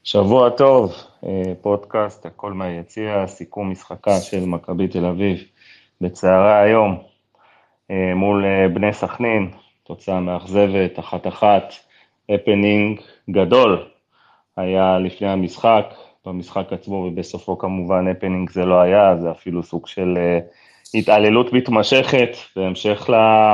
שבוע טוב, פודקאסט, הכל מהיציע, סיכום משחקה של מכבי תל אביב בצהרי היום מול בני סכנין, תוצאה מאכזבת, 1-1, הפנינג גדול היה לפני המשחק, במשחק עצמו ובסופו כמובן הפנינג זה לא היה, זה אפילו סוג של התעללות מתמשכת, בהמשך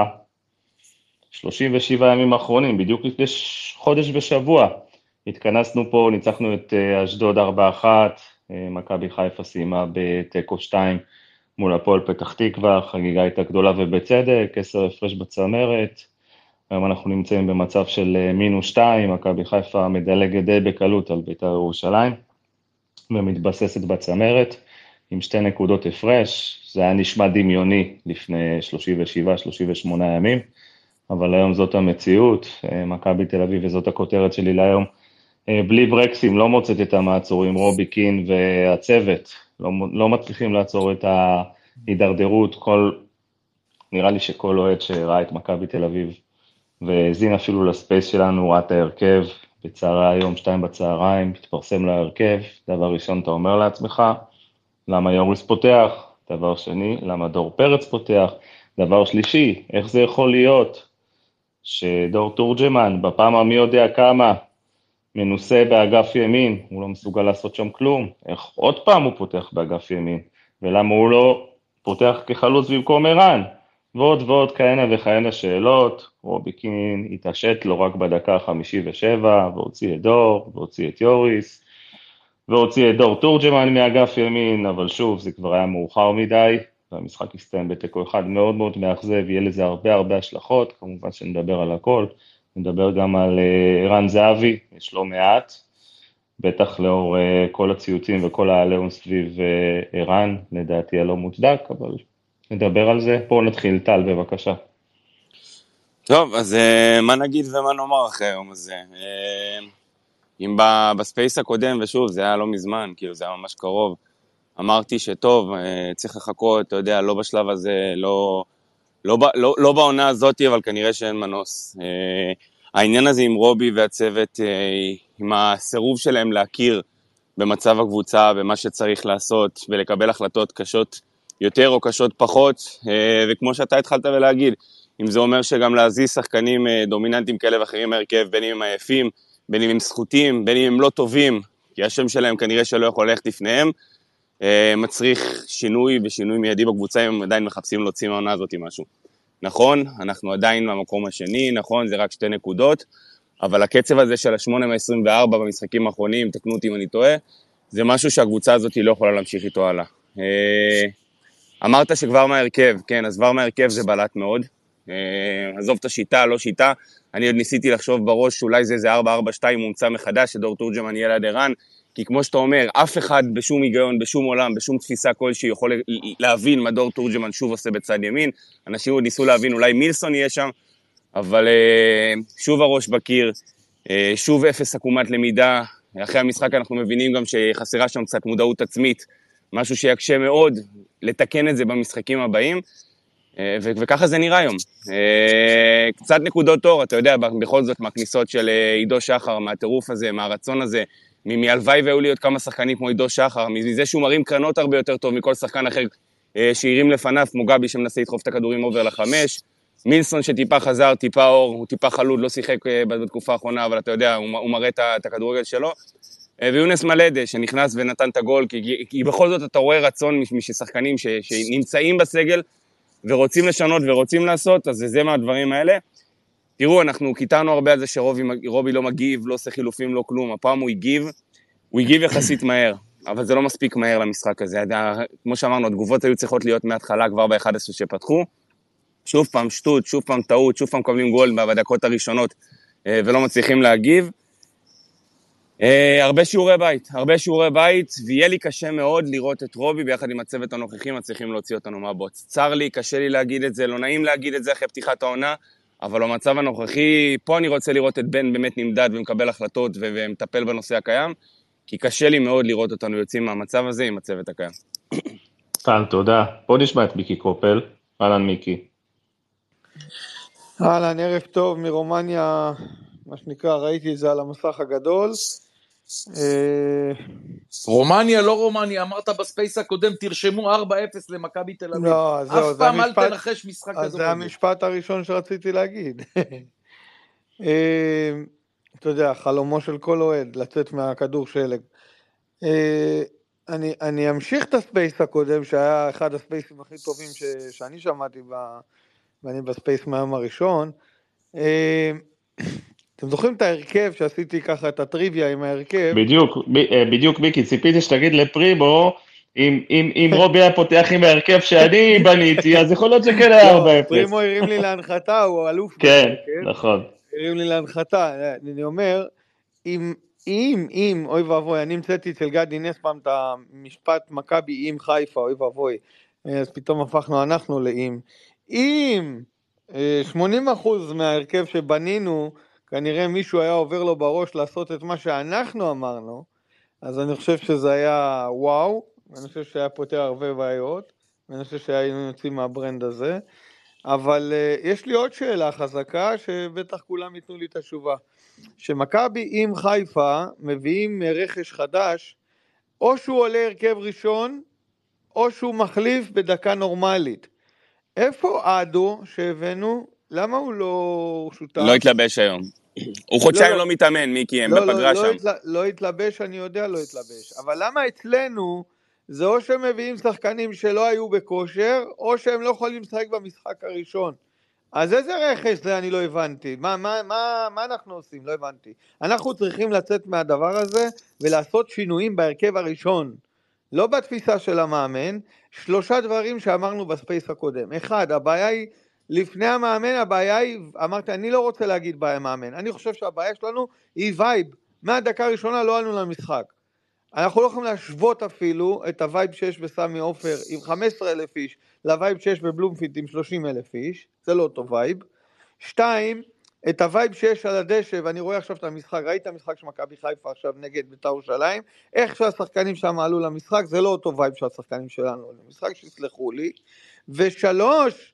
ל-37 ימים האחרונים, בדיוק לפני חודש ושבוע, התכנסנו פה, ניצחנו את אשדוד 4-1, מכבי חיפה סיימה בתיקו 2 מול הפועל פתח תקווה, חגיגה הייתה גדולה ובצדק, 10 הפרש בצמרת, היום אנחנו נמצאים במצב של -2, מכבי חיפה מדלגת די בקלות על בית"ר ירושלים, ומתבססת בצמרת, עם 2 נקודות הפרש, זה היה נשמע דמיוני לפני 37-38 ימים, אבל היום זאת המציאות, מכבי תל אביב וזאת הכותרת שלי להיום, בלי ברקסים, לא מוצאת את המעצורים, רובי קין והצוות, לא מצליחים לעצור את ההידרדרות, נראה לי שכל אוהד שראה את מכבי תל אביב, והזין אפילו לספייס שלנו, ראה את ההרכב, בצהרי היום, 2 בצהריים, מתפרסם להרכב, דבר ראשון אתה אומר לעצמך, למה יוריס פותח, דבר שני, למה דור פרץ פותח, דבר שלישי, איך זה יכול להיות, שדור תורג'מן, בפעם המי יודע כמה, מנוסה באגף ימין, הוא לא מסוגל לעשות שם כלום, איך עוד פעם הוא פותח באגף ימין, ולמה הוא לא פותח כחלוץ במקום ערן, ועוד ועוד כהנה וכהנה שאלות, רובי קין התעשת לו רק בדקה 57, והוציא את דור, והוציא את יוריס, והוציא את דור תורג'מן מאגף ימין, אבל שוב זה כבר היה מאוחר מדי, והמשחק הסתיים בתיקו אחד מאוד מאוד מאכזב, יהיה לזה הרבה השלכות, כמובן שנדבר על הכל, נדבר גם על ערן זהבי, יש לו מעט, בטח לאור כל הציוצים וכל העליהום סביב ערן, לדעתי הלא מוצדק, אבל נדבר על זה. פה נתחיל, טל, בבקשה. טוב, אז מה נגיד ומה נאמר אחרי היום הזה? אם בספייס הקודם, ושוב, זה היה לא מזמן, כאילו זה היה ממש קרוב, אמרתי שטוב, צריך לחכות, אתה יודע, לא בשלב הזה, לא בעונה הזאת, אבל כנראה שאין מנוס. העניין הזה עם רובי והצוות, עם הסירוב שלהם להכיר במצב הקבוצה, במה שצריך לעשות, ולקבל החלטות קשות יותר או קשות פחות, וכמו שאתה התחלת ולהגיד, אם זה אומר שגם להזיז שחקנים דומיננטיים כאלה ואחרים מהרכב, בין אם הם עייפים, בין אם הם זכותים, בין אם הם לא טובים, כי השם שלהם כנראה שלא יכול ללכת לפניהם, מצריך שינוי ושינוי מיידי בקבוצה, אם הם עדיין מחפשים להוציא מהעונה הזאת משהו. נכון, אנחנו עדיין במקום השני, נכון, זה רק 2 נקודות, אבל הקצב הזה של ה-8-24 במשחקים האחרונים, תקנו אותי אם אני טועה, זה משהו שהקבוצה הזאת לא יכולה להמשיך איתו הלאה. אמרת שכבר מהרכב, כן, אז כבר מהרכב זה בלט מאוד, עזוב את השיטה, לא שיטה, אני עוד ניסיתי לחשוב בראש שאולי זה 4-4-2 מומצא מחדש, שדור תורג'מן יהיה ליד ערן, כי כמו שאתה אומר, אף אחד בשום היגיון, בשום עולם, בשום תפיסה כלשהי יכול להבין מה דור תורג'מן שוב עושה בצד ימין, אנשים עוד ניסו להבין, אולי מילסון יהיה שם, אבל שוב הראש בקיר, שוב אפס עקומת למידה, אחרי המשחק אנחנו מבינים גם שחסרה שם קצת מודעות עצמית, משהו שיקשה מאוד לתקן את זה במשחקים הבאים, וככה זה נראה היום. קצת נקודות אור, אתה יודע, בכל זאת מהכניסות של עידו שחר, מהטירוף הזה, מהרצון הזה, מהלוואי והיו לי עוד כמה שחקנים כמו עידו שחר, מזה שהוא מרים קרנות הרבה יותר טוב מכל שחקן אחר שירים לפניו, כמו גבי שמנסה לדחוף את הכדורים עובר ל5, מילסון שטיפה חזר, טיפה אור, הוא טיפה חלוד, לא שיחק בתקופה האחרונה, אבל אתה יודע, הוא מראה את הכדורגל שלו, ויונס מלדה שנכנס ונתן את הגול, כי בכל זאת אתה רואה רצון משחקנים שנמצאים בסגל, ורוצים לשנות ורוצים לעשות, אז זה מהדברים האלה. תראו, אנחנו קיטרנו הרבה על זה שרובי לא מגיב, לא עושה חילופים, לא כלום. הפעם הוא הגיב יחסית מהר, אבל זה לא מספיק מהר למשחק הזה. כמו שאמרנו, התגובות היו צריכות להיות מההתחלה כבר ב-11 שפתחו. שוב פעם שטות, שוב פעם טעות, שוב פעם קבלים גול בדקות הראשונות, ולא מצליחים להגיב. הרבה שיעורי בית, ויהיה לי קשה מאוד לראות את רובי ביחד עם הצוות הנוכחים, מצליחים להוציא אותנו מהבוץ. צר לי, קשה לי להגיד את זה, לא נעים להגיד את זה אחרי פתיחת העונה, אבל במצב הנוכחי, פה אני רוצה לראות את בן באמת נמדד ומקבל החלטות ומטפל בנושא הקיים, כי קשה לי מאוד לראות אותנו יוצאים מהמצב הזה עם הצוות הקיים. טל, תודה. בוא נשמע את מיקי קופל. אהלן מיקי. אהלן, ערב טוב מרומניה, מה שנקרא, ראיתי את זה על המסך הגדול. רומניה, לא רומניה, אמרת בספייס הקודם, תרשמו 4-0 למכבי תל אביב. לא, זהו, אף פעם אל תנחש משחק כדורגל. אז זה המשפט הראשון שרציתי להגיד. אתה יודע, חלומו של כל אוהד, לצאת מהכדור שלג. אני אמשיך את הספייס הקודם, שהיה אחד הספייסים הכי טובים שאני שמעתי, ואני בספייס מהיום הראשון. אתם זוכרים את ההרכב שעשיתי ככה את הטריוויה עם ההרכב? בדיוק מיקי, ציפיתי שתגיד לפרימו, אם רובי היה פותח עם ההרכב שאני בניתי, אז יכול להיות שכן היה 4-0. לא, פרימו הרים לי להנחתה, הוא אלוף. כן, נכון. הרים לי להנחתה, אני אומר, אם, אוי ואבוי, אני המצאתי אצל גדי נס פעם את המשפט מכבי עם חיפה, אוי ואבוי, אז פתאום הפכנו אנחנו לאם. אם 80% מההרכב שבנינו, כנראה מישהו היה עובר לו בראש לעשות את מה שאנחנו אמרנו, אז אני חושב שזה היה וואו, ואני חושב שהיה פותר הרבה בעיות, ואני חושב שהיינו יוצאים מהברנד הזה, אבל יש לי עוד שאלה חזקה, שבטח כולם ייתנו לי את התשובה. שמכבי עם חיפה מביאים רכש חדש, או שהוא עולה הרכב ראשון, או שהוא מחליף בדקה נורמלית. איפה אדו שהבאנו? למה הוא לא שותף? לא התלבש היום. הוא חודשיים לא מתאמן, מיקי, הם בפגרה שם. לא התלבש, אני יודע לא התלבש. אבל למה אצלנו זה או שהם מביאים שחקנים שלא היו בכושר, או שהם לא יכולים לשחק במשחק הראשון? אז איזה רכש זה אני לא הבנתי. מה אנחנו עושים? לא הבנתי. אנחנו צריכים לצאת מהדבר הזה ולעשות שינויים בהרכב הראשון. לא בתפיסה של המאמן. 3 דברים שאמרנו בספייס הקודם. 1, הבעיה היא, לפני המאמן, הבעיה היא, אמרתי, אני לא רוצה להגיד בעיה מאמן. אני חושב שהבעיה שלנו היא וייב. מהדקה הראשונה לא עלינו למשחק. אנחנו לא יכולים להשוות אפילו את הווייב שיש בסמי עופר עם 15,000 איש, לווייב שיש בבלומפילד עם 30,000 איש, זה לא אותו וייב. 2, את הווייב שיש על הדשא, ואני רואה עכשיו את המשחק, ראית המשחק של מכבי חיפה עכשיו נגד בית"ר ירושלים, איך שהשחקנים שם עלו למשחק, זה לא אותו וייב של השחקנים שלנו למשחק, שיסלחו לי. 3,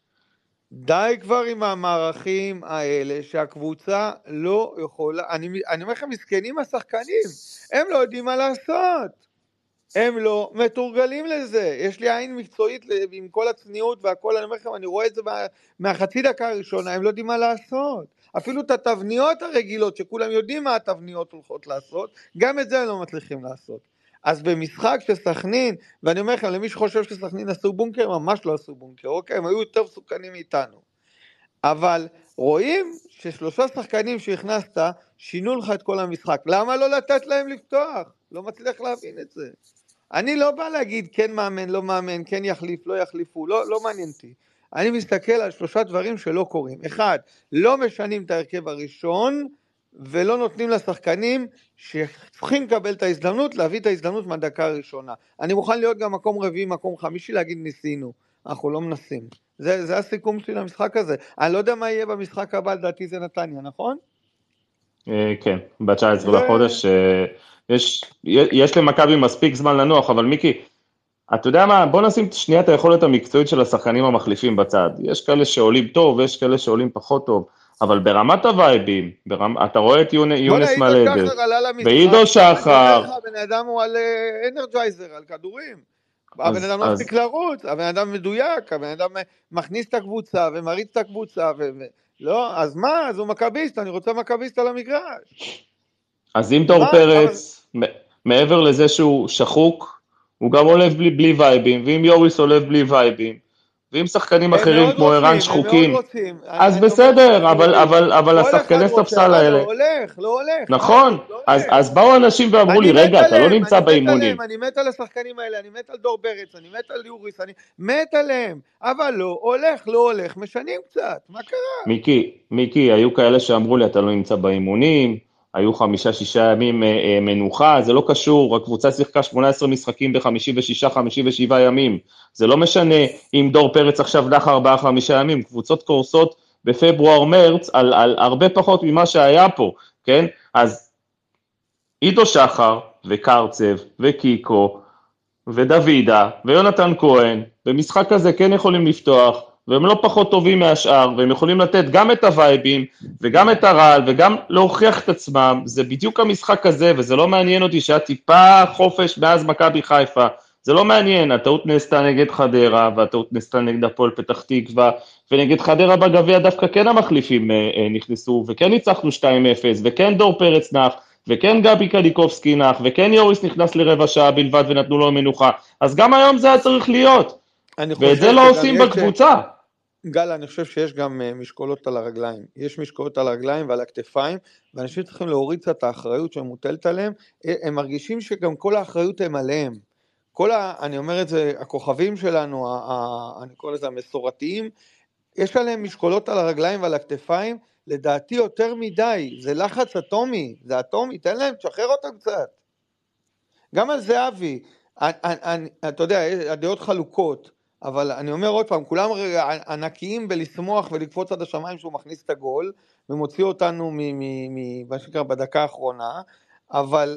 די כבר עם המערכים האלה, שהקבוצה לא יכולה, אני אומר לכם, מסכנים השחקנים, הם לא יודעים מה לעשות, הם לא מתורגלים לזה, יש לי עין מקצועית עם כל הצניעות והכל, אני אומר לכם, אני רואה את זה מהחצי דקה הראשונה, הם לא יודעים מה לעשות, אפילו את התבניות הרגילות, שכולם יודעים מה התבניות הולכות לעשות, גם את זה הם לא מצליחים לעשות. אז במשחק שסכנין, ואני אומר לכם, למי שחושב שסכנין עשו בונקר, ממש לא עשו בונקר, אוקיי, הם היו יותר מסוכנים מאיתנו. אבל רואים ש3 שחקנים שהכנסת, שינו לך את כל המשחק. למה לא לתת להם לפתוח? לא מצליח להבין את זה. אני לא בא להגיד כן מאמן, לא מאמן, כן יחליף, לא יחליפו, לא מעניין אותי. אני מסתכל על 3 דברים שלא קורים. 1, לא משנים את ההרכב הראשון, ולא נותנים לשחקנים שצריכים לקבל את ההזדמנות, להביא את ההזדמנות מהדקה הראשונה. אני מוכן להיות גם מקום רביעי, מקום חמישי, להגיד ניסינו. אנחנו לא מנסים. זה הסיכום שלי למשחק הזה. אני לא יודע מה יהיה במשחק הבא, לדעתי זה נתניה, נכון? כן, ב-19 לחודש. יש למכבי מספיק זמן לנוח, אבל מיקי, אתה יודע מה, בוא נשים שנייה את היכולת המקצועית של השחקנים המחליפים בצד. יש כאלה שעולים טוב, ויש כאלה שעולים פחות טוב. אבל ברמת הווייבים, אתה רואה את יונס מלדת, ועידו שחר, הבן אדם הוא על אנרג'ייזר, על כדורים, הבן אדם לא מספיק לרוץ, הבן אדם מדויק, הבן אדם מכניס את הקבוצה ומריץ את הקבוצה, לא, אז מה, אז הוא מכביסט, אני רוצה מכביסט על המגרש. אז אם דור פרץ, מעבר לזה שהוא שחוק, הוא גם עולב בלי וייבים, ואם יוריס עולב בלי וייבים, ואם שחקנים אחרים כמו ערן שחוקים, אז בסדר, אבל השחקני ספסל האלה, לא הולך. נכון, אז באו אנשים ואמרו לי, רגע, אתה לא נמצא באימונים. אני מת על השחקנים האלה, אני מת על דור ברץ, אני מת על יוריס, אני מת עליהם, אבל לא הולך, משנים קצת, מה קרה? מיקי, היו כאלה שאמרו לי, אתה לא נמצא באימונים, היו 5-6 ימים מנוחה, זה לא קשור, הקבוצה שיחקה 18 משחקים ב56-57 ימים, זה לא משנה אם דור פרץ עכשיו נח 4-5 ימים, קבוצות קורסות בפברואר-מרץ על הרבה פחות ממה שהיה פה, כן? אז עידו שחר וקרצב וקיקו ודוידה ויונתן כהן, במשחק הזה כן יכולים לפתוח, והם לא פחות טובים מהשאר, והם יכולים לתת גם את הווייבים, וגם את הרעל, וגם להוכיח את עצמם, זה בדיוק המשחק הזה, וזה לא מעניין אותי שהיה טיפה חופש מאז מכבי חיפה, זה לא מעניין, הטעות נעשתה נגד חדרה, והטעות נעשתה נגד הפועל פתח תקווה, ונגד חדרה בגביע דווקא כן המחליפים נכנסו, וכן ניצחנו 2-0, וכן דור פרץ נח, וכן גבי קליקובסקי נח, וכן יוריס נכנס לרבע שעה בלבד ונתנו לו מנוחה, אז גם היום זה היה צריך להיות, ואת זה לא עושים בקבוצה. גל, אני חושב שיש גם משקולות על הרגליים, יש משקולות על הרגליים ועל הכתפיים, ואנשים צריכים להוריד קצת האחריות שמוטלת עליהם, הם מרגישים שגם כל האחריות הם עליהם, אני אומר את זה, הכוכבים שלנו, אני קורא לזה המסורתיים, יש עליהם משקולות על הרגליים ועל הכתפיים, לדעתי יותר מדי, זה לחץ אטומי, זה אטומי, תן להם, תשחרר אותם קצת. גם על זהבי, אתה יודע, הדעות חלוקות, אבל אני אומר עוד פעם, כולם ענקיים בלשמוח ולקפוץ עד השמיים שהוא מכניס את הגול, ומוציא אותנו מה שנקרא בדקה האחרונה, אבל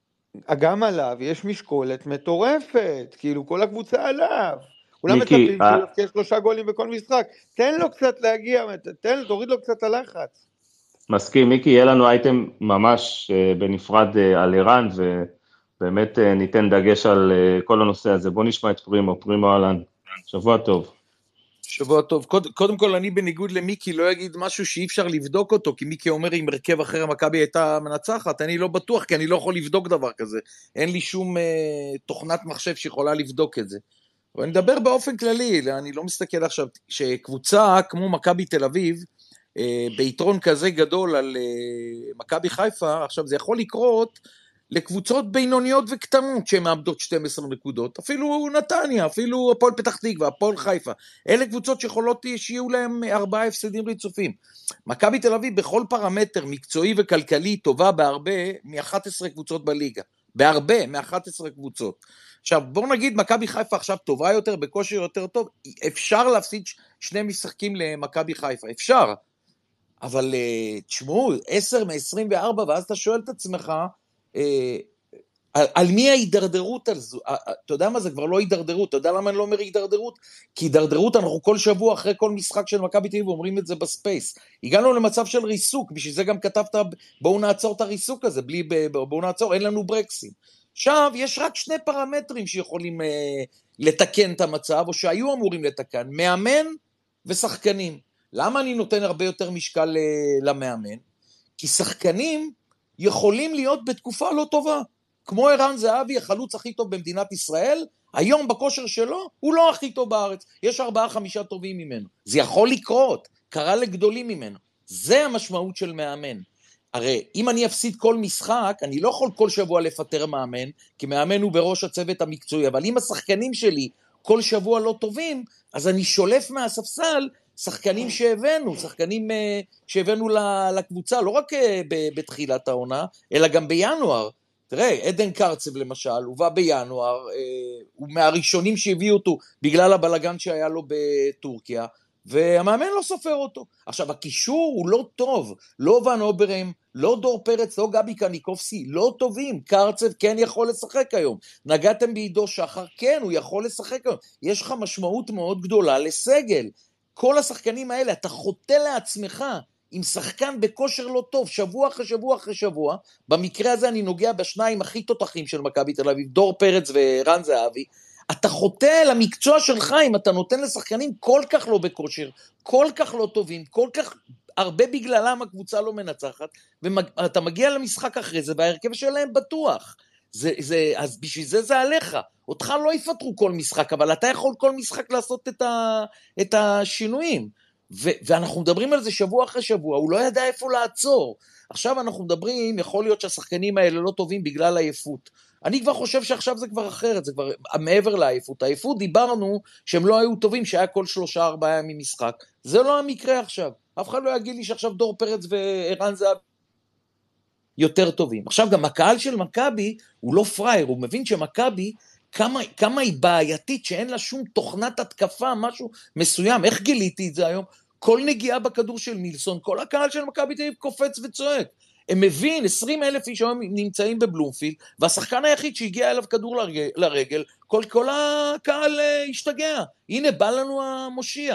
גם עליו יש משקולת מטורפת, כאילו כל הקבוצה עליו. כולם מצפים שהוא יפקיע 3 גולים בכל משחק, תן לו קצת להגיע, תוריד לו קצת הלחץ. מסכים, מיקי, יהיה לנו אייטם ממש בנפרד על איראן, ובאמת ניתן דגש על כל הנושא הזה. בוא נשמע את פרימו אהלן. שבוע טוב. שבוע טוב. קודם כל, אני בניגוד למיקי לא אגיד משהו שאי אפשר לבדוק אותו, כי מיקי אומר אם הרכב אחר המכבי הייתה מנצחת, אני לא בטוח, כי אני לא יכול לבדוק דבר כזה. אין לי שום תוכנת מחשב שיכולה לבדוק את זה. אבל אני מדבר באופן כללי, אני לא מסתכל עכשיו, שקבוצה כמו מכבי תל אביב, ביתרון כזה גדול על מכבי חיפה, עכשיו זה יכול לקרות לקבוצות בינוניות וקטנות שהן מאבדות 12 נקודות, אפילו נתניה, אפילו הפועל פתח תקווה, הפועל חיפה, אלה קבוצות שיכולות שיהיו להם 4 הפסדים רצופים. מכבי תל אביב בכל פרמטר מקצועי וכלכלי טובה בהרבה מ-11 קבוצות בליגה, בהרבה מ-11 קבוצות. עכשיו בואו נגיד מכבי חיפה עכשיו טובה יותר, בכושר יותר טוב, אפשר להפסיד 2 משחקים למכבי חיפה, אפשר, אבל תשמעו, 10 מ-24, ואז אתה שואל את עצמך, על מי ההידרדרות על זו? אתה יודע מה, זה כבר לא הידרדרות, אתה יודע למה אני לא אומר הידרדרות? כי הידרדרות אנחנו כל שבוע אחרי כל משחק של מכבי תל אביב אומרים את זה בספייס, הגענו למצב של ריסוק, בשביל זה גם כתבת בואו נעצור את הריסוק הזה, בואו נעצור, אין לנו ברקסים. עכשיו יש רק 2 פרמטרים שיכולים לתקן את המצב, או שהיו אמורים לתקן, מאמן ושחקנים. למה אני נותן הרבה יותר משקל למאמן? כי שחקנים יכולים להיות בתקופה לא טובה, כמו ערן זהבי, החלוץ הכי טוב במדינת ישראל, היום בכושר שלו, הוא לא הכי טוב בארץ, יש 4-5 טובים ממנו, זה יכול לקרות, קרה לגדולים ממנו, זה המשמעות של מאמן. הרי אם אני אפסיד כל משחק, אני לא יכול כל שבוע לפטר מאמן, כי מאמן הוא בראש הצוות המקצועי, אבל אם השחקנים שלי כל שבוע לא טובים, אז אני שולף מהספסל שחקנים שהבאנו לקבוצה, לא רק בתחילת העונה, אלא גם בינואר. תראה, עדן קרצב למשל, הוא בא בינואר, הוא מהראשונים שהביאו אותו בגלל הבלגן שהיה לו בטורקיה, והמאמן לא סופר אותו. עכשיו, הקישור הוא לא טוב, לא ון אוברהם, לא דור פרץ, לא גבי קניקובסקי, לא טובים, קרצב כן יכול לשחק היום, נגעתם בעידו שחר, כן, הוא יכול לשחק היום, יש לך משמעות מאוד גדולה לסגל, כל השחקנים האלה, אתה חוטא לעצמך, עם שחקן בכושר לא טוב, שבוע אחרי שבוע אחרי שבוע, במקרה הזה אני נוגע בשניים הכי תותחים של מכבי תל אביב, דור פרץ ורן זהבי, אתה חוטא למקצוע שלך, אם אתה נותן לשחקנים כל כך לא בכושר, כל כך לא טובים, כל כך הרבה בגללם הקבוצה לא מנצחת, ואתה מגיע למשחק אחרי זה, וההרכב שלהם בטוח, אז בשביל זה עליך, אותך לא יפטרו כל משחק, אבל אתה יכול כל משחק לעשות את השינויים, ואנחנו מדברים על זה שבוע אחרי שבוע, הוא לא ידע איפה לעצור, עכשיו אנחנו מדברים, יכול להיות שהשחקנים האלה לא טובים בגלל העייפות, אני כבר חושב שעכשיו זה כבר אחרת, זה כבר מעבר לעייפות, העייפות דיברנו שהם לא היו טובים, שהיה כל 3-4 ימים משחק, זה לא המקרה עכשיו, אף אחד לא יגיד לי שעכשיו דור פרץ וערן זהבי יותר טובים. עכשיו גם הקהל של מכבי הוא לא פרייר, הוא מבין שמכבי כמה היא בעייתית, שאין לה שום תוכנת התקפה, משהו מסוים. איך גיליתי את זה היום? כל נגיעה בכדור של מילסון, כל הקהל של מכבי תל אביב קופץ וצועק. הם מבין, 20,000 איש היום נמצאים בבלומפילד, והשחקן היחיד שהגיע אליו כדור לרגל, כל הקהל השתגע. הנה בא לנו המושיע.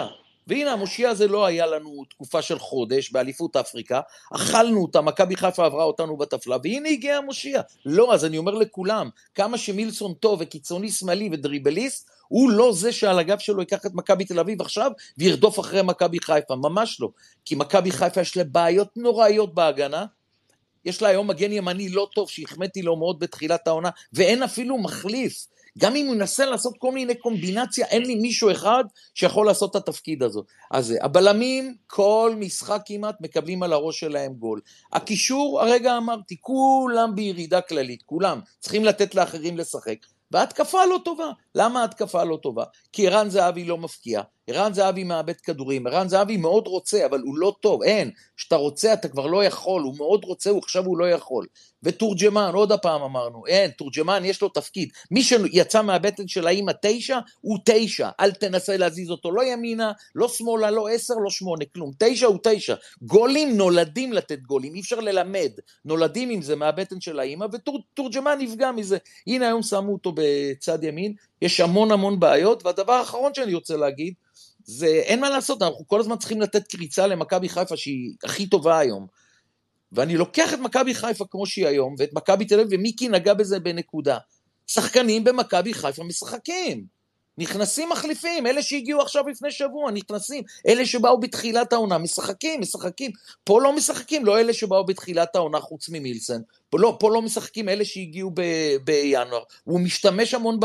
והנה, המושיע הזה לא היה לנו תקופה של חודש באליפות אפריקה, אכלנו אותה, מכבי חיפה עברה אותנו בטפלה, והנה הגיע המושיע. לא, אז אני אומר לכולם, כמה שמילסון טוב וקיצוני שמאלי ודריבליסט, הוא לא זה שעל הגב שלו ייקח את מכבי תל אביב עכשיו, וירדוף אחרי מכבי חיפה, ממש לא. כי מכבי חיפה יש לה בעיות נוראיות בהגנה, יש לה היום מגן ימני לא טוב, שהחמאתי לו מאוד בתחילת העונה, ואין אפילו מחליף. גם אם הוא ינסה לעשות כל מיני קומבינציה, אין לי מישהו אחד שיכול לעשות את התפקיד הזה. אז הבלמים, כל משחק כמעט מקבלים על הראש שלהם גול. הקישור, הרגע אמרתי, כולם בירידה כללית, כולם צריכים לתת לאחרים לשחק. וההתקפה לא טובה. למה ההתקפה לא טובה? כי ערן זהבי לא מפקיע, ערן זהבי מאבד כדורים, ערן זהבי מאוד רוצה, אבל הוא לא טוב, אין, שאתה רוצה אתה כבר לא יכול, הוא מאוד רוצה, עכשיו הוא לא יכול. ותורג'מן, עוד הפעם אמרנו, אין, תורג'מן יש לו תפקיד, מי שיצא מהבטן של האמא 9, הוא 9, אל תנסה להזיז אותו, לא ימינה, לא שמאלה, לא 10, לא 8, כלום, 9 הוא 9, גולים נולדים לתת גולים, אי אפשר ללמד, נולדים עם זה מהבטן של האמא, ותורג'מן נפגע מזה, הנה היום שמו אותו בצד ימין, יש המון בעיות, והדבר האחרון שאני רוצה להגיד, זה אין מה לעשות, אנחנו כל הזמן צריכים לתת קריצה למכבי חיפה שהיא הכי טובה היום, ואני לוקח את מכבי חיפה כמו שהיא היום, ואת מכבי תל אביב, ומיקי נגע בזה בנקודה, שחקנים במכבי חיפה משחקים, נכנסים מחליפים, אלה שהגיעו עכשיו לפני שבוע, נכנסים, אלה שבאו בתחילת העונה, משחקים, פה לא משחקים, לא אלה שבאו בתחילת העונה חוץ ממילסן, פה לא משחקים אלה שהגיעו בינואר, הוא משתמש המון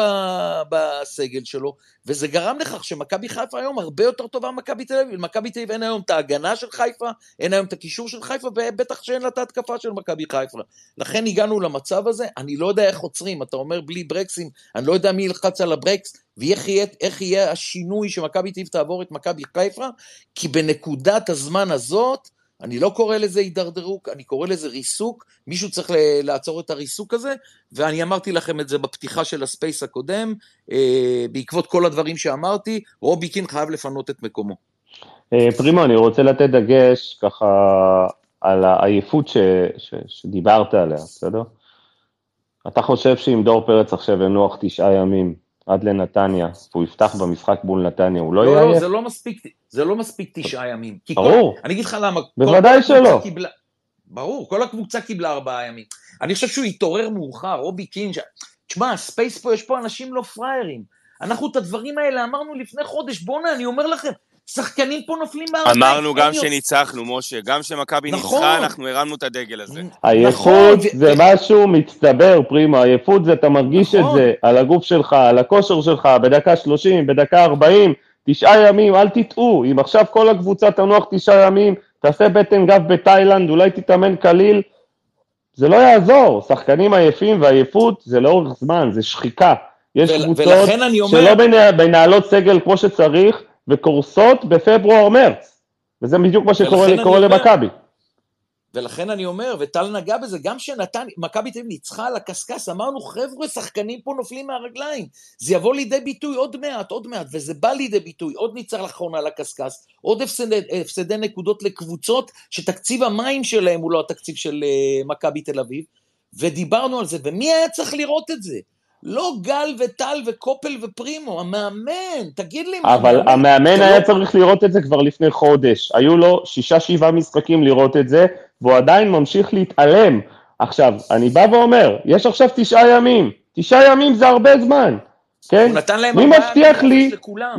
בסגל שלו, וזה גרם לכך שמכבי חיפה היום הרבה יותר טובה מכבי תל אביב, מכבי תל אביב אין היום את ההגנה של חיפה, אין היום את הקישור של חיפה, ובטח שאין לה את ההתקפה של מכבי חיפה, לכן הגענו למצב הזה, אני לא יודע איך עוצרים, אתה אומר בלי ברקסים, אני לא יודע מי ילחץ על הברקס, ואיך יהיה השינוי שמכבי תל אביב תעבור את מכבי חיפה, כי בנקודת הזמן הזאת, אני לא קורא לזה הידרדרות, אני קורא לזה ריסוק, מישהו צריך לעצור את הריסוק הזה, ואני אמרתי לכם את זה בפתיחה של הספייס הקודם, בעקבות כל הדברים שאמרתי, רובי קין חייב לפנות את מקומו. פרימו, אני רוצה לתת דגש ככה על העייפות שדיברת עליה, בסדר? אתה חושב שאם דור פרץ עכשיו ינוח 9 ימים, עד לנתניה, והוא יפתח במשחק מול נתניה, הוא לא יהיה? לא, זה לא מספיק 9 ימים. ברור. אני אגיד לך למה. בוודאי שלא. ברור, כל הקבוצה קיבלה 4 ימים. אני חושב שהוא יתעורר מאוחר, רובי קין, תשמע, ספייס פה, יש פה אנשים לא פריירים. אנחנו את הדברים האלה אמרנו לפני חודש, בונה, אני אומר לכם, שחקנים פה נופלים בארבעים. אמרנו גם שניצחנו, משה, גם שמכבי ניצחה, אנחנו הרמנו את הדגל הזה. עייפות זה משהו מצטבר, פרימו, עייפות זה, אתה מרגיש את זה, על הגוף שלך, על הכושר שלך, בדקה 30, בדקה 40, 9 ימים, אל תטעו, אם עכשיו כל הקבוצה תנוח 9 ימים, תעשה בטן גב בתאילנד, אולי תתאמן קליל, זה לא יעזור, שחקנים עייפים ועייפות זה לאורך זמן, זה שחיקה, יש קבוצות שלא בנהלות סגל כמו שצריך, וקורסות בפברואר-מרץ, וזה בדיוק מה שקורה למכבי. ולכן אני אומר, וטל נגע בזה, גם שנתן, מכבי תל אביב ניצחה על הקסקס, אמרנו חבר'ה, שחקנים פה נופלים מהרגליים, זה יבוא לידי ביטוי עוד מעט, וזה בא לידי ביטוי, עוד ניצח לאחרונה על הקסקס, עוד הפסדי נקודות לקבוצות, שתקציב המים שלהם הוא לא התקציב של מכבי תל אביב, ודיברנו על זה, ומי היה צריך לראות את זה? לא גל וטל וקופל ופרימו, המאמן, תגיד לי. אבל המאמן היה צריך לראות את זה כבר לפני חודש, היו לו 6-7 משחקים לראות את זה, והוא עדיין ממשיך להתעלם. עכשיו, אני בא ואומר, יש עכשיו 9 ימים, 9 ימים זה הרבה זמן, כן? הוא נתן להם מי מבטיח לי,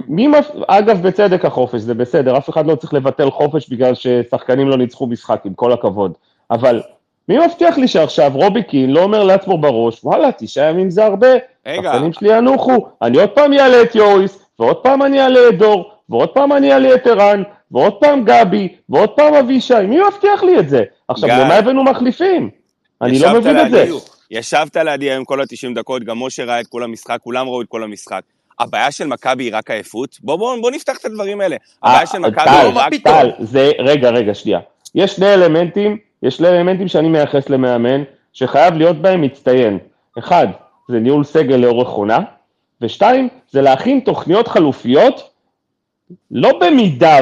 אגב בצדק החופש, זה בסדר, אף אחד לא צריך לבטל חופש בגלל ששחקנים לא ניצחו משחק, עם כל הכבוד, אבל מי מבטיח לי שעכשיו רובי קין לא אומר לעצמו בראש, וואלה, 9 ימים זה הרבה, שחקנים שלי ינוחו, אני עוד פעם יעלה את יויס, ועוד פעם אני יעלה את דור, ועוד פעם אני יעלה את ערן, ועוד פעם גבי, ועוד פעם אבישי, מי מבטיח לי את זה? עכשיו, למה הבאנו מחליפים? אני לא מבין את זה. ישבת לידי היום כל ה-90 דקות, גם משה ראה את כל המשחק, כולם ראו את כל המשחק. הבעיה של מכבי היא רק העייפות? בוא נפתח את הדברים האלה. הבעיה של מכבי היא רק... טל, זה, רגע, שנייה. יש שני אלמנטים שאני מייחס למאמן, שחייב להיות בהם מצטיין. 1, זה ניהול סגל לאורך עונה, ו2, זה להכין תוכניות חלופיות, לא במידה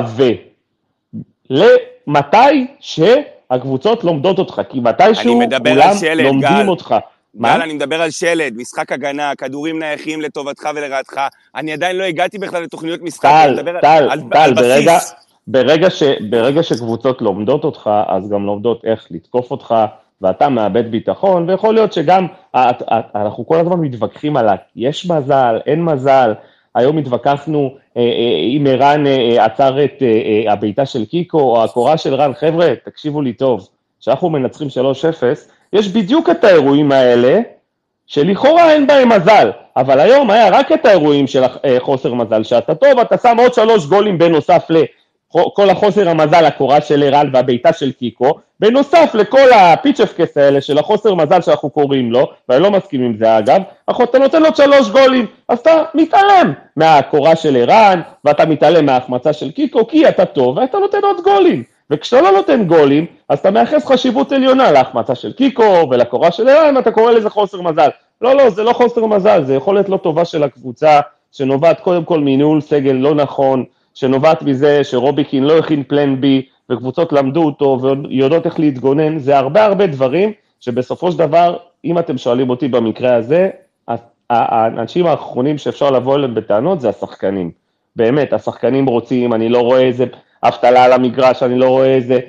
למתי שהקבוצות לומדות אותך, כי מתי שהוא כולם לומדים אותך. גל, אני מדבר על שלד, משחק הגנה, כדורים נייחים לטובתך ולרעתך, אני עדיין לא הגעתי בכלל לתוכניות משחק, אני מדבר על בסיס. ברגע שקבוצות לומדות אותך, אז גם לומדות איך לתקוף אותך, ואתה מאבד ביטחון, ויכול להיות שגם, אנחנו כל הזמן מתווכחים על יש מזל, אין מזל, היום התווכחנו אם ערן עצר את הביתה של קיקו, או הקורה של רן, חבר'ה, תקשיבו לי טוב, שאנחנו מנצחים 3-0, יש בדיוק את האירועים האלה, שלכאורה אין בהם מזל, אבל היום היה רק את האירועים של חוסר מזל, שאתה טוב, אתה שם עוד 3 גולים בנוסף לכל החוסר המזל, הקורה של ערן והביתה של קיקו, בנוסף לכל הפיצ'פקס האלה של החוסר מזל שאנחנו קוראים לו, ואני לא מסכים עם זה אגב, אתה נותן לו 3 גולים, אז אתה מתעלם מהקורה של ערן, ואתה מתעלם מההחמצה של קיקו, כי אתה טוב, ואתה נותן עוד גולים. וכשאתה לא נותן גולים, אז אתה מייחס חשיבות עליונה להחמצה של קיקו ולקורה של ערן, אתה קורא לזה חוסר מזל. לא, זה לא חוסר מזל, זה יכולת לא טובה של הקבוצה, שנובעת קודם כל מניהול סגל לא נכון, שנובעת מזה שרוביקין לא הכין פלן בי, וקבוצות למדו אותו ויודעות איך להתגונן, זה הרבה דברים, שבסופו של דבר, אם אתם שואלים אותי במקרה הזה, האנשים האחרונים שאפשר לבוא אליהם בטענות, זה השחקנים. באמת, השחקנים רוצים, אני לא רואה איזה אבטלה על המגרש, אני לא רואה איזה,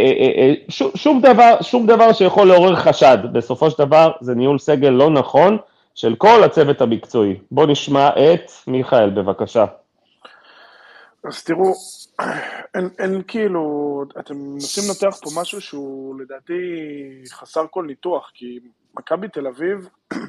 שום דבר שיכול לעורר חשד, בסופו של דבר זה ניהול סגל לא נכון, של כל הצוות המקצועי. בוא נשמע את מיכאל, בבקשה. אז תראו, אין כאילו, אתם מנסים לנתח פה משהו שהוא לדעתי חסר כל ניתוח, כי מכבי תל אביב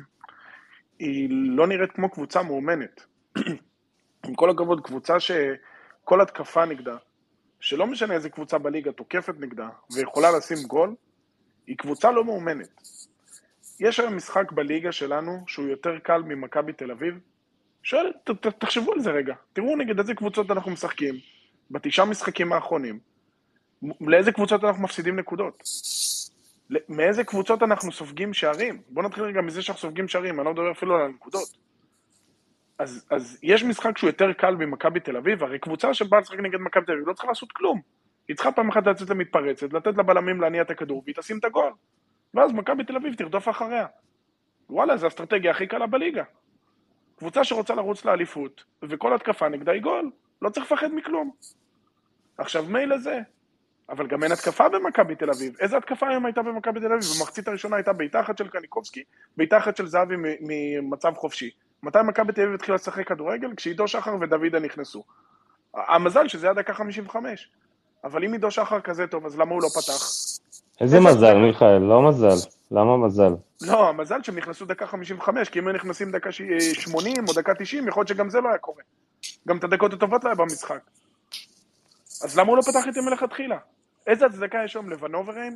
היא לא נראית כמו קבוצה מאומנת. עם כל הכבוד, קבוצה שכל התקפה נגדה, שלא משנה איזה קבוצה בליגה תוקפת נגדה, ויכולה לשים גול, היא קבוצה לא מאומנת. יש היום משחק בליגה שלנו, שהוא יותר קל ממכבי תל אביב, שואל, תחשבו על זה רגע, תראו נגד איזה קבוצות אנחנו משחקים, ב9 משחקים האחרונים, לאיזה קבוצות אנחנו מפסידים נקודות, מאיזה קבוצות אנחנו סופגים שערים, בואו נתחיל רגע מזה שאנחנו סופגים שערים, אני לא מדבר אפילו על הנקודות, אז יש משחק שהוא יותר קל ממכבי תל אביב, הרי קבוצה שבאה לשחק נגד מכבי תל אביב לא צריכה לעשות כלום, היא צריכה פעם אחת לצאת למתפרצת, לתת לבלמים להניע את הכדור, והיא תשים את הגול, ואז מכבי תל אביב תרדוף אחריה, וואלה, זו האסטרטגיה הכי קלה בליגה. קבוצה שרוצה לרוץ לאליפות, וכל התקפה נגדה היא גול, לא צריך לפחד מכלום. עכשיו מייל לזה, אבל גם אין התקפה במכבי תל אביב. איזה התקפה היום הייתה במכבי תל אביב? במחצית הראשונה הייתה ביתה אחת של קניקובסקי, ביתה אחת של זהבי ממצב חופשי. מתי מכבי תל אביב התחילה לשחק כדורגל? כשעידו שחר ודוידה נכנסו. המזל שזה היה דקה 55. אבל אם עידו שחר כזה טוב, אז למה הוא לא פתח? איזה מזל, מיכאל? לא מזל. למה מזל? לא, המזל שהם נכנסו דקה 55, כי אם הם נכנסים דקה 80 או דקה 90, יכול להיות שגם זה לא היה קורה. גם את הדקות הטובות לא היה במשחק. אז למה הוא לא פתח איתם מלכתחילה? איזה הצדקה יש שם לבנוברהם,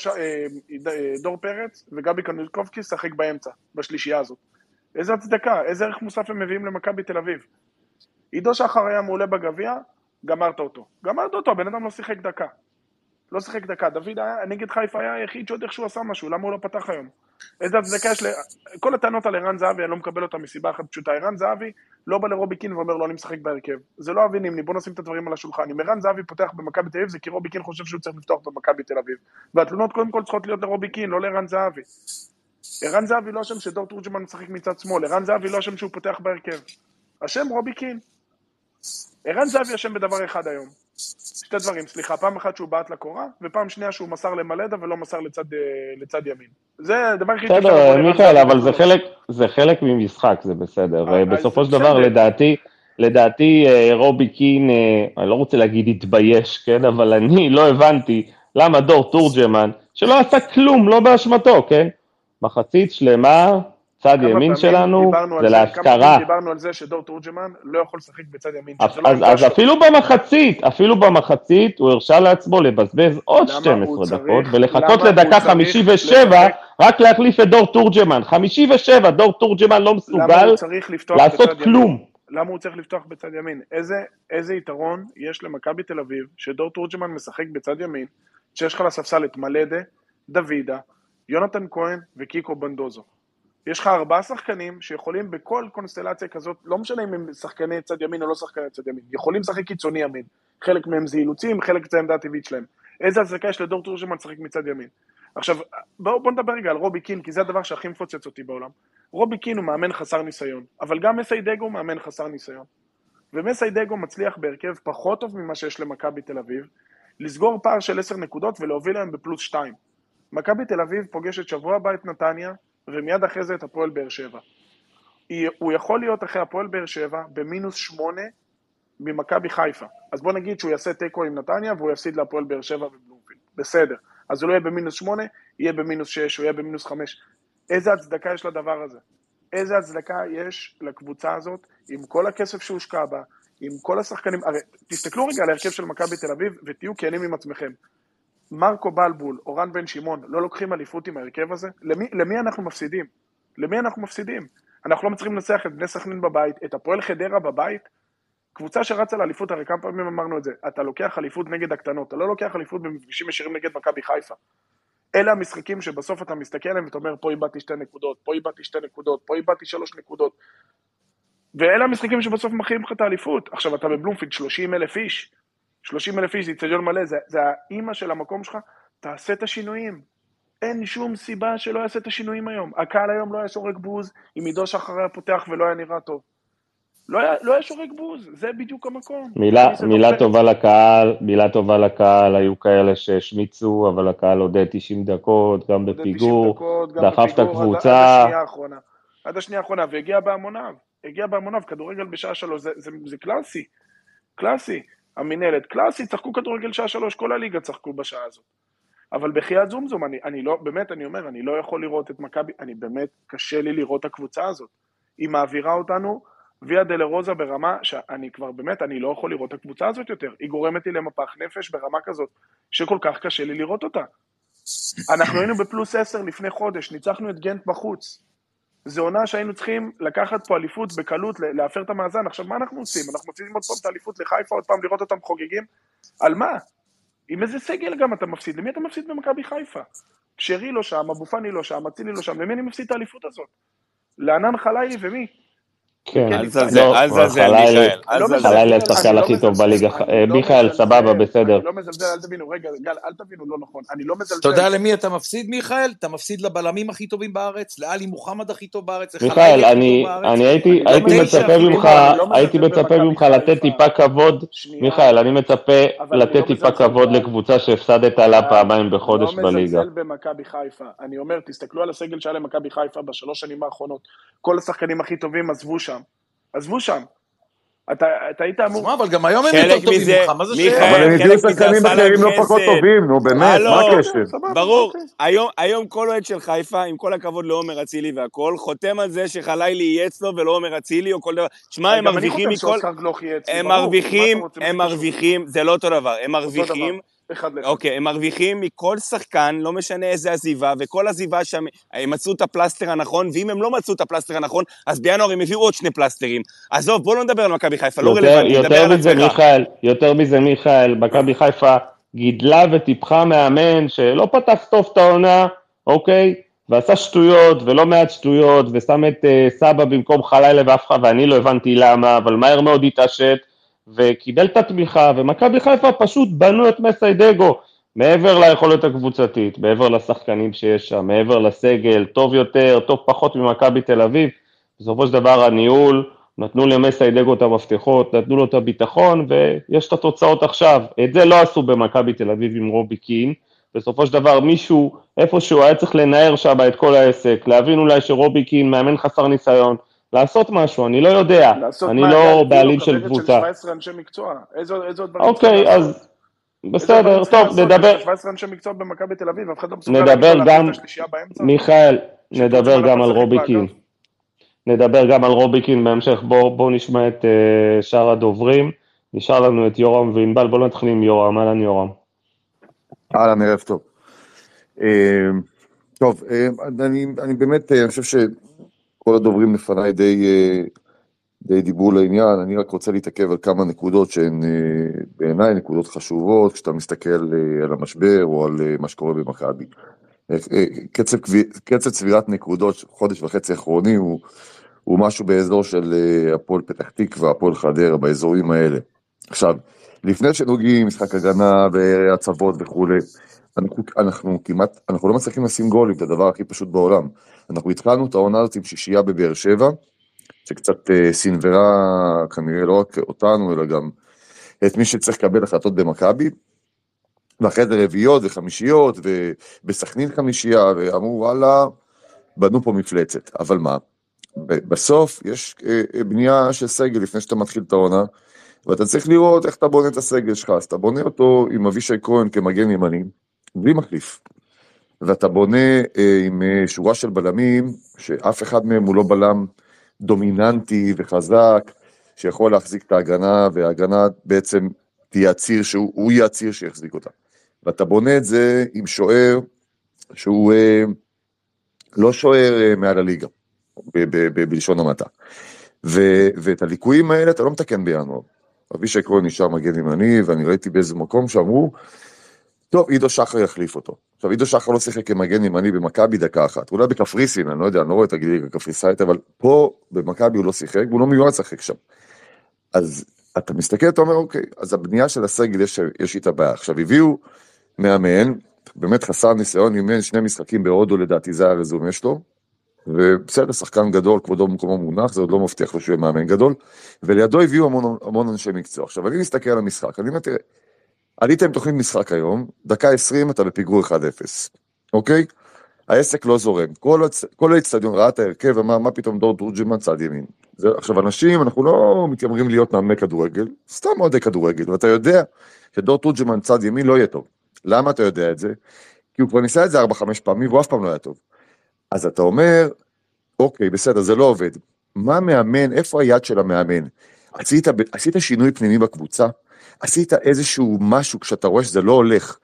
דור פרץ וגבי קניקובסקי שחק באמצע, בשלישייה הזאת. איזה הצדקה? איזה ערך מוסף הם מביאים למכבי תל אביב? עידו שחר היה מעולה בגביע, גמרת אותו, הבן אדם לא שיחק דקה. לא שיחק דקה, דוד היה, נגד חיפה היה היחיד שעוד איכשהו עשה משהו, למה הוא לא פתח היום? איזה הצדקה יש כל הטענות על ערן זהבי, אני לא מקבל אותה מסיבה אחת פשוטה, ערן זהבי לא בא לרוביקין ואומר לו, אני משחק בהרכב, זה לא אבינים לי, בוא נשים את הדברים על השולחן, אם ערן זהבי פותח במכבי תל אביב, זה כי רוביקין חושב שהוא צריך לפתוח במכבי תל אביב, והתלונות קודם כל צריכות להיות לרוביקין, לא לערן זהבי. ערן זהבי לא אשם שדור תורג'מן משחק מצד שמאל, ערן זהבי לא אשם שהוא פותח בהרכב. אשם רוביקין. ערן זהבי אשם בדבר אחד היום. שתי דברים, סליחה, פעם אחת שהוא בעט לקורה, ופעם שנייה שהוא מסר למלדה ולא מסר לצד ימין. זה דבר הכי שאפשר... בסדר, מיכאל, אבל זה חלק ממשחק, זה בסדר. בסופו של דבר, לדעתי, רוביקין, אני לא רוצה להגיד התבייש, כן? אבל אני לא הבנתי למה דור תורג'מן, שלא עשה כלום, לא באשמתו, כן? מחצית שלמה... צד ימין שלנו, זה להזכרה. דיברנו על זה שדור תורג'מן לא יכול לשחק בצד ימין. אז אפילו במחצית, הוא הרשה לעצמו לבזבז עוד 12 דקות, ולחכות לדקה 57, רק להחליף את דור תורג'מן. 57, דור תורג'מן לא מסוגל לעשות כלום. למה הוא צריך לפתוח בצד ימין? איזה יתרון יש למכבי תל אביב, שדור תורג'מן משחק בצד ימין, שיש לך לספסל את מלדה, דוידה, יונתן כהן וקיקו בנדוזו. יש לך 4 שחקנים שיכולים בכל קונסטלציה כזאת, לא משנה אם הם שחקני צד ימין או לא שחקני צד ימין, יכולים לשחק קיצוני ימין, חלק מהם זה אילוצים, חלק זה עמדה טבעית שלהם. איזה הצדקה יש לדור תורג'מן לשחק מצד ימין? עכשיו, בוא נדבר רגע על רובי קין, כי זה הדבר שהכי מפוצץ אותי בעולם. רובי קין הוא מאמן חסר ניסיון, אבל גם מסיידגו הוא מאמן חסר ניסיון. ומסיידגו מצליח בהרכב פחות טוב ממה שיש למכבי תל אביב, לסגור פער של 10 נקודות ולהוביל להם בפלוס 2. מכבי תל אביב פוגשת שבוע הבא את נתניה, ומיד אחרי זה את הפועל באר שבע. הוא יכול להיות אחרי הפועל באר שבע במינוס 8 ממכבי חיפה. אז בוא נגיד שהוא יעשה טקו עם נתניה, והוא יפסיד להפועל באר שבע ובלומפילד. בסדר. אז הוא לא יהיה במינוס 8, יהיה במינוס 6, הוא יהיה במינוס 5. איזה הצדקה יש לדבר הזה? איזה הצדקה יש לקבוצה הזאת, עם כל הכסף שהושקע בה, עם כל השחקנים, הרי תסתכלו רגע על ההרכב של מכבי תל אביב, ותהיו כנים עם עצמכם. מרקו בלבול, אורן בן שמעון, לא לוקחים אליפות עם ההרכב הזה? למי אנחנו מפסידים? למי אנחנו מפסידים? אנחנו לא מצליחים לנצח את בני סכנין בבית, את הפועל חדרה בבית, קבוצה שרצה לאליפות, הרי כמה פעמים אמרנו את זה, אתה לוקח אליפות נגד הקטנות, אתה לא לוקח אליפות במפגשים ישירים נגד מכבי חיפה. אלה המשחקים שבסוף אתה מסתכל עליהם ואתה אומר, פה איבדתי 2 נקודות, פה איבדתי 2 נקודות, פה איבדתי 3 נקודות. ואלה המשחקים שבסוף מכריעים לך את האליפות. עכשיו אתה בבלומפילד 30,000 איש, 30,000 איש, זה צדיון מלא, זה האימא של המקום שלך, תעשה את השינויים. אין שום סיבה שלא יעשה את השינויים היום. הקהל היום לא היה שורק בוז, אם עידו שחר היה פותח ולא היה נראה טוב. לא היה שורק בוז, זה בדיוק המקום. מילה טובה לקהל, היו כאלה שהשמיצו, אבל הקהל עודד 90 דקות, גם בפיגור, דחף את הקבוצה. עד השנייה האחרונה, והגיע בהמוניו, כדורגל בשעה 3, זה קלאסי, המנהלת, קלאסי, צחקו כדורגל שעה 3, כל הליגה צחקו בשעה הזאת. אבל בחיית זומזום, אני לא, באמת, אני אומר, אני לא יכול לראות את מכבי, אני באמת, קשה לי לראות את הקבוצה הזאת. היא מעבירה אותנו, ויה דלרוזה ברמה שאני כבר באמת, אני לא יכול לראות את הקבוצה הזאת יותר. היא גורמת לי למפח נפש ברמה כזאת, שכל כך קשה לי לראות אותה. אנחנו היינו בפלוס 10 לפני חודש, ניצחנו את גנט בחוץ. זו עונה שהיינו צריכים לקחת פה אליפות בקלות, להפר את המאזן. עכשיו, מה אנחנו עושים? אנחנו מוצאים עוד פעם את האליפות לחיפה, עוד פעם לראות אותם חוגגים? על מה? עם איזה סגל גם אתה מפסיד? למי אתה מפסיד במכבי חיפה? שרי לא שם, אבו פאני לא שם, מצילי לא שם, למי אני מפסיד את האליפות הזאת? לענן חלילי ומי? כן, אל זלזל, מיכאל. חלילי השחקן הכי טוב בליגה. מיכאל, סבבה, בסדר. אני לא מזלזל, אל תבינו, רגע, גל, אל תבינו, לא נכון. אני לא מזלזל. אתה יודע למי אתה מפסיד, מיכאל? אתה מפסיד לבלמים הכי טובים בארץ, לאלי מוחמד הכי טוב בארץ, מיכאל, אני הייתי מצפה ממך לתת טיפה כבוד, מיכאל, אני מצפה לתת טיפה כבוד לקבוצה שהפסדת לה פעמיים בחודש בליגה. לא מזלזל במכבי חיפה. אני אומר, תסתכלו על הסגל שהיה למכבי חיפה בשלוש שנים האחרונות. כל השחקנים הכי טובים עזבו שם. אתה היית אמור... אבל גם היום הם יותר טובים ממך, מה זה שאלה? אבל הם הביאו שחקנים אחרים לא פחות טובים, נו באמת, מה הקשר? ברור, היום כל אוהד של חיפה, עם כל הכבוד לעומר אצילי והכל, חותם על זה שחלילי יהיה אצלו ולא עומר אצילי או כל דבר. שמע, הם מרוויחים, זה לא אותו דבר, הם מרוויחים, אוקיי, הם מרוויחים מכל שחקן, לא משנה איזה עזיבה, וכל עזיבה שם, הם מצאו את הפלסטר הנכון, ואם הם לא מצאו את הפלסטר הנכון, אז בינואר הם הביאו עוד 2 פלסטרים. עזוב, בוא לא נדבר על מכבי חיפה, לא רלוונטי, נדבר על עצמך. יותר מזה, מיכאל, מכבי חיפה גידלה וטיפחה מאמן, שלא פתח טוב את העונה, אוקיי? ועשה שטויות, ולא מעט שטויות, ושם את סבא במקום חלילה ואף אחד, ואני לא הבנתי למה, אבל מהר מאוד התעשת, וקיבל את התמיכה, ומכבי חיפה פשוט בנו את מסיידגו, מעבר ליכולת הקבוצתית, מעבר לשחקנים שיש שם, מעבר לסגל, טוב יותר, טוב פחות ממכבי תל אביב, בסופו של דבר הניהול, נתנו למסיידגו את המפתחות, נתנו לו את הביטחון, ויש את התוצאות עכשיו. את זה לא עשו במכבי תל אביב עם רובי קין, בסופו של דבר מישהו, איפשהו היה צריך לנער שם את כל העסק, להבין אולי שרובי קין מאמן חסר ניסיון, לעשות משהו, אני לא יודע, אני לא בעלים של קבוצה. 17 אנשי מקצוע, איזה עוד דברים? אוקיי, אז בסדר, טוב, נדבר. 17 אנשי מקצוע במכבי תל אביב, אף אחד לא מסוגל נדבר גם, מיכאל, נדבר גם על רובי קין. נדבר גם על רובי קין בהמשך, בואו נשמע את שאר הדוברים. נשאר לנו את יורם וענבל, בואו נתחיל עם יורם, אהלן יורם. אהלן, ערב טוב. טוב, אני באמת, אני חושב שכל הדוברים לפניי די דיברו לעניין, אני רק רוצה להתעכב על כמה נקודות שהן בעיניי נקודות חשובות, כשאתה מסתכל על המשבר או על מה שקורה במכבי. קצב צבירת נקודות, חודש וחצי האחרונים, הוא משהו באזור של הפועל פתח תקווה, הפועל חדרה, באזורים האלה. עכשיו, לפני שנוגעים משחק הגנה והצוות וכו', אנחנו לא מצליחים לשים גולים, זה הדבר הכי פשוט בעולם. אנחנו התחלנו את העונה הזאת עם שישייה בבאר שבע, שקצת סינברה כנראה לא רק אותנו, אלא גם את מי שצריך לקבל החלטות במכבי, ואחרי זה רביעיות וחמישיות, ובסכנין חמישייה, ואמרו וואלה, בנו פה מפלצת. אבל מה? בסוף יש בנייה של סגל לפני שאתה מתחיל את העונה, ואתה צריך לראות איך אתה בונה את הסגל שלך, אז אתה בונה אותו עם אבישי כהן כמגן ימני, בלי מחליף. ואתה בונה עם שורה של בלמים, שאף אחד מהם הוא לא בלם דומיננטי וחזק, שיכול להחזיק את ההגנה, וההגנה בעצם תהיה הציר, שהוא יהיה הציר שיחזיק אותה. ואתה בונה את זה עם שוער, שהוא לא שוער מעל הליגה, בלשון המעטה. ואת הליקויים האלה אתה לא מתקן בינואר. אבישי כהן נשאר מגן ימני, ואני ראיתי באיזה מקום שאמרו, טוב, עידו שחר יחליף אותו. עכשיו, עידו שחר לא שיחק כמגן ימני במכבי דקה אחת. אולי בקפריסין, אני לא יודע, אני לא רואה את הגיל כקפריסאית, אבל פה במכבי הוא לא שיחק, והוא לא מיועד לשחק שם. אז אתה מסתכל, אתה אומר, אוקיי, אז הבנייה של הסגל יש איתה בעיה. עכשיו, הביאו מאמן, באמת חסר ניסיון, אימן 2 משחקים בהודו, לדעתי זה הרזומה שלו, ובסדר, שחקן גדול, כבודו במקומו מונח, זה עוד לא מבטיח לו שהוא יהיה מאמן גדול, ולידו הביאו המון אנשי מקצוע. עכשיו, אני מסתכל על המשחק, אני אומר, תראה, עליתם תוכנית משחק היום, דקה 20 אתה בפיגור 1-0, אוקיי? העסק לא זורם, כל האצטדיון ראה את ההרכב, מה פתאום דור תורג'מן צד ימין. עכשיו, אנשים, אנחנו לא מתיימרים להיות מאמני כדורגל, סתם אוהדי כדורגל, ואתה יודע שדור תורג'מן צד ימין לא יהיה טוב. למה אתה יודע את זה? כי הוא כבר ניסה את זה 4-5 פעמים, והוא אף פעם לא היה טוב. אז אתה אומר, אוקיי, בסדר, זה לא עובד. מה מאמן, איפה היד של המאמן? עשית שינוי פנימי בקבוצה? עשית איזשהו משהו כשאתה רואה שזה לא הולך?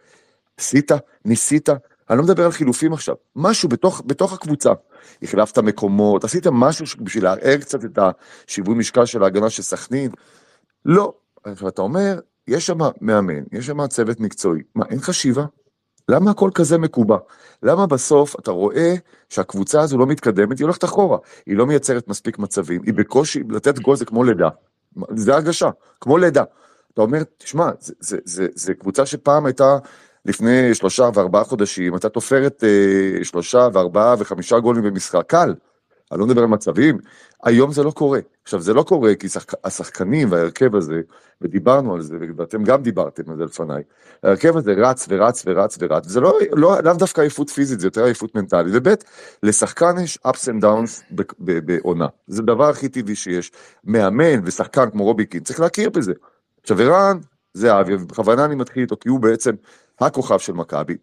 ניסית? אני לא מדבר על חילופים עכשיו. משהו בתוך הקבוצה. החלפת מקומות, עשית משהו בשביל לערער קצת את השיווי משקל של ההגנה של סכנין? לא. אתה אומר, יש שם מאמן, יש שם צוות מקצועי. מה, אין חשיבה? למה הכל כזה מקובע? למה בסוף אתה רואה שהקבוצה הזו לא מתקדמת, היא הולכת אחורה, היא לא מייצרת מספיק מצבים, היא בקושי, לתת גול זה כמו לידה, זה הרגשה, כמו לידה. אתה אומר, תשמע, זה קבוצה שפעם הייתה לפני 3 ו4 חודשים, אתה תופרת 3 ו4 ו5 גולים במשחק, קל, אני לא מדבר על מצבים, היום זה לא קורה. עכשיו זה לא קורה כי השחקנים וההרכב הזה, ודיברנו על זה, ואתם גם דיברתם על זה לפניי, ההרכב הזה רץ ורץ ורץ ורץ, וזה לאו דווקא עייפות פיזית, זה יותר עייפות מנטלית, ובית, לשחקן יש ups and downs בעונה, זה הדבר הכי טבעי שיש, מאמן ושחקן כמו רוביקין, צריך להכיר בזה. עכשיו ערן, זה אבי, בכוונה אני מתחיל איתו, כי הוא בעצם הכוכב של מכבי,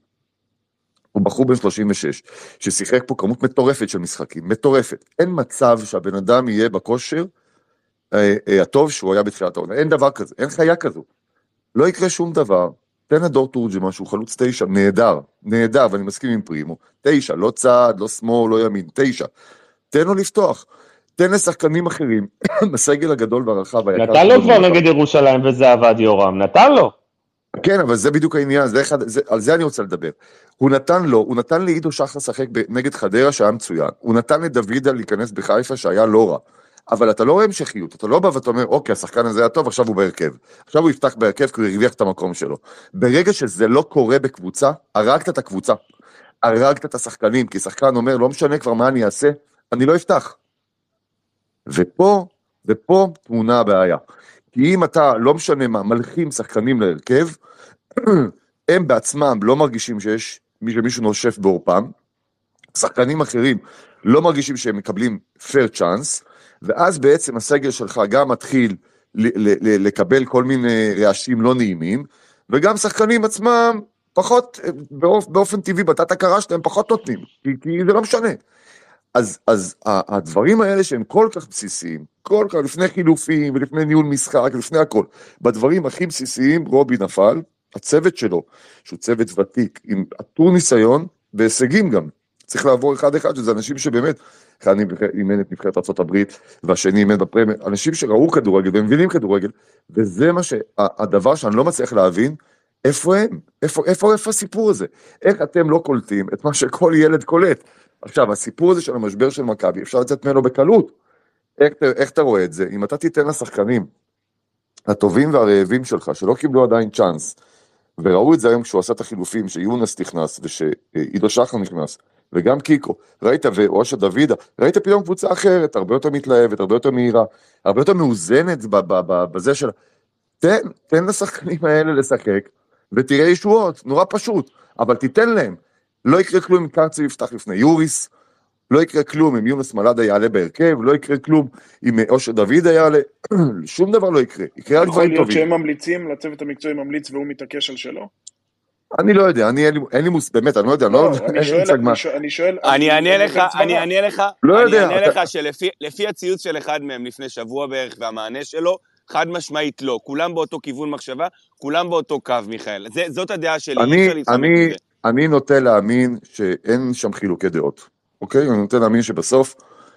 הוא בחור בן 36, ששיחק פה כמות מטורפת של משחקים, מטורפת. אין מצב שהבן אדם יהיה בכושר הטוב שהוא היה בתחילת העונה. אין דבר כזה, אין חיה כזו. לא יקרה שום דבר. תן לדור תורג'מן שהוא חלוץ 9, נהדר, ואני מסכים עם פרימו. 9, לא צד, לא שמאל, לא ימין, 9. תן לו לפתוח. תן לשחקנים אחרים, בסגל הגדול והרחב. נתן לו כבר נגד ירושלים וזה עבד יורם, נתן לו. כן, אבל זה בדיוק העניין, על זה אני רוצה לדבר. הוא נתן לעידו שחר לשחק נגד חדרה שהיה מצוין, הוא נתן לדוידה להיכנס בחיפה שהיה לא רע, אבל אתה לא רואה המשכיות, אתה לא בא ואתה אומר, אוקיי, השחקן הזה היה טוב, עכשיו הוא בהרכב, עכשיו הוא יפתח בהרכב כי הוא הרוויח את המקום שלו. ברגע שזה לא קורה בקבוצה, הרגת את הקבוצה, הרגת את השחקנים, כי שחקן אומר, לא משנה כבר מה אני אעשה, אני לא אפתח. ופה תמונה הבעיה. כי אם אתה, לא משנה מה, מלכים שחקנים להרכב, הם בעצמם לא מרגישים שיש מישהו נושף בעורפם, שחקנים אחרים לא מרגישים שהם מקבלים fair chance, ואז בעצם הסגל שלך גם מתחיל לקבל כל מיני רעשים לא נעימים, וגם שחקנים עצמם פחות, באופן טבעי, בתת הכרה שלהם פחות נותנים, כי זה לא משנה. אז הדברים האלה שהם כל כך בסיסיים, כל כך לפני חילופים ולפני ניהול משחק, לפני הכל, בדברים הכי בסיסיים רובי נפל, הצוות שלו, שהוא צוות ותיק, עם עטור ניסיון והישגים גם, צריך לעבור אחד, שזה אנשים שבאמת, אחד אימן את נבחרת ארצות הברית, והשני אימן בפרמייר, אנשים שראו כדורגל ומבינים כדורגל, וזה הדבר שאני לא מצליח להבין, איפה הם? איפה הסיפור הזה? איך אתם לא קולטים את מה שכל ילד קולט? עכשיו, הסיפור הזה של המשבר של מכבי, אפשר לצאת ממנו בקלות. איך אתה רואה את זה? אם אתה תיתן לשחקנים הטובים והרעבים שלך, שלא קיבלו עדיין צ'אנס, וראו את זה היום כשהוא עשה את החילופים, שיונס נכנס, ושעידו שחר נכנס, וגם קיקו, ראית, ואושה דוידה, ראית פתאום קבוצה אחרת, הרבה יותר מתלהבת, הרבה יותר מהירה, הרבה יותר מאוזנת בזה שלה. תן לשחקנים האלה לשחק, ותראה ישועות, נורא פשוט, אבל תיתן להם. לא יקרה כלום אם קרצב יפתח לפני יוריס, לא יקרה כלום אם יונס מלאדה יעלה בהרכב, לא יקרה כלום אם אושר דוידה יעלה, שום דבר לא יקרה, יקרה על דברים טובים. יכול להיות שהם ממליצים, לצוות המקצועי ממליץ והוא מתעקש על שלו? אני לא יודע, אין לי באמת, אני לא יודע, אני שואל, אני אענה לך שלפי הציוץ של אחד מהם לפני שבוע בערך והמענה שלו, חד משמעית לא, כולם באותו כיוון מחשבה, כולם באותו קו, מיכאל. זאת הדעה שלי, אי אפשר להתחמק מזה. אני נוטה להאמין שאין שם חילוקי דעות, אוקיי? אני נוטה להאמין שבסוף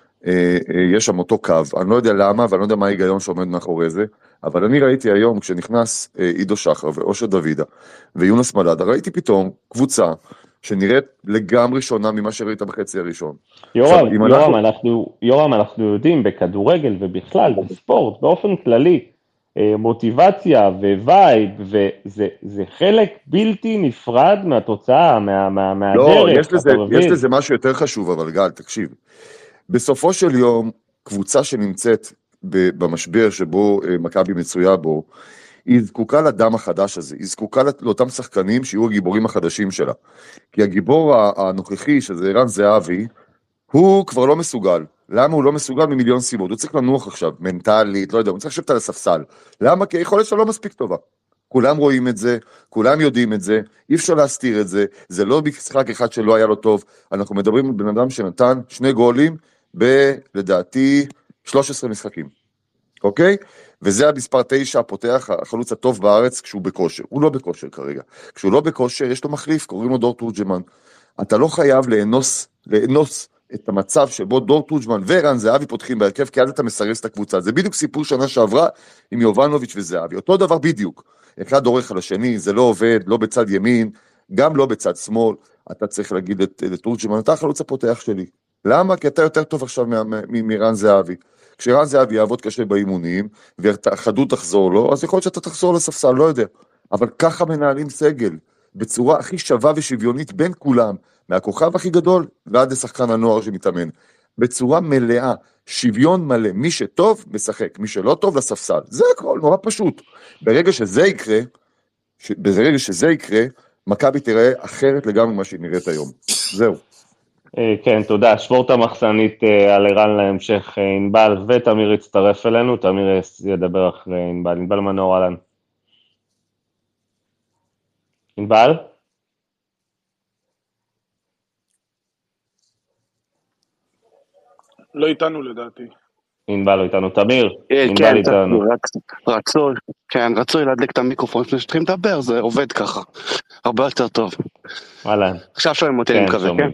יש שם אותו קו, אני לא יודע למה, ואני לא יודע מה ההיגיון שעומד מאחורי זה, אבל אני ראיתי היום, כשנכנס עידו שחר ואושר דוידה ויונס מלאדה, ראיתי פתאום קבוצה שנראית לגמרי שונה ממה שראית בחצי הראשון. יורם, אנחנו יודעים בכדורגל ובכלל, בספורט, באופן כללי, מוטיבציה ווייב, וזה חלק בלתי נפרד מהתוצאה, מהדרך. לא, יש לזה משהו יותר חשוב, אבל גל, תקשיב. בסופו של יום, קבוצה שנמצאת במשבר שבו מכבי מצויה בו, היא זקוקה לדם החדש הזה, היא זקוקה לאותם שחקנים שיהיו הגיבורים החדשים שלה. כי הגיבור הנוכחי, שזה ערן זהבי, הוא כבר לא מסוגל. למה הוא לא מסוגל? ממיליון סיבות. הוא צריך לנוח עכשיו, מנטלית, לא יודע, הוא צריך לשבת על הספסל. למה? כי היכולת שלו לא מספיק טובה. כולם רואים את זה, כולם יודעים את זה, אי אפשר להסתיר את זה, זה לא משחק אחד שלא היה לו טוב. אנחנו מדברים על בן אדם שנתן 2 גולים לדעתי 13 משחקים. אוקיי? וזה המספר 9 הפותח, החלוץ הטוב בארץ כשהוא בכושר. הוא לא בכושר כרגע. כשהוא לא בכושר, יש לו מחליף, קוראים לו דור תורג'מן. אתה לא חייב לאנוס את המצב שבו דור תורג'מן וערן זהבי פותחים בהרכב, כי אז אתה מסרס את הקבוצה. זה בדיוק סיפור שנה שעברה עם יובנוביץ' וזהבי. אותו דבר בדיוק. אחד דורך על השני, זה לא עובד, לא בצד ימין, גם לא בצד שמאל. אתה צריך להגיד לתורג'מן, אתה החלוץ הפותח שלי. למה? כי אתה יותר טוב עכשיו מערן זהבי. כשערן זהבי יעבוד קשה באימונים, והחדות תחזור לו, אז יכול להיות שאתה תחזור לספסל, לא יודע. אבל ככה מנהלים סגל, בצורה הכי שווה ושוויונית בין כולם, מהכוכב הכי גדול ועד לשחקן הנוער שמתאמן. בצורה מלאה, שוויון מלא, מי שטוב משחק, מי שלא טוב לספסל. זה הכל, נורא פשוט. ברגע שזה יקרה, מכבי תראה אחרת לגמרי ממה שהיא נראית היום. זהו. כן, תודה. שבור את המחסנית על ערן להמשך ענבל, ותמיר יצטרף אלינו, תמיר ידבר אחרי ענבל. ענבל מנור, אהלן. ענבל? לא איתנו לדעתי. ענבל לא איתנו. תמיר, ענבל איתנו. רצוי להדליק את המיקרופון לפני שתתחילים לדבר, זה עובד ככה. הרבה יותר טוב. אהלן. עכשיו שומעים אותי, אני מקווה, כן?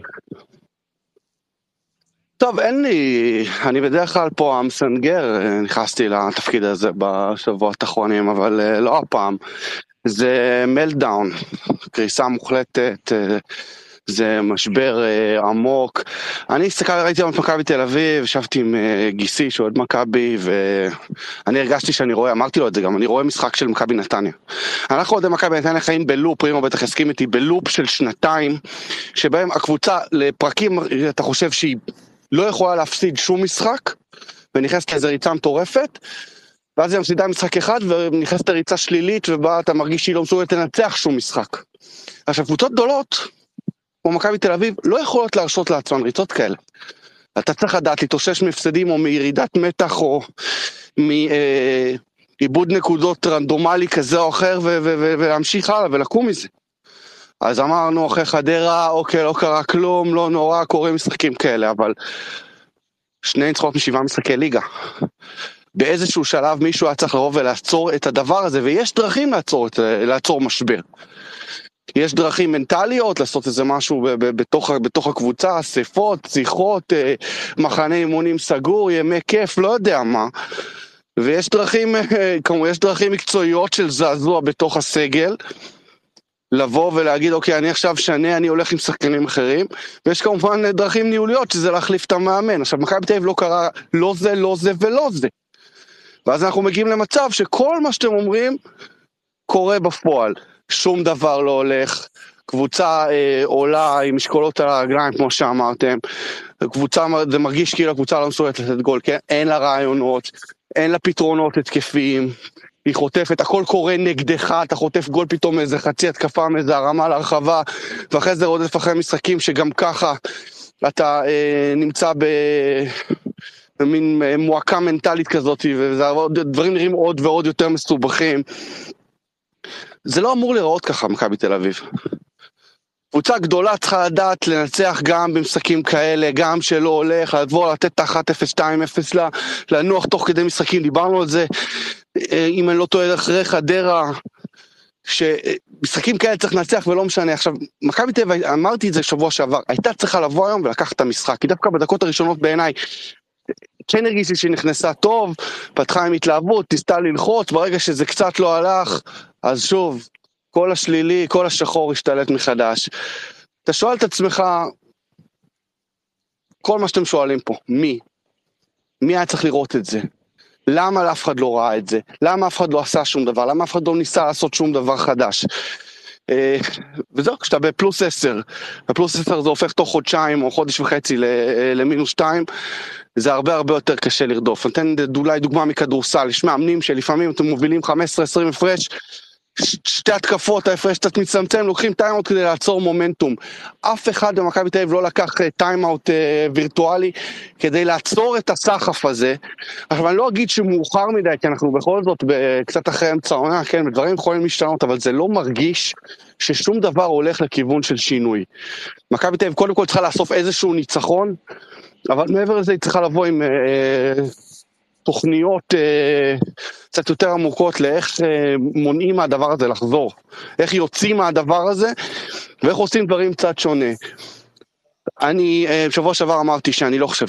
טוב, אני בדרך כלל פה המסנגר, נכנסתי לתפקיד הזה בשבועות האחרונים, אבל לא הפעם. זה מלדאון, קריסה מוחלטת, זה משבר עמוק. אני ראיתי היום את מכבי תל אביב, ישבתי עם גיסי שעוד מכבי, ואני הרגשתי שאני רואה, אמרתי לו את זה גם, אני רואה משחק של מכבי נתניה. אנחנו עוד מכבי נתניה חיים בלופ, רימו בטח הסכים איתי, בלופ של 2 שבהם הקבוצה לפרקים, אתה חושב שהיא לא יכולה להפסיד שום משחק, ונכנסת לאיזו ריצה מטורפת, ואז היא מפסידה משחק אחד, ונכנסת לריצה שלילית, ובה אתה מרגיש שהיא לא מסוגלת לנצח שום משחק. עכשיו, קבוצות גדולות, כמו מכבי תל אביב, לא יכולות להרשות לעצמן ריצות כאלה. אתה צריך לדעת להתאושש מהפסדים, או מירידת מתח, או מאיבוד נקודות רנדומלי כזה או אחר, ולהמשיך הלאה, ולקום מזה. אז אמרנו אחרי חדרה, אוקיי, לא קרה כלום, לא נורא, קוראים משחקים כאלה, אבל 2 ניצחונות מ7 משחקי ליגה. באיזשהו שלב מישהו היה צריך לרוב ולעצור את הדבר הזה, ויש דרכים לעצור משבר. יש דרכים מנטליות, לעשות איזה משהו בתוך הקבוצה, אספות, שיחות, מחנה אימונים סגור, ימי כיף, לא יודע מה. ויש דרכים מקצועיות של זעזוע בתוך הסגל, לבוא ולהגיד, אוקיי, אני עכשיו שנה, אני הולך עם שחקנים אחרים, ויש כמובן דרכים ניהוליות, שזה להחליף את המאמן. עכשיו, מכבי תל אביב לא קרה לא זה, לא זה ולא זה. ואז אנחנו מגיעים למצב שכל מה שאתם אומרים קורה בפועל. שום דבר לא הולך, קבוצה עולה עם משקולות על הרגליים כמו שאמרתם, קבוצה, זה מרגיש כאילו הקבוצה לא מסוגלת לתת גול, כן? אין לה רעיונות, אין לה פתרונות התקפיים, היא חוטפת, הכל קורה נגדך, אתה חוטף גול פתאום איזה חצי התקפה מאיזה הרמה להרחבה, ואחרי זה רודף אחרי משחקים שגם ככה אתה נמצא במין מועקה מנטלית כזאת, ודברים נראים עוד ועוד יותר מסובכים. זה לא אמור להיראות ככה, מכבי תל אביב. קבוצה גדולה צריכה לדעת לנצח גם במשחקים כאלה, גם שלא הולך, לעבור לתת את 1-0, 2-0 לנוח תוך כדי משחקים, דיברנו על זה, אם אני לא טועה אחרי חדרה, שמשחקים כאלה צריך לנצח ולא משנה. עכשיו, מכבי תל אביב, אמרתי את זה שבוע שעבר, הייתה צריכה לבוא היום ולקחת את המשחק, כי דווקא בדקות הראשונות בעיניי, כן הרגיש לי שהיא נכנסה טוב, פתחה עם התלהבות, ניסתה ללחוץ, ברגע שזה קצת לא הלך, אז שוב, כל השלילי, כל השחור השתלט מחדש. אתה שואל את עצמך, כל מה שאתם שואלים פה, מי היה צריך לראות את זה? למה אף אחד לא ראה את זה? למה אף אחד לא עשה שום דבר? למה אף אחד לא ניסה לעשות שום דבר חדש? וזהו, כשאתה בפלוס 10, בפלוס 10 זה הופך תוך חודשיים או חודש וחצי למינוס 2, זה הרבה הרבה יותר קשה לרדוף. נתן אולי דוגמה מכדורסל, יש מאמנים שלפעמים אתם מובילים 15-20 הפרש, שתי התקפות, ההפרש קצת מצמצם, לוקחים טיימאוט כדי לעצור מומנטום. אף אחד במכבי תל אביב לא לקח טיימאוט וירטואלי כדי לעצור את הסחף הזה. עכשיו אני לא אגיד שמאוחר מדי, כי אנחנו בכל זאת קצת אחרי אמצע העונה, כן, דברים יכולים להשתנות, אבל זה לא מרגיש ששום דבר הולך לכיוון של שינוי. מכבי תל אביב קודם כל צריכה לאסוף איזשהו ניצחון, אבל מעבר לזה היא צריכה לבוא עם תוכניות קצת יותר עמוקות לאיך מונעים מהדבר הזה לחזור, איך יוצאים מהדבר הזה ואיך עושים דברים קצת שונה. אני שבוע שעבר אמרתי שאני לא חושב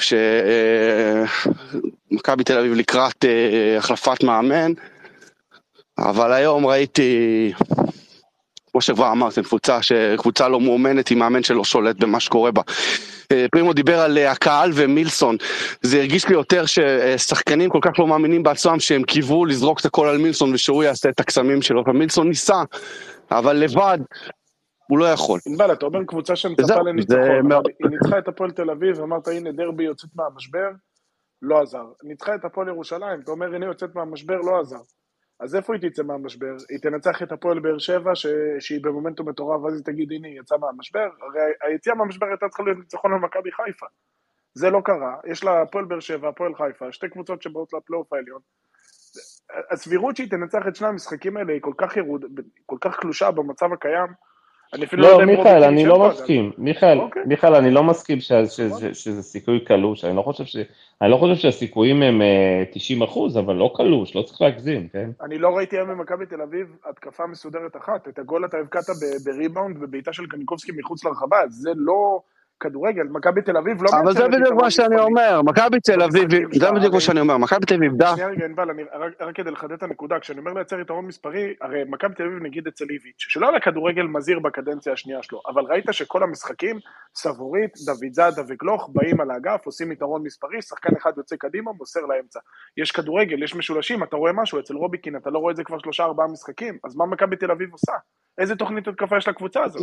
שמכבי תל אביב לקראת החלפת מאמן, אבל היום ראיתי, כמו שכבר אמרתם, קבוצה לא מאומנת עם מאמן שלא שולט במה שקורה בה. פרימו דיבר על הקהל ומילסון, זה הרגיש לי יותר ששחקנים כל כך לא מאמינים בעצמם שהם קיוו לזרוק את הכל על מילסון ושהוא יעשה את הקסמים שלו, ומילסון ניסה, אבל לבד הוא לא יכול. אינבל, אתה אומר קבוצה שמצפה לניצחון, היא ניצחה את הפועל תל אביב, אמרת הנה דרבי יוצאת מהמשבר, לא עזר. ניצחה את הפועל ירושלים, אתה אומר הנה יוצאת מהמשבר, לא עזר. אז איפה היא תצא מהמשבר? היא תנצח את הפועל באר שבע, שהיא במומנטום מטורף, ואז היא תגיד, הנה, היא יצאה מהמשבר. הרי היציאה מהמשבר הייתה צריכה להיות ניצחון על מכבי חיפה. זה לא קרה. יש לה הפועל באר שבע, הפועל חיפה, שתי קבוצות שבאות לפלייאוף העליון. הסבירות שהיא תנצח את שני המשחקים האלה היא כל כך קלושה במצב הקיים. לא, מיכאל, אני לא מסכים. מיכאל, אני לא מסכים שזה סיכוי קלוש. אני לא חושב שהסיכויים הם 90%, אבל לא קלוש, לא צריך להגזים, כן? אני לא ראיתי היום במכבי תל אביב התקפה מסודרת אחת. את הגול אתה הבקעת בריבאונד ובעיטה של קניקובסקי מחוץ לרחבה, זה לא כדורגל. מכבי תל אביב לא... אבל זה בדיוק מה שאני אומר, מכבי תל אביב, זה בדיוק מה שאני אומר, מכבי תל אביב דה... שנייה רגע, אינבל, רק כדי לחדד את הנקודה, כשאני אומר לייצר יתרון מספרי, הרי מכבי תל אביב נגיד אצל איביץ', שלא היה כדורגל מזהיר בקדנציה השנייה שלו, אבל ראית שכל המשחקים, סבורית, דוד זאדה וגלוך, באים על האגף, עושים יתרון מספרי, שחקן אחד יוצא קדימה, מוסר לאמצע. יש כדורגל, יש משולשים, אתה רואה משהו, אצל רוביקין, אתה לא רואה את זה כבר 3-4 משחקים, אז מה מכבי תל אביב עושה? איזה תוכנית התקפה יש לקבוצה הזאת?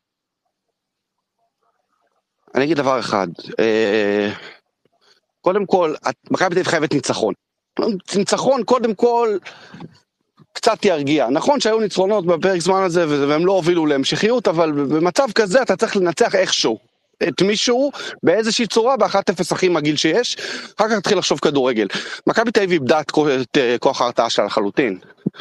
אני אגיד דבר אחד, קודם כל, מכבי תל אביב חייבת ניצחון. ניצחון קודם כל קצת ירגיע. נכון שהיו ניצחונות בפרק זמן הזה והם לא הובילו להמשכיות, אבל במצב כזה אתה צריך לנצח איכשהו. את מישהו באיזושהי צורה, ב1-0 הכי מגעיל שיש, אחר כך תתחיל לחשוב כדורגל. מכבי תל אביב איבדה את כוח ההרתעה שלה לחלוטין.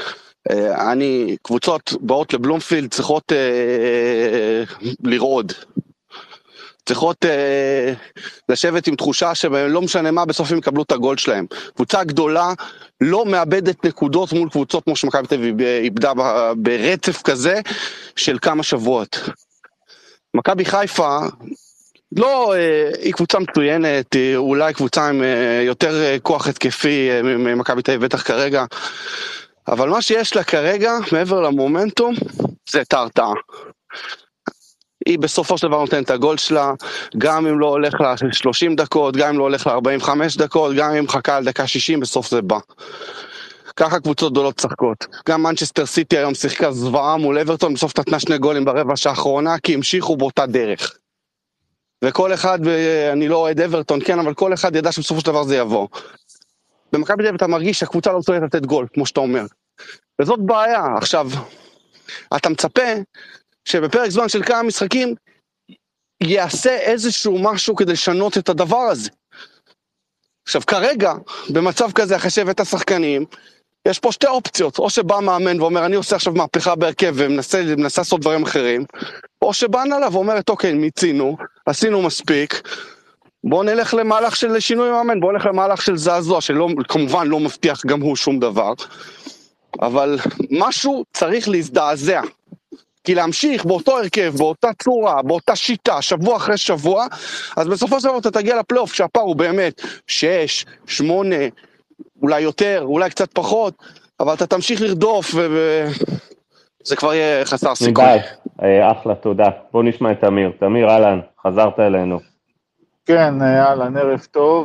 קבוצות באות לבלומפילד צריכות לרעוד. צריכות לשבת עם תחושה שלא משנה מה, בסוף הם יקבלו את הגול שלהם. קבוצה גדולה לא מאבדת נקודות מול קבוצות כמו שמכבי תל אביב איבדה ברצף כזה של כמה שבועות. מכבי חיפה לא, היא קבוצה מצוינת, אולי קבוצה עם יותר כוח התקפי ממכבי תל אביב בטח כרגע, אבל מה שיש לה כרגע מעבר למומנטום זה את ההרתעה. היא בסופו של דבר נותנת את הגול שלה, גם אם לא הולך ל-30 דקות, גם אם לא הולך ל-45 דקות, גם אם חכה על דקה 60, בסוף זה בא. ככה קבוצות גדולות צחקות. גם מנצ'סטר סיטי היום שיחקה זוועה מול אברטון, בסוף נתנה 2 גולים ברבע שעה האחרונה, כי המשיכו באותה דרך. וכל אחד, אני לא אוהד אברטון, כן, אבל כל אחד ידע שבסופו של דבר זה יבוא. במכבי תל אביב אתה מרגיש שהקבוצה לא מסוגלת לתת גול, כמו שאתה אומר. וזאת בעיה. עכשיו, אתה מצפה שבפרק זמן של כמה משחקים יעשה איזשהו משהו כדי לשנות את הדבר הזה. עכשיו, כרגע, במצב כזה, אחרי שהבאת השחקנים, יש פה 2 אופציות. או שבא מאמן ואומר, אני עושה עכשיו מהפכה בהרכב ומנסה לעשות דברים אחרים, או שבא נעלה ואומרת, אוקיי, מיצינו, עשינו מספיק, בואו נלך למהלך של שינוי מאמן, בואו נלך למהלך של זעזוע, שכמובן לא מבטיח גם הוא שום דבר, אבל משהו צריך להזדעזע. כי להמשיך באותו הרכב, באותה צורה, באותה שיטה, שבוע אחרי שבוע, אז בסופו של דבר אתה תגיע לפלייאוף, שהפער הוא באמת 6, 8, אולי יותר, אולי קצת פחות, אבל אתה תמשיך לרדוף, וזה כבר יהיה חסר סיכוי. אחלה, תודה. בוא נשמע את תמיר. תמיר, אהלן, חזרת אלינו. כן, אהלן, ערב טוב.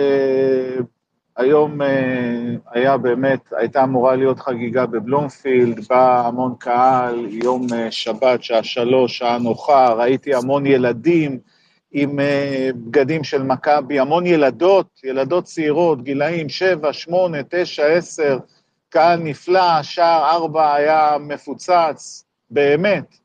היום הייתה אמורה להיות חגיגה בבלומפילד, בא המון קהל, יום שבת, שעה 3, שעה נוחה, ראיתי המון ילדים עם בגדים של מכבי, המון ילדות צעירות, גילאים 7, 8, 9, 10, קהל נפלא, שעה 4 היה מפוצץ, באמת,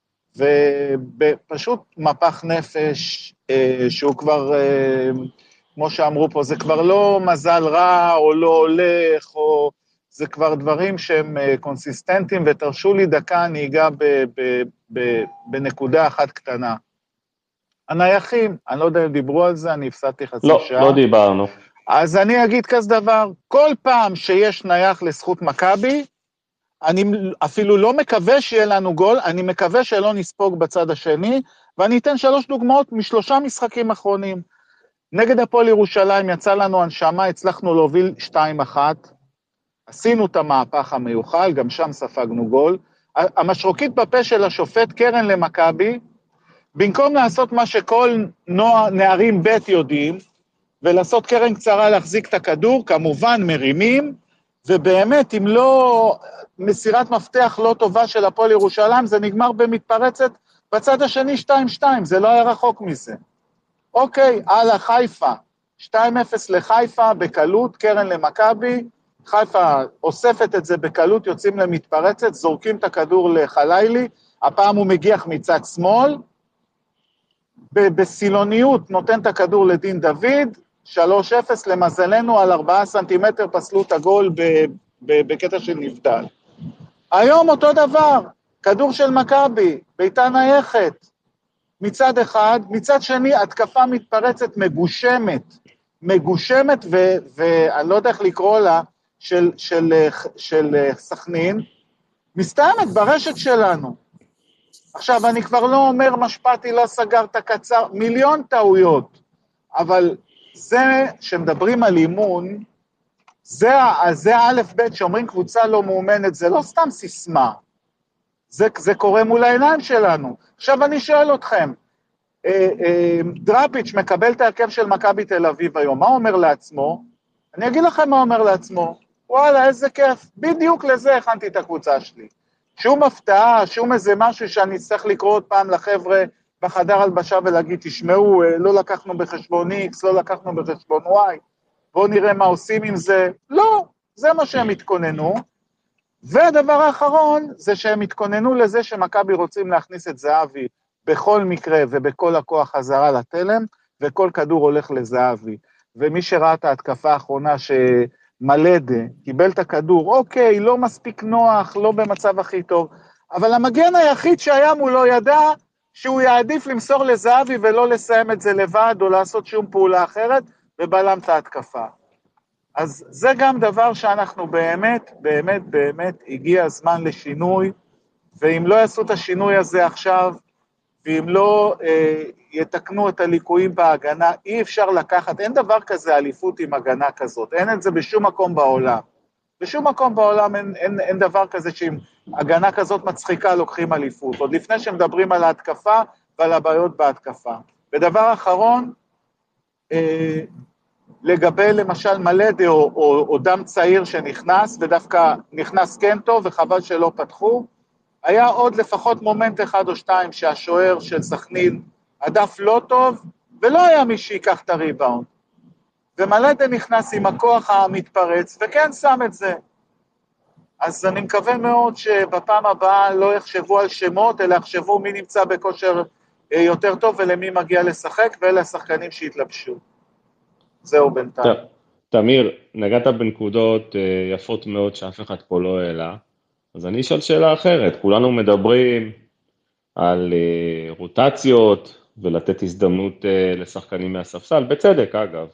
ופשוט מפח נפש, שהוא כבר, כמו שאמרו פה, זה כבר לא מזל רע, או לא הולך, או זה כבר דברים שהם קונסיסטנטיים, ותרשו לי דקה, אני אגע בנקודה אחת קטנה. הנייחים, אני לא יודע אם דיברו על זה, אני הפסדתי חצי שעה. לא דיברנו. אז אני אגיד כזה דבר, כל פעם שיש נייח לזכות מכבי, אני אפילו לא מקווה שיהיה לנו גול, אני מקווה שלא נספוג בצד השני, ואני אתן 3 דוגמאות מ3 משחקים אחרונים. נגד הפועל ירושלים יצא לנו הנשמה, הצלחנו להוביל 2-1, עשינו את המהפך המיוחל, גם שם ספגנו גול. המשרוקית בפה של השופט קרן למכבי, במקום לעשות מה שכל נערים ב' יודעים, ולעשות קרן קצרה להחזיק את הכדור, כמובן מרימים, ובאמת אם לא מסירת מפתח לא טובה של הפועל ירושלים, זה נגמר במתפרצת בצד השני 2-2, זה לא היה רחוק מזה. אוקיי, הלאה חיפה, 2-0 לחיפה בקלות, קרן למכבי, חיפה אוספת את זה בקלות, יוצאים למתפרצת, זורקים את הכדור לחלילי, הפעם הוא מגיח מצד שמאל, בסילוניות נותן את הכדור לדין דוד, 3-0 למזלנו על 4 סנטימטר פסלו את הגול בקטע של נבדל. היום אותו דבר, כדור של מכבי, ביתה נייחת, מצד אחד, מצד שני, התקפה מתפרצת מגושמת, ואני לא יודע איך לקרוא לה, של סכנין, מסתיימת ברשת שלנו. עכשיו, אני כבר לא אומר, משפטי לא סגר את הקצר, מיליון טעויות, אבל זה שמדברים על אימון, זה א' ב' שאומרים קבוצה לא מאומנת, זה לא סתם סיסמה, זה קורה מול העיניים שלנו. עכשיו אני שואל אתכם, דראפיץ' מקבל את ההרכב של מכבי תל אביב היום, מה אומר לעצמו? אני אגיד לכם מה אומר לעצמו, וואלה איזה כיף, בדיוק לזה הכנתי את הקבוצה שלי. שום הפתעה, שום איזה משהו שאני צריך לקרוא עוד פעם לחבר'ה בחדר הלבשה ולהגיד, תשמעו, לא לקחנו בחשבון X, לא לקחנו בחשבון Y, בואו נראה מה עושים עם זה. לא, זה מה שהם התכוננו. והדבר האחרון זה שהם התכוננו לזה שמכבי רוצים להכניס את זהבי בכל מקרה ובכל הכוח חזרה לתלם, וכל כדור הולך לזהבי. ומי שראה את ההתקפה האחרונה שמלדה, קיבל את הכדור, אוקיי, לא מספיק נוח, לא במצב הכי טוב, אבל המגן היחיד שהיה מולו ידע שהוא יעדיף למסור לזהבי ולא לסיים את זה לבד או לעשות שום פעולה אחרת, ובלם את ההתקפה. אז זה גם דבר שאנחנו באמת הגיע הזמן לשינוי, ואם לא יעשו את השינוי הזה עכשיו, ואם לא יתקנו את הליקויים בהגנה, אי אפשר לקחת, אין דבר כזה אליפות עם הגנה כזאת, אין את זה בשום מקום בעולם. בשום מקום בעולם אין דבר כזה שעם הגנה כזאת מצחיקה לוקחים אליפות, עוד לפני שמדברים על ההתקפה ועל הבעיות בהתקפה. ודבר אחרון, לגבי למשל מלדה או דם צעיר שנכנס, ודווקא נכנס כן טוב, וחבל שלא פתחו. היה עוד לפחות מומנט אחד או שתיים שהשוער של סכנין עדף לא טוב, ולא היה מי שיקח את הריבאונד. ומלדה נכנס עם הכוח המתפרץ, וכן שם את זה. אז אני מקווה מאוד שבפעם הבאה לא יחשבו על שמות, אלא יחשבו מי נמצא בכושר יותר טוב, ולמי מגיע לשחק, ואלה השחקנים שהתלבשו. זהו בינתיים. תמיר, נגעת בנקודות יפות מאוד שאף אחד פה לא העלה, אז אני אשאל שאלה אחרת. כולנו מדברים על רוטציות ולתת הזדמנות לשחקנים מהספסל, בצדק אגב.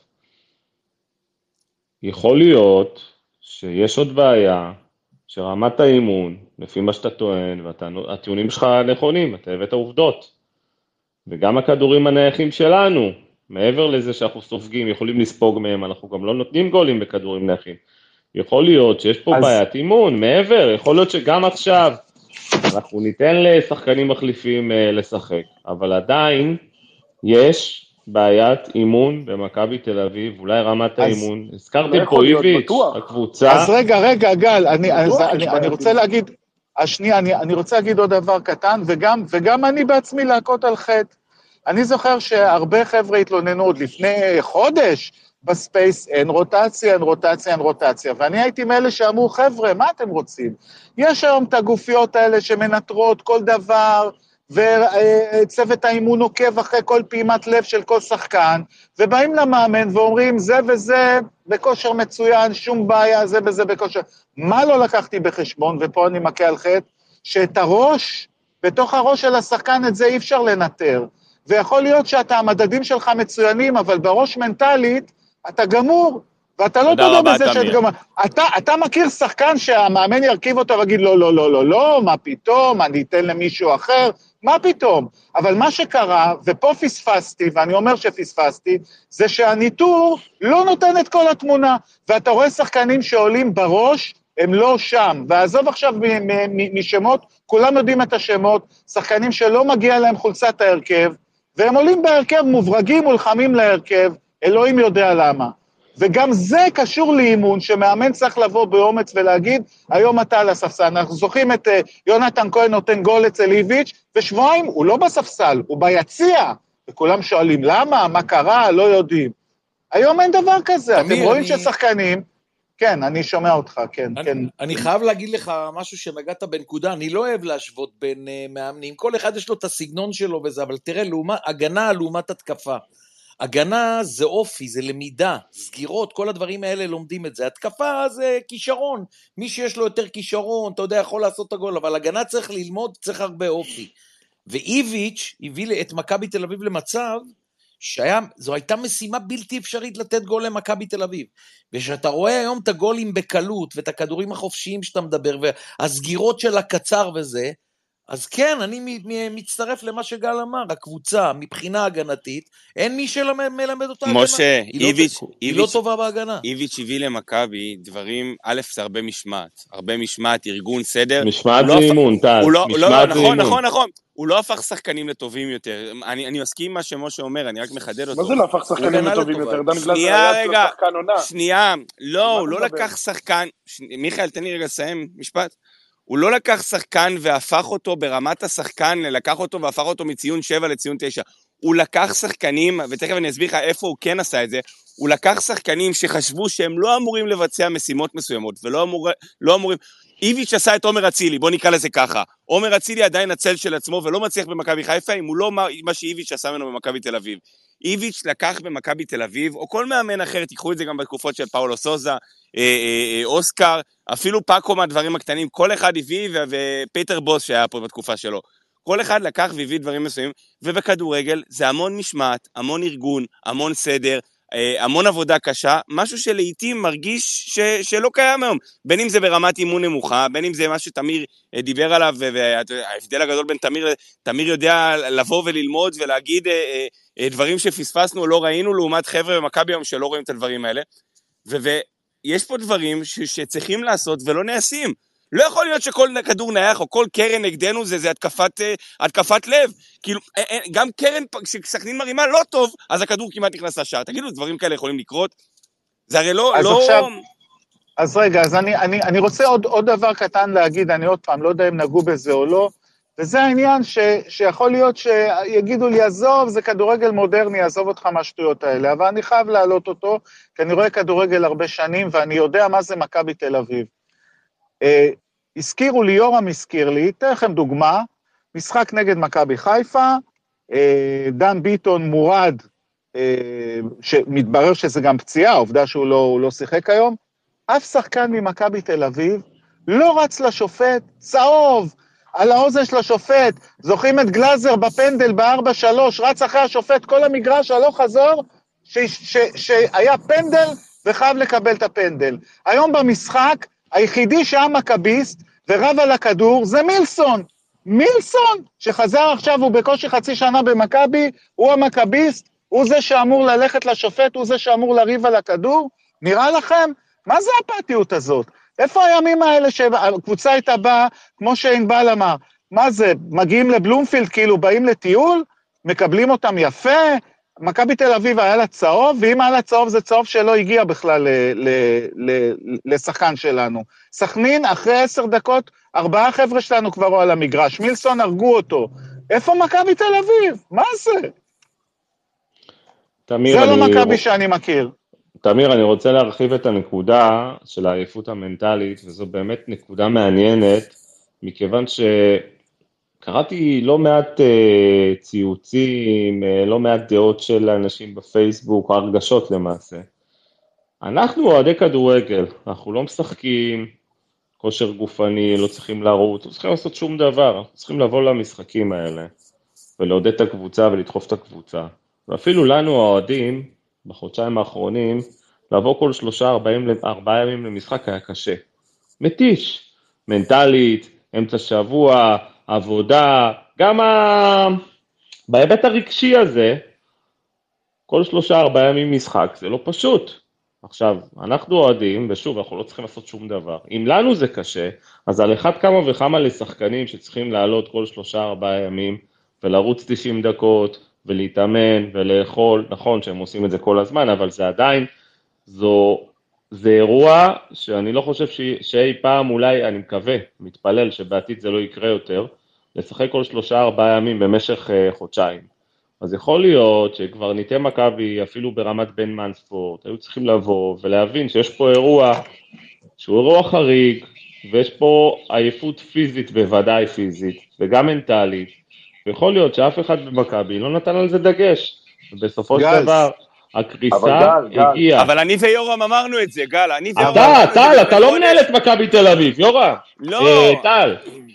יכול להיות שיש עוד בעיה, שרמת האימון, לפי מה שאתה טוען, והטיעונים שלך נכונים, אתה הבאת עובדות, וגם הכדורים הנייחים שלנו, מעבר לזה שאנחנו סופגים, יכולים לספוג מהם, אנחנו גם לא נותנים גולים בכדורים נייחים. יכול להיות שיש פה בעיית אימון, מעבר, יכול להיות שגם עכשיו אנחנו ניתן לשחקנים מחליפים לשחק, אבל עדיין יש בעיית אימון במכבי תל אביב, אולי רמת האימון, הזכרתם פה איביץ', הקבוצה. אז רגע, גל, אני רוצה להגיד, אני רוצה להגיד עוד דבר קטן, וגם אני בעצמי להכות על חטא. אני זוכר שהרבה חבר'ה התלוננו עוד לפני חודש בספייס, אין רוטציה, ואני הייתי מאלה שאמרו, חבר'ה, מה אתם רוצים? יש היום את הגופיות האלה שמנטרות כל דבר, וצוות האימון עוקב אחרי כל פעימת לב של כל שחקן, ובאים למאמן ואומרים, זה וזה בכושר מצוין, שום בעיה, זה וזה בכושר. מה לא לקחתי בחשבון, ופה אני מכה על חטא, שאת הראש, בתוך הראש של השחקן את זה אי אפשר לנטר, ויכול להיות שאתה, המדדים שלך מצוינים, אבל בראש מנטלית, אתה גמור, ואתה לא תודה בזה שאתה גמור. אתה מכיר שחקן שהמאמן ירכיב אותו ויגיד, לא, מה פתאום, אני אתן למישהו אחר, מה פתאום? אבל מה שקרה, ופה פספסתי, ואני אומר שפספסתי, זה שהניטור לא נותן את כל התמונה, ואתה רואה שחקנים שעולים בראש, הם לא שם, ועזוב עכשיו משמות, כולם יודעים את השמות, שחקנים שלא מגיע להם חולצת ההרכב, והם עולים בהרכב מוברגים ולחמים להרכב, אלוהים יודע למה. וגם זה קשור לאימון, שמאמן צריך לבוא באומץ ולהגיד, היום אתה על הספסל. אנחנו זוכרים את יונתן כהן נותן גול אצל איביץ', ושבועיים הוא לא בספסל, הוא ביציע, וכולם שואלים למה, מה קרה, לא יודעים. היום אין דבר כזה, אתם רואים ששחקנים, כן, אני שומע אותך, כן. אני חייב להגיד לך משהו שנגעת בנקודה, אני לא אוהב להשוות בין מאמנים, כל אחד יש לו את הסגנון שלו וזה, אבל תראה, הגנה לעומת התקפה. הגנה זה אופי, זה למידה, סגירות, כל הדברים האלה לומדים את זה. התקפה זה כישרון, מי שיש לו יותר כישרון, אתה יודע, יכול לעשות את הגול, אבל הגנה צריך ללמוד, צריך הרבה אופי. ואיביץ' הביא את מכבי תל אביב למצב, זו הייתה משימה בלתי אפשרית לתת גול למכבי תל אביב. ושאתה רואה היום את הגולים בקלות, ואת הכדורים החופשיים שאתה מדבר, והסגירות של הקצר וזה, אז כן, אני מצטרף למה שגל אמר, הקבוצה מבחינה הגנתית, אין מי שמלמד אותה הגנה. משה, היא לא טובה בהגנה. איביץ' הביא למכבי דברים, א' זה הרבה משמעת, ארגון, סדר. משמעת זה אימון, טל. נכון. הוא לא הפך שחקנים לטובים יותר. אני מסכים מה שמשה אומר, אני רק מחדד אותו. מה זה לא הפך שחקנים לטובים יותר? דן גלזר היה שחקן עונה. שנייה, לא, הוא לא לקח שחקן, מיכאל, תן לי רגע לסיים משפט. הוא לא לקח שחקן והפך אותו ברמת השחקן, לקח אותו והפך אותו מציון 7 לציון 9. הוא לקח שחקנים, ותכף אני אסביר לך איפה הוא כן עשה את זה, הוא לקח שחקנים שחשבו שהם לא אמורים לבצע משימות מסוימות, ולא אמורים, איביץ' עשה את עומר אצילי, בוא נקרא לזה ככה, עומר אצילי עדיין הצל של עצמו, ולא מצליח במכבי חיפה, אם הוא לא מה שאיביץ' עשה ממנו במכבי תל אביב. איביץ' לקח במכבי תל אביב, או כל מאמן אחר, תיקחו את זה גם בתקופות של פאולו סוזה, אוסקר, אפילו פאקו מהדברים הקטנים, כל אחד הביא, ופיטר בוס שהיה פה בתקופה שלו, כל אחד לקח והביא דברים מסוימים, ובכדורגל זה המון משמעת, המון ארגון, המון סדר, המון עבודה קשה, משהו שלעיתים מרגיש שלא קיים היום, בין אם זה ברמת אימון נמוכה, בין אם זה מה שתמיר דיבר עליו, וההבדל הגדול בין תמיר יודע לבוא וללמוד ולהגיד דברים שפספסנו או לא ראינו, לעומת חבר'ה במכבי היום שלא רואים את הדברים האלה, ויש פה דברים שצריכים לעשות ולא נעשים. לא יכול להיות שכל כדור נייח או כל קרן נגדנו זה התקפת לב. כאילו, גם קרן שסכנין מרימה לא טוב, אז הכדור כמעט נכנס לשער. תגידו, דברים כאלה יכולים לקרות? זה הרי לא... אז עכשיו, אז רגע, אז אני רוצה עוד דבר קטן להגיד, אני עוד פעם, לא יודע אם נגעו בזה או לא, וזה העניין שיכול להיות שיגידו לי, עזוב, זה כדורגל מודרני, עזוב אותך מהשטויות האלה, אבל אני חייב להעלות אותו, כי אני רואה כדורגל הרבה שנים, ואני יודע מה זה מכבי תל אביב. הזכירו לי, יורם הזכיר לי, אתן לכם דוגמה, משחק נגד מכבי חיפה, דן ביטון מורד, שמתברר שזה גם פציעה, העובדה שהוא לא שיחק היום, אף שחקן ממכבי תל אביב לא רץ לשופט, צהוב, על האוזן של השופט, זוכרים את גלאזר בפנדל ב-4-3, רץ אחרי השופט כל המגרש הלוך חזור, שהיה פנדל וחייב לקבל את הפנדל. היום במשחק, היחידי שהיה מכביסט ורב על הכדור, זה מילסון. מילסון, שחזר עכשיו, הוא בקושי חצי שנה במכבי, הוא המכביסט, הוא זה שאמור ללכת לשופט, הוא זה שאמור לריב על הכדור. נראה לכם? מה זה הפתיות הזאת? איפה הימים האלה שהקבוצה הייתה באה, כמו שענבל אמר, מה זה, מגיעים לבלומפילד, כאילו באים לטיול, מקבלים אותם יפה, מכבי תל אביב היה לה צהוב, ואם היה לה צהוב זה צהוב שלא הגיע בכלל לשחקן שלנו. סכנין, אחרי 10 דקות, 4 חבר'ה שלנו כבר על המגרש, מילסון הרגו אותו. איפה מכבי תל אביב? מה זה? זה לא מכבי שאני מכיר. תמיר, אני רוצה להרחיב את הנקודה של העייפות המנטלית, וזו באמת נקודה מעניינת, מכיוון שקראתי לא מעט ציוצים, לא מעט דעות של אנשים בפייסבוק, הרגשות למעשה. אנחנו אוהדי כדורגל, אנחנו לא משחקים כושר גופני, לא צריכים לרוץ, לא צריכים לעשות שום דבר, צריכים לבוא למשחקים האלה, ולעודד את הקבוצה ולדחוף את הקבוצה. ואפילו לנו האוהדים, בחודשיים האחרונים, לעבור כל 3-4 ימים למשחק היה קשה. מתיש, מנטלית, אמצע שבוע, עבודה, גם בהיבט הרגשי הזה, כל 3-4 ימים משחק, זה לא פשוט. עכשיו, אנחנו אוהדים, ושוב, אנחנו לא צריכים לעשות שום דבר. אם לנו זה קשה, אז על אחד כמה וכמה לשחקנים שצריכים לעלות כל 3-4 ימים, ולרוץ 90 דקות, ולהתאמן ולאכול, נכון שהם עושים את זה כל הזמן, אבל זה עדיין, זה אירוע שאני לא חושב שאי פעם אולי, אני מקווה, מתפלל שבעתיד זה לא יקרה יותר, לשחק כל 3-4 ימים במשך חודשיים. אז יכול להיות שכבר ניתן מכבי, אפילו ברמת בן מנספורט, היו צריכים לבוא ולהבין שיש פה אירוע, שהוא אירוע חריג, ויש פה עייפות פיזית, בוודאי פיזית, וגם מנטלית, ויכול להיות שאף אחד במכבי לא נתן על זה דגש, ובסופו של דבר, הקריסה הגיעה. אבל אני ויורם אמרנו את זה, גל, אני ויורם. אתה לא מנהל את מכבי תל אביב, יורם. לא. טל.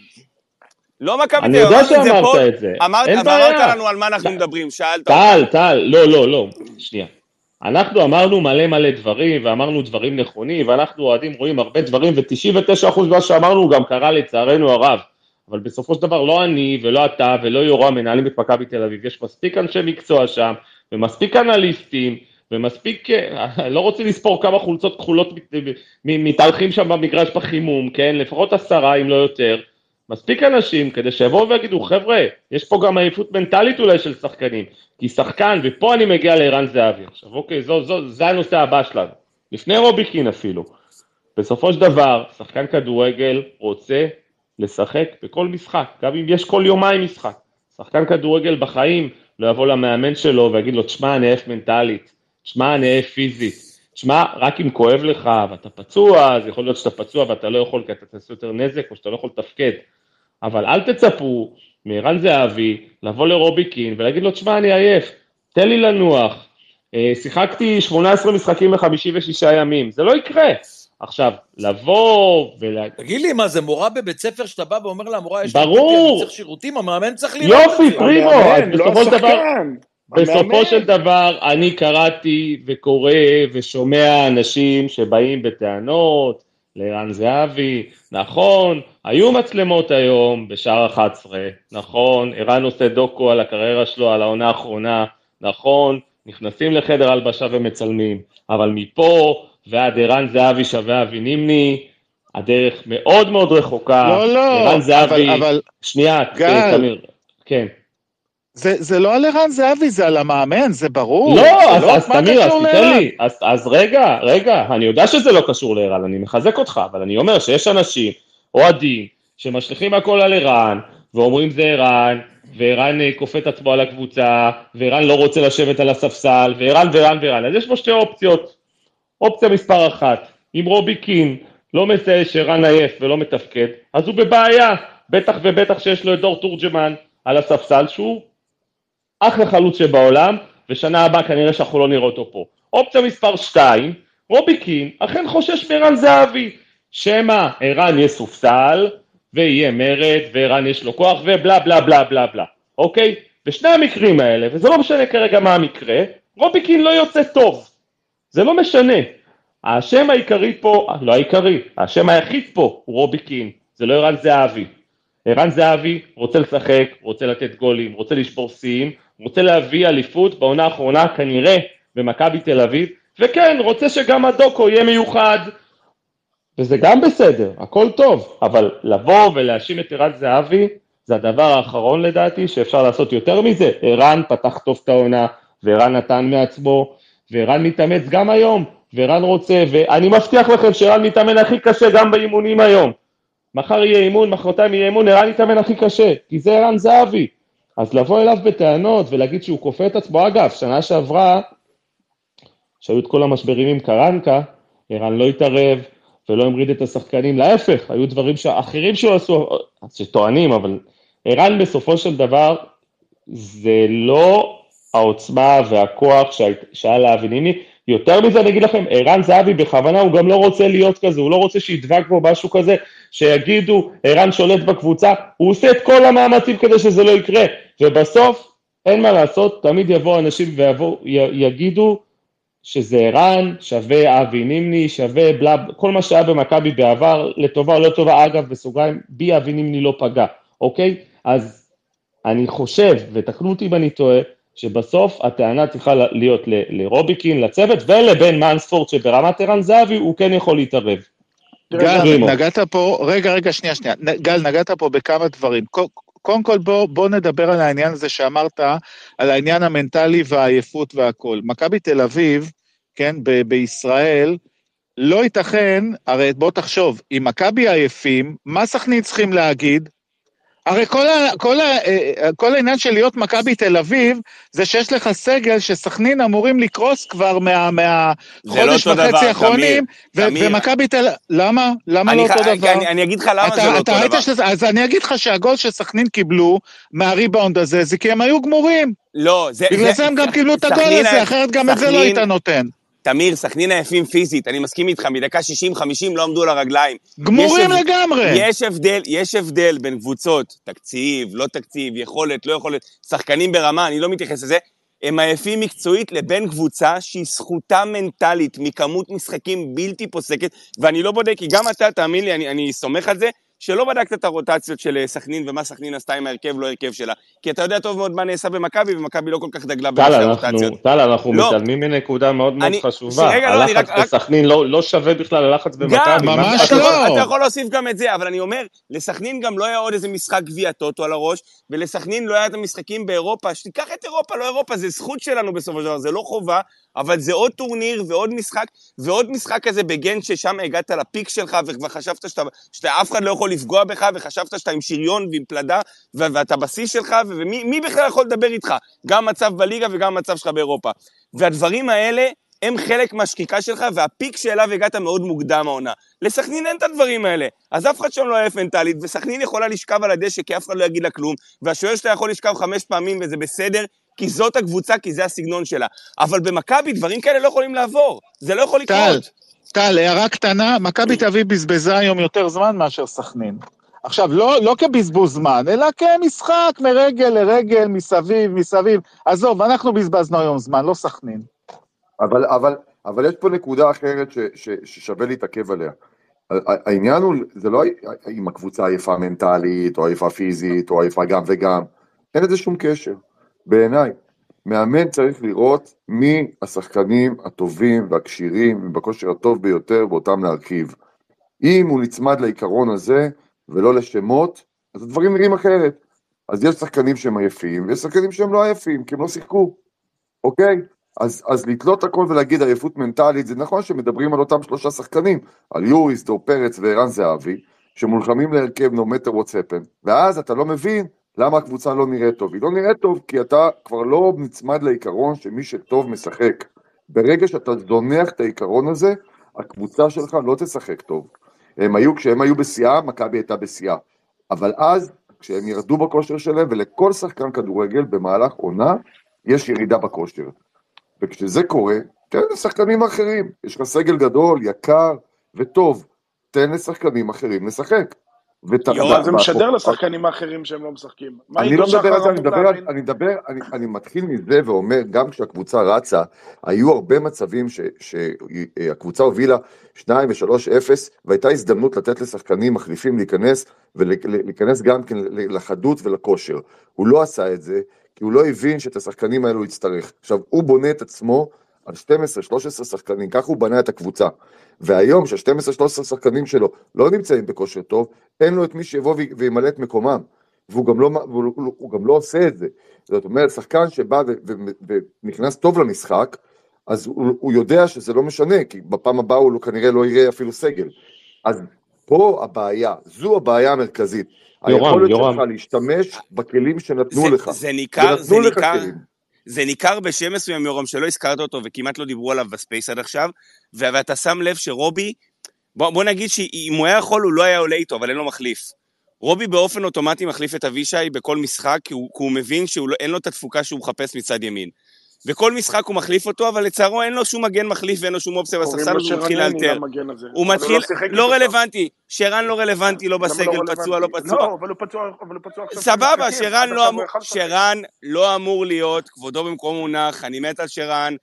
לא מכבי תל אביב. אני יודע שאמרת את זה. אמרת לנו על מה אנחנו מדברים, שאלת. טל, לא, שנייה. אנחנו אמרנו מלא דברים, ואמרנו דברים נכונים, ואנחנו אוהדים רואים הרבה דברים, ו99% מה שאמרנו גם קרה לצערנו הרב. אבל בסופו של דבר לא אני ולא אתה ולא יורם מנהלים את מכבי תל אביב, יש מספיק אנשי מקצוע שם, ומספיק אנליסטים, ומספיק, לא רוצה לספור כמה חולצות כחולות מתהלכים שם במגרש בחימום, כן? לפחות 10 אם לא יותר, מספיק אנשים כדי שיבואו ויגידו, חבר'ה, יש פה גם עייפות מנטלית אולי של שחקנים, כי שחקן, ופה אני מגיע לערן זהבי, עכשיו אוקיי, זה הנושא הבא שלנו, לפני רוביקין אפילו, בסופו של דבר, שחקן כדורגל רוצה לשחק בכל משחק, גם אם יש כל יומיים משחק. שחקן כדורגל בחיים לא יבוא למאמן שלו ויגיד לו, תשמע, אני עייף מנטלית, תשמע, אני עייף פיזית, תשמע, רק אם כואב לך ואתה פצוע, אז יכול להיות שאתה פצוע ואתה לא יכול, כי אתה תעשה יותר נזק או שאתה לא יכול לתפקד. אבל אל תצפו מערן זהבי לבוא לרוביקין ולהגיד לו, תשמע, אני עייף, תן לי לנוח. שיחקתי 18 משחקים ב56 ימים, זה לא יקרה. עכשיו, לבוא תגיד לי, מה זה מורה בבית ספר שאתה בא ואומר לה, מורה, יש ברור. צריך שירותים, המאמן צריך לראות את זה. יופי, פרימו. בסופו של דבר, אני קראתי וקורא ושומע אנשים שבאים בטענות, לערן זהבי, נכון, היו מצלמות היום בשער 11, נכון, ערן עושה דוקו על הקריירה שלו, על העונה האחרונה, נכון, נכנסים לחדר הלבשה ומצלמים, אבל מפה ועד ערן זהבי שווה אבי נימני, הדרך מאוד מאוד רחוקה. לא, ערן זהבי, אבל שנייה, גל, תמיר, כן. זה לא על ערן זהבי, זה על המאמן, זה ברור. לא, זה אז מה תמיר, אז קשור תיתן לערן? לי, אז רגע, אני יודע שזה לא קשור לערן, אני מחזק אותך, אבל אני אומר שיש אנשים, אוהדים, שמשליכים הכל על ערן, ואומרים זה ערן, וערן כופה את עצמו על הקבוצה, וערן לא רוצה לשבת על הספסל, וערן, אז יש פה שתי אופציות. אופציה מספר 1, אם רובי קין לא מזהה שערן עייף ולא מתפקד, אז הוא בבעיה, בטח ובטח שיש לו את דור תורג'מן על הספסל, שהוא אחלה חלוץ שבעולם, ושנה הבאה כנראה שאנחנו לא נראה אותו פה. אופציה מספר 2, רובי קין אכן חושש מערן זהבי, שמה ערן יהיה סופסל, ויהיה מרד, וערן יש לו כוח, ובלה בלה בלה בלה בלה, אוקיי? בשני המקרים האלה, וזה לא משנה כרגע מה המקרה, רובי קין לא יוצא טוב, זה לא משנה. השם העיקרי פה, לא העיקרי, השם היחיד פה הוא רובי קין, זה לא ערן זהבי. ערן זהבי רוצה לשחק, רוצה לתת גולים, רוצה לשבור שיאים, רוצה להביא אליפות בעונה האחרונה כנראה במכבי תל אביב, וכן, רוצה שגם הדוקו יהיה מיוחד, וזה גם בסדר, הכל טוב, אבל לבוא ולהאשים את ערן זהבי, זה הדבר האחרון לדעתי שאפשר לעשות יותר מזה. ערן פתח טוב את העונה, וערן נתן מעצמו, וערן מתאמץ גם היום, וערן רוצה, ואני מבטיח לכם שערן מתאמן הכי קשה גם באימונים היום. מחר יהיה אימון, מחרתיים יהיה אימון, ערן מתאמן הכי קשה, כי זה ערן זהבי. אז לבוא אליו בטענות ולהגיד שהוא כופה את עצמו, אגב, שנה שעברה, שהיו את כל המשברים עם קרנקה, ערן לא התערב ולא המריד את השחקנים, להפך, היו דברים אחרים שהוא עשו, שטוענים, אבל ערן בסופו של דבר, זה לא העוצמה והכוח שהיה להבינימי, יותר מזה אני אגיד לכם, ערן זהבי בכוונה הוא גם לא רוצה להיות כזה, הוא לא רוצה שידבק בו משהו כזה, שיגידו ערן שולט בקבוצה, הוא עושה את כל המאמצים כדי שזה לא יקרה, ובסוף אין מה לעשות, תמיד יבוא אנשים ויגידו שזה ערן, שווה אבי נימני, שווה בלה, כל מה שהיה במכבי בעבר, לטובה או לא טובה, אגב בסוגריים, בי אבי נימני לא פגע, אוקיי? אז אני חושב, ותקנו אותי אם אני טועה, שבסוף הטענה צריכה להיות לרובי קין, לצוות, ולבן מנספורד, שברמת ערן זהבי הוא כן יכול להתערב. גל, נגעת פה, רגע, שנייה, גל, נגעת פה בכמה דברים. קודם כל בוא נדבר על העניין הזה שאמרת, על העניין המנטלי והעייפות והכל. מכבי תל אביב, כן, בישראל, לא ייתכן, הרי בוא תחשוב, אם מכבי עייפים, מה סכנין צריכים להגיד? הרי כל העניין של להיות מכבי תל אביב, זה שיש לך סגל שסכנין אמורים לקרוס כבר מהחודש וחצי האחרונים, ומכבי תל אביב, למה? למה לא אותו דבר? אני אגיד לך למה זה לא אותו דבר. אז אני אגיד לך שהגול שסכנין קיבלו מהריבאונד הזה, זה כי הם היו גמורים. לא, בגלל זה הם גם קיבלו את הגול הזה, אחרת גם את זה לא היית נותן. תמיר, סכנין עייפים פיזית, אני מסכים איתך, מדקה 60-50 לא עמדו על הרגליים. גמורים לגמרי. יש הבדל בין קבוצות, תקציב, לא תקציב, יכולת, לא יכולת, שחקנים ברמה, אני לא מתייחס לזה, הם עייפים מקצועית לבין קבוצה שהיא זכותה מנטלית, מכמות משחקים בלתי פוסקת, ואני לא בודק, כי גם אתה, תאמין לי, אני סומך על זה, שלא בדקת את הרוטציות של סכנין, ומה סכנין עשתה עם ההרכב, לא הרכב שלה. כי אתה יודע טוב מאוד מה נעשה במכבי, ומכבי לא כל כך דגלה בנושא הרוטציות. טל, אנחנו מתעלמים מנקודה מאוד מאוד חשובה. הלחץ בסכנין לא שווה בכלל הלחץ במכבי. ממש לא. אתה יכול להוסיף גם את זה, אבל אני אומר, לסכנין גם לא היה עוד איזה משחק גביע טוטו על הראש, ולסכנין לא היה את המשחקים באירופה. שתיקח את אירופה, לא אירופה, זה זכות שלנו בסופו של דבר, זה לא חובה, אבל זה עוד טורניר ועוד משחק כזה בגן ששם הגעת לפיק שלך, וכבר חשבת שאתה אף אחד לא יכול לפגוע בך, וחשבת שאתה עם שריון ועם פלדה, ואתה בשיא שלך, ומי בכלל יכול לדבר איתך? גם מצב בליגה וגם מצב שלך באירופה. והדברים האלה הם חלק מהשקיקה שלך, והפיק שאליו הגעת מאוד מוקדם העונה. לסכנין אין את הדברים האלה, אז אף אחד שם לא עייף מנטלית, וסכנין יכולה לשכב על הדשא, כי אף אחד לא יגיד לה כלום, והשוער שלה יכול לשכב 5 פעמים, וזה בסדר, כי זאת הקבוצה, כי זה הסגנון שלה. אבל במכבי דברים כאלה לא יכולים לעבור, זה לא יכול לקרות. טל, הערה קטנה, מכבי תל אביב בזבזה היום יותר זמן מאשר סכנין. עכשיו, לא כבזבוז זמן, אלא כמשחק מרגל לרגל, מסביב. עזוב, אנחנו בזבזנו היום זמן, לא סכנין. אבל יש פה נקודה אחרת ששווה להתעכב עליה. העניין הוא, זה לא אם הקבוצה עייפה מנטלית, או עייפה פיזית, או עייפה גם וגם. אין לזה שום קשר. בעיניי, מאמן צריך לראות מי השחקנים הטובים והקשירים, ובכושר הטוב ביותר באותם להרכיב. אם הוא נצמד לעיקרון הזה, ולא לשמות, אז הדברים נראים אחרת. אז יש שחקנים שהם עייפים, ויש שחקנים שהם לא עייפים, כי הם לא שיחקו, אוקיי? אז לתלות הכל ולהגיד עייפות מנטלית, זה נכון שמדברים על אותם 3 שחקנים, על יוריס, דור פרץ וערן זהבי, שמולחמים להרכב no matter what's happened, ואז אתה לא מבין למה הקבוצה לא נראית טוב. היא לא נראית טוב כי אתה כבר לא נצמד לעיקרון שמי שטוב משחק. ברגע שאתה זונח את העיקרון הזה, הקבוצה שלך לא תשחק טוב. כשהם היו בשיאה, מכבי הייתה בשיאה. אבל אז, כשהם ירדו בכושר שלהם, ולכל שחקן כדורגל במהלך עונה, יש ירידה בכושר. וכשזה קורה, תן לשחקנים אחרים. יש לך סגל גדול, יקר וטוב. תן לשחקנים אחרים לשחק. זה משדר לשחקנים האחרים שהם לא משחקים. אני לא מדבר על זה, אני מתחיל מזה ואומר, גם כשהקבוצה רצה, היו הרבה מצבים שהקבוצה הובילה 2-3-0, והייתה הזדמנות לתת לשחקנים מחליפים להיכנס, ולהיכנס גם כן לחדות ולכושר. הוא לא עשה את זה, כי הוא לא הבין שאת השחקנים האלו יצטרך. עכשיו, הוא בונה את עצמו על 12-13 שחקנים, כך הוא בנה את הקבוצה. והיום שה-12-13 שחקנים שלו לא נמצאים בכושר טוב, אין לו את מי שיבוא וימלא את מקומם, והוא גם לא עושה את זה. זאת אומרת, שחקן שבא ונכנס טוב למשחק, אז הוא יודע שזה לא משנה, כי בפעם הבאה הוא כנראה לא יראה אפילו סגל. אז פה הבעיה, זו הבעיה המרכזית. היכולת שלך להשתמש בכלים שנתנו לך. זה ניכר בשם מסוים יורם שלא הזכרת אותו וכמעט לא דיברו עליו בספייס עד עכשיו, ואתה שם לב שרובי, בוא נגיד שאם הוא היה יכול הוא לא היה עולה איתו, אבל אין לו מחליף. רובי באופן אוטומטי מחליף את אבישי בכל משחק, כי הוא מבין שאין לו את התפוקה שהוא מחפש מצד ימין. בכל משחק הוא מחליף אותו, אבל לצערו אין לו שום מגן מחליף ואין לו שום אופציה בספסל, הוא מתחיל לאלתר. הוא מתחיל, לא רלוונטי, שרן לא רלוונטי, לא בסגל, פצוע, לא פצוע. לא, אבל הוא פצוע עכשיו. סבבה, שרן לא אמור להיות, כבודו במקום מונח, אני מת על שרן,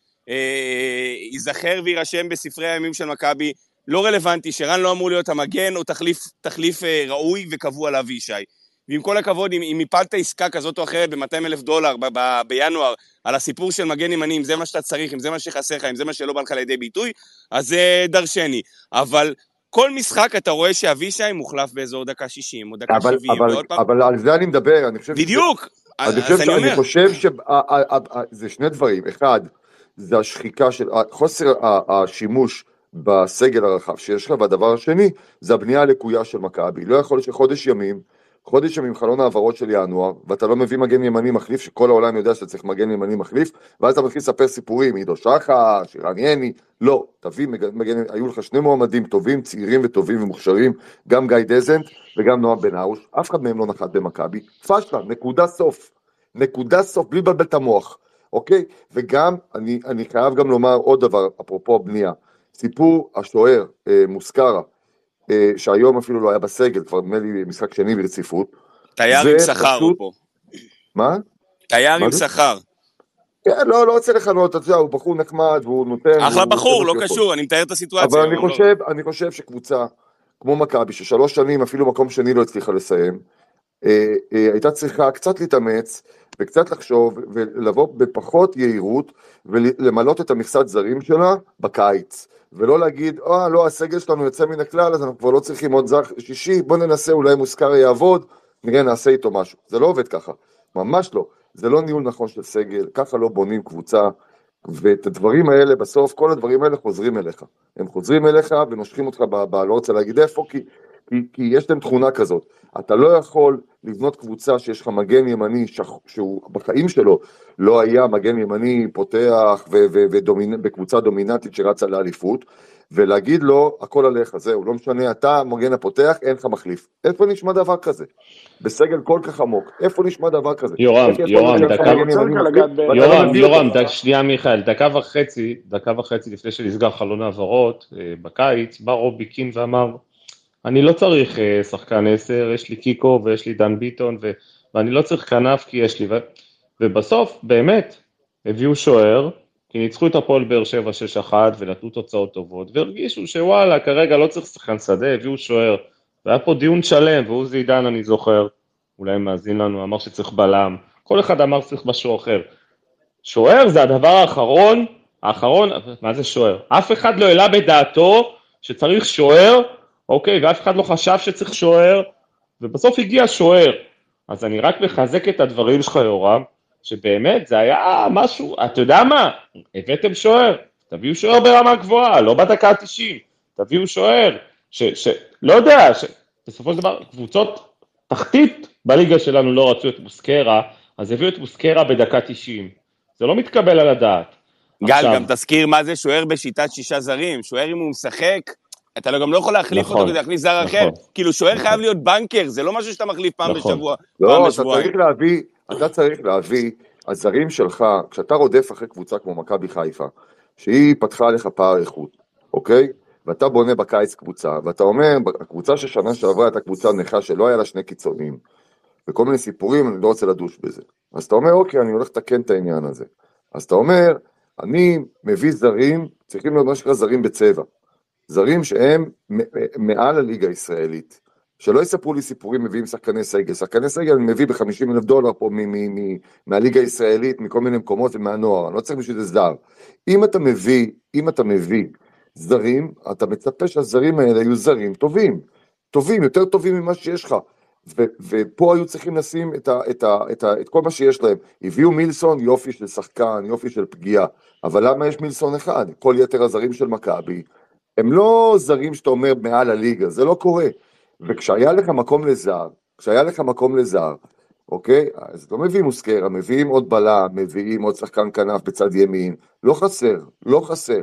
ייזכר וירשם בספרי הימים של מכבי, לא רלוונטי, שרן לא אמור להיות המגן או תחליף ראוי וקבוע לאבישי. ועם כל הכבוד, אם הפלת עסקה כזאת או אחרת ב$200,000 בינואר, על הסיפור של מגן ימני, אם זה מה שאתה צריך, אם זה מה שחסר לך, אם זה מה שלא בא לך לידי ביטוי, אז זה דרשני. אבל כל משחק אתה רואה שאבישי מוחלף באזור דקה 60 או דקה 70. אבל על זה אני מדבר, אני חושב בדיוק. אני חושב שזה שני דברים. אחד, זה השחיקה של חוסר השימוש בסגל הרחב שיש לך, והדבר השני, זה הבנייה הלקויה של מכבי. לא יכול שחודש ימים חלון העברות של ינואר, ואתה לא מביא מגן ימני מחליף, שכל העולם יודע שאתה צריך מגן ימני מחליף, ואז אתה מתחיל לספר סיפורים, עידו שחר, שירן יני, לא, תביא מגן, היו לך 2 מועמדים טובים, צעירים וטובים ומוכשרים, גם גיא דזנט וגם נועם בן ארוש, אף אחד מהם לא נחת במכבי, פשלה, נקודה סוף, בלי לבלבל את המוח, אוקיי? וגם, אני חייב גם לומר עוד דבר, אפרופו בנייה, סיפור השוער, מוסקרה, שהיום אפילו לא היה בסגל, כבר נדמה לי משחק שני ברציפות. תייר עם שכר הוא פה. מה? תייר עם שכר. לא רוצה לחנות, אתה יודע, הוא בחור נחמד, והוא נותן... אחלה בחור, לא קשור, אני מתאר את הסיטואציה. אבל אני חושב שקבוצה, כמו מכבי, ש3 שנים אפילו מקום שני לא הצליחה לסיים, הייתה צריכה קצת להתאמץ, וקצת לחשוב, ולבוא בפחות יעירות, ולמלות את המכסת זרים שלה בקיץ. ולא להגיד, לא, הסגל שלנו יוצא מן הכלל, אז אנחנו כבר לא צריכים עוד זר שישי, בוא ננסה, אולי מוסקר יעבוד, נראה, נעשה איתו משהו. זה לא עובד ככה, ממש לא. זה לא ניהול נכון של סגל, ככה לא בונים קבוצה, ואת הדברים האלה, בסוף, כל הדברים האלה חוזרים אליך. הם חוזרים אליך ונושכים אותך, לא רוצה להגיד איפה, כי יש להם תכונה כזאת. אתה לא יכול לבנות קבוצה שיש לך מגן ימני, שהוא בחיים שלו לא היה מגן ימני פותח בקבוצה דומיננטית שרצה לאליפות, ולהגיד לו, הכל עליך, זהו, לא משנה, אתה מגן הפותח, אין לך מחליף. איפה נשמע דבר כזה? בסגל כל כך עמוק, איפה נשמע דבר כזה? יורם, שנייה מיכאל, דקה וחצי לפני שנסגר חלון העברות, בקיץ, בא רובי קין ואמר, אני לא צריך שחקן 10, יש לי קיקו ויש לי דן ביטון, ואני לא צריך כנף כי יש לי, ובסוף באמת הביאו שוער, כי ניצחו את הפועל באר שבע 6-1 ונתנו תוצאות טובות, והרגישו שוואלה, כרגע לא צריך שחקן שדה, הביאו שוער, והיה פה דיון שלם, והוא זידן אני זוכר, אולי מאזין לנו, אמר שצריך בלם, כל אחד אמר שצריך משהו אחר. שוער זה הדבר האחרון, מה זה שוער? אף אחד לא העלה בדעתו שצריך שוער, אוקיי, ואף אחד לא חשב שצריך שוער, ובסוף הגיע שוער. אז אני רק מחזק את הדברים שלך, יורם, שבאמת זה היה משהו, אתה יודע מה, הבאתם שוער, תביאו שוער ברמה גבוהה, לא בדקה 90, תביאו שוער, לא יודע, בסופו של דבר, קבוצות תחתית בליגה שלנו לא רצו את מוסקרה, אז הביאו את מוסקרה בדקה 90, זה לא מתקבל על הדעת. גל, עכשיו, גם תזכיר מה זה שוער בשיטת 6 זרים, שוער אם הוא משחק, אתה גם לא יכול להחליף נכון, אותו כדי להכניס זר אחר, כאילו שוער נכון. חייב להיות בנקר, זה לא משהו שאתה מחליף פעם נכון. בשבוע, פעם לא, בשבועיים. אתה צריך להביא, הזרים שלך, כשאתה רודף אחרי קבוצה כמו מכבי חיפה, שהיא פתחה עליך פער איכות, אוקיי? ואתה בונה בקיץ קבוצה, ואתה אומר, הקבוצה ששנה שעברה הייתה קבוצה נכה שלא היה לה שני קיצונים, וכל מיני סיפורים, אני לא רוצה לדוש בזה. אז אתה אומר, אוקיי, אני הולך לתקן את העניין הזה. אז אתה אומר, אני מביא זרים, צריכים להיות מה שנקרא זרים בצבע. זרים שהם מעל הליגה הישראלית. שלא יספרו לי סיפורים, מביאים שחקני סגל. שחקני סגל אני מביא $50,000 פה מהליגה הישראלית, מכל מיני מקומות ומהנוער. אני לא צריך בשביל זה זר. אם אתה מביא זרים, אתה מצפה שהזרים האלה יהיו זרים טובים. טובים, יותר טובים ממה שיש לך. ופה היו צריכים לשים את כל מה שיש להם. הביאו מילסון, יופי של שחקן, יופי של פגיעה. אבל למה יש מילסון אחד? כל יתר הזרים של מכבי, הם לא זרים שאתה אומר מעל הליגה, זה לא קורה. וכשהיה לך מקום לזר, אוקיי? אז לא מביאים מוסקרה, מביאים עוד בלם, מביאים עוד שחקן כנף בצד ימין, לא חסר.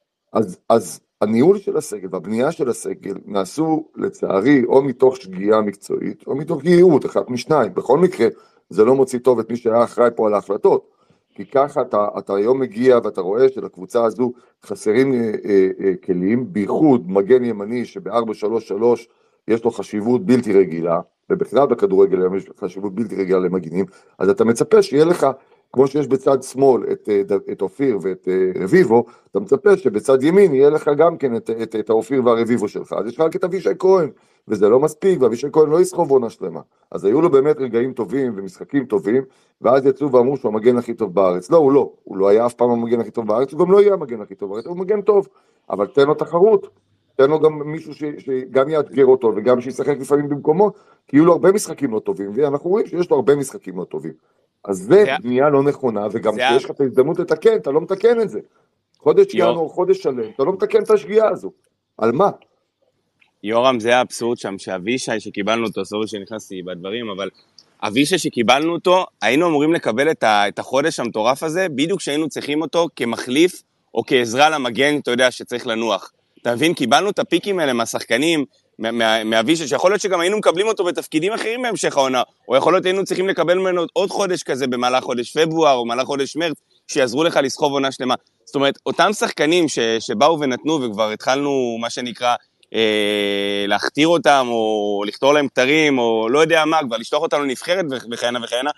אז הניהול של הסגל והבנייה של הסגל נעשו לצערי או מתוך שגיאה מקצועית או מתוך יעילות, אחת משניים. בכל מקרה זה לא מוציא טוב את מי שהיה אחראי פה על ההחלטות, כי ככה אתה היום מגיע ואתה רואה שלקבוצה הזו חסרים כלים, בייחוד מגן ימני שב-4-3-3 יש לו חשיבות בלתי רגילה, ובכלל בכדורגל יש חשיבות בלתי רגילה למגינים, אז אתה מצפה שיהיה לך, כמו שיש בצד שמאל את אופיר ואת רביבו, אתה מצפה שבצד ימין יהיה לך גם כן את האופיר והרביבו שלך, אז יש לך רק את אבישי כהן, וזה לא מספיק, ואבישי כהן לא יסחוב עונה שלמה, אז היו לו באמת רגעים טובים ומשחקים טובים, ואז יצאו ואמרו שהוא המגן הכי טוב בארץ. לא, הוא לא היה אף פעם המגן הכי טוב בארץ, הוא גם לא יהיה המגן הכי טוב בארץ, הוא מגן טוב, אבל תן לו תחרות, תן לו גם מישהו שגם יאתגר אותו, וגם שישחק לפעמים במקומו, כי יהיו לו הרבה משחקים לא טובים, ואנחנו רואים שיש לו הרבה משחקים לא טובים. אז זה בנייה לא נכונה, וגם כשיש לך את ההזדמנות לתקן, אתה לא מתקן את זה. חודש ינואר, חודש שלם, אתה לא מתקן את השגיאה הזו. על מה? יורם, זה האבסורד שם, שאבישי שקיבלנו אותו, סורי שנכנסתי בדברים, אבל אבישי שקיבלנו אותו, היינו אמורים לקבל את החודש המטורף הזה, בדיוק שהיינו צריכים אותו כמחליף, או כעזרה למגן, אתה יודע, שצריך לנוח. אתה מבין? קיבלנו את הפיקים האלה מהשחקנים, מאבישי, שיכול להיות שגם היינו מקבלים אותו בתפקידים אחרים בהמשך העונה, או יכול להיות היינו צריכים לקבל ממנו עוד חודש כזה, במהלך חודש פברואר, או במהלך חודש מרץ, שיעזרו לך לסחוב עונה שלמה. זאת אומרת, אותם שחקנים שבאו ונתנו, וכבר התחלנו, מה שנקרא, להכתיר אותם, או לכתור להם כתרים, או לא יודע מה, כבר לשלוח אותם לנבחרת וכהנה וכהנה,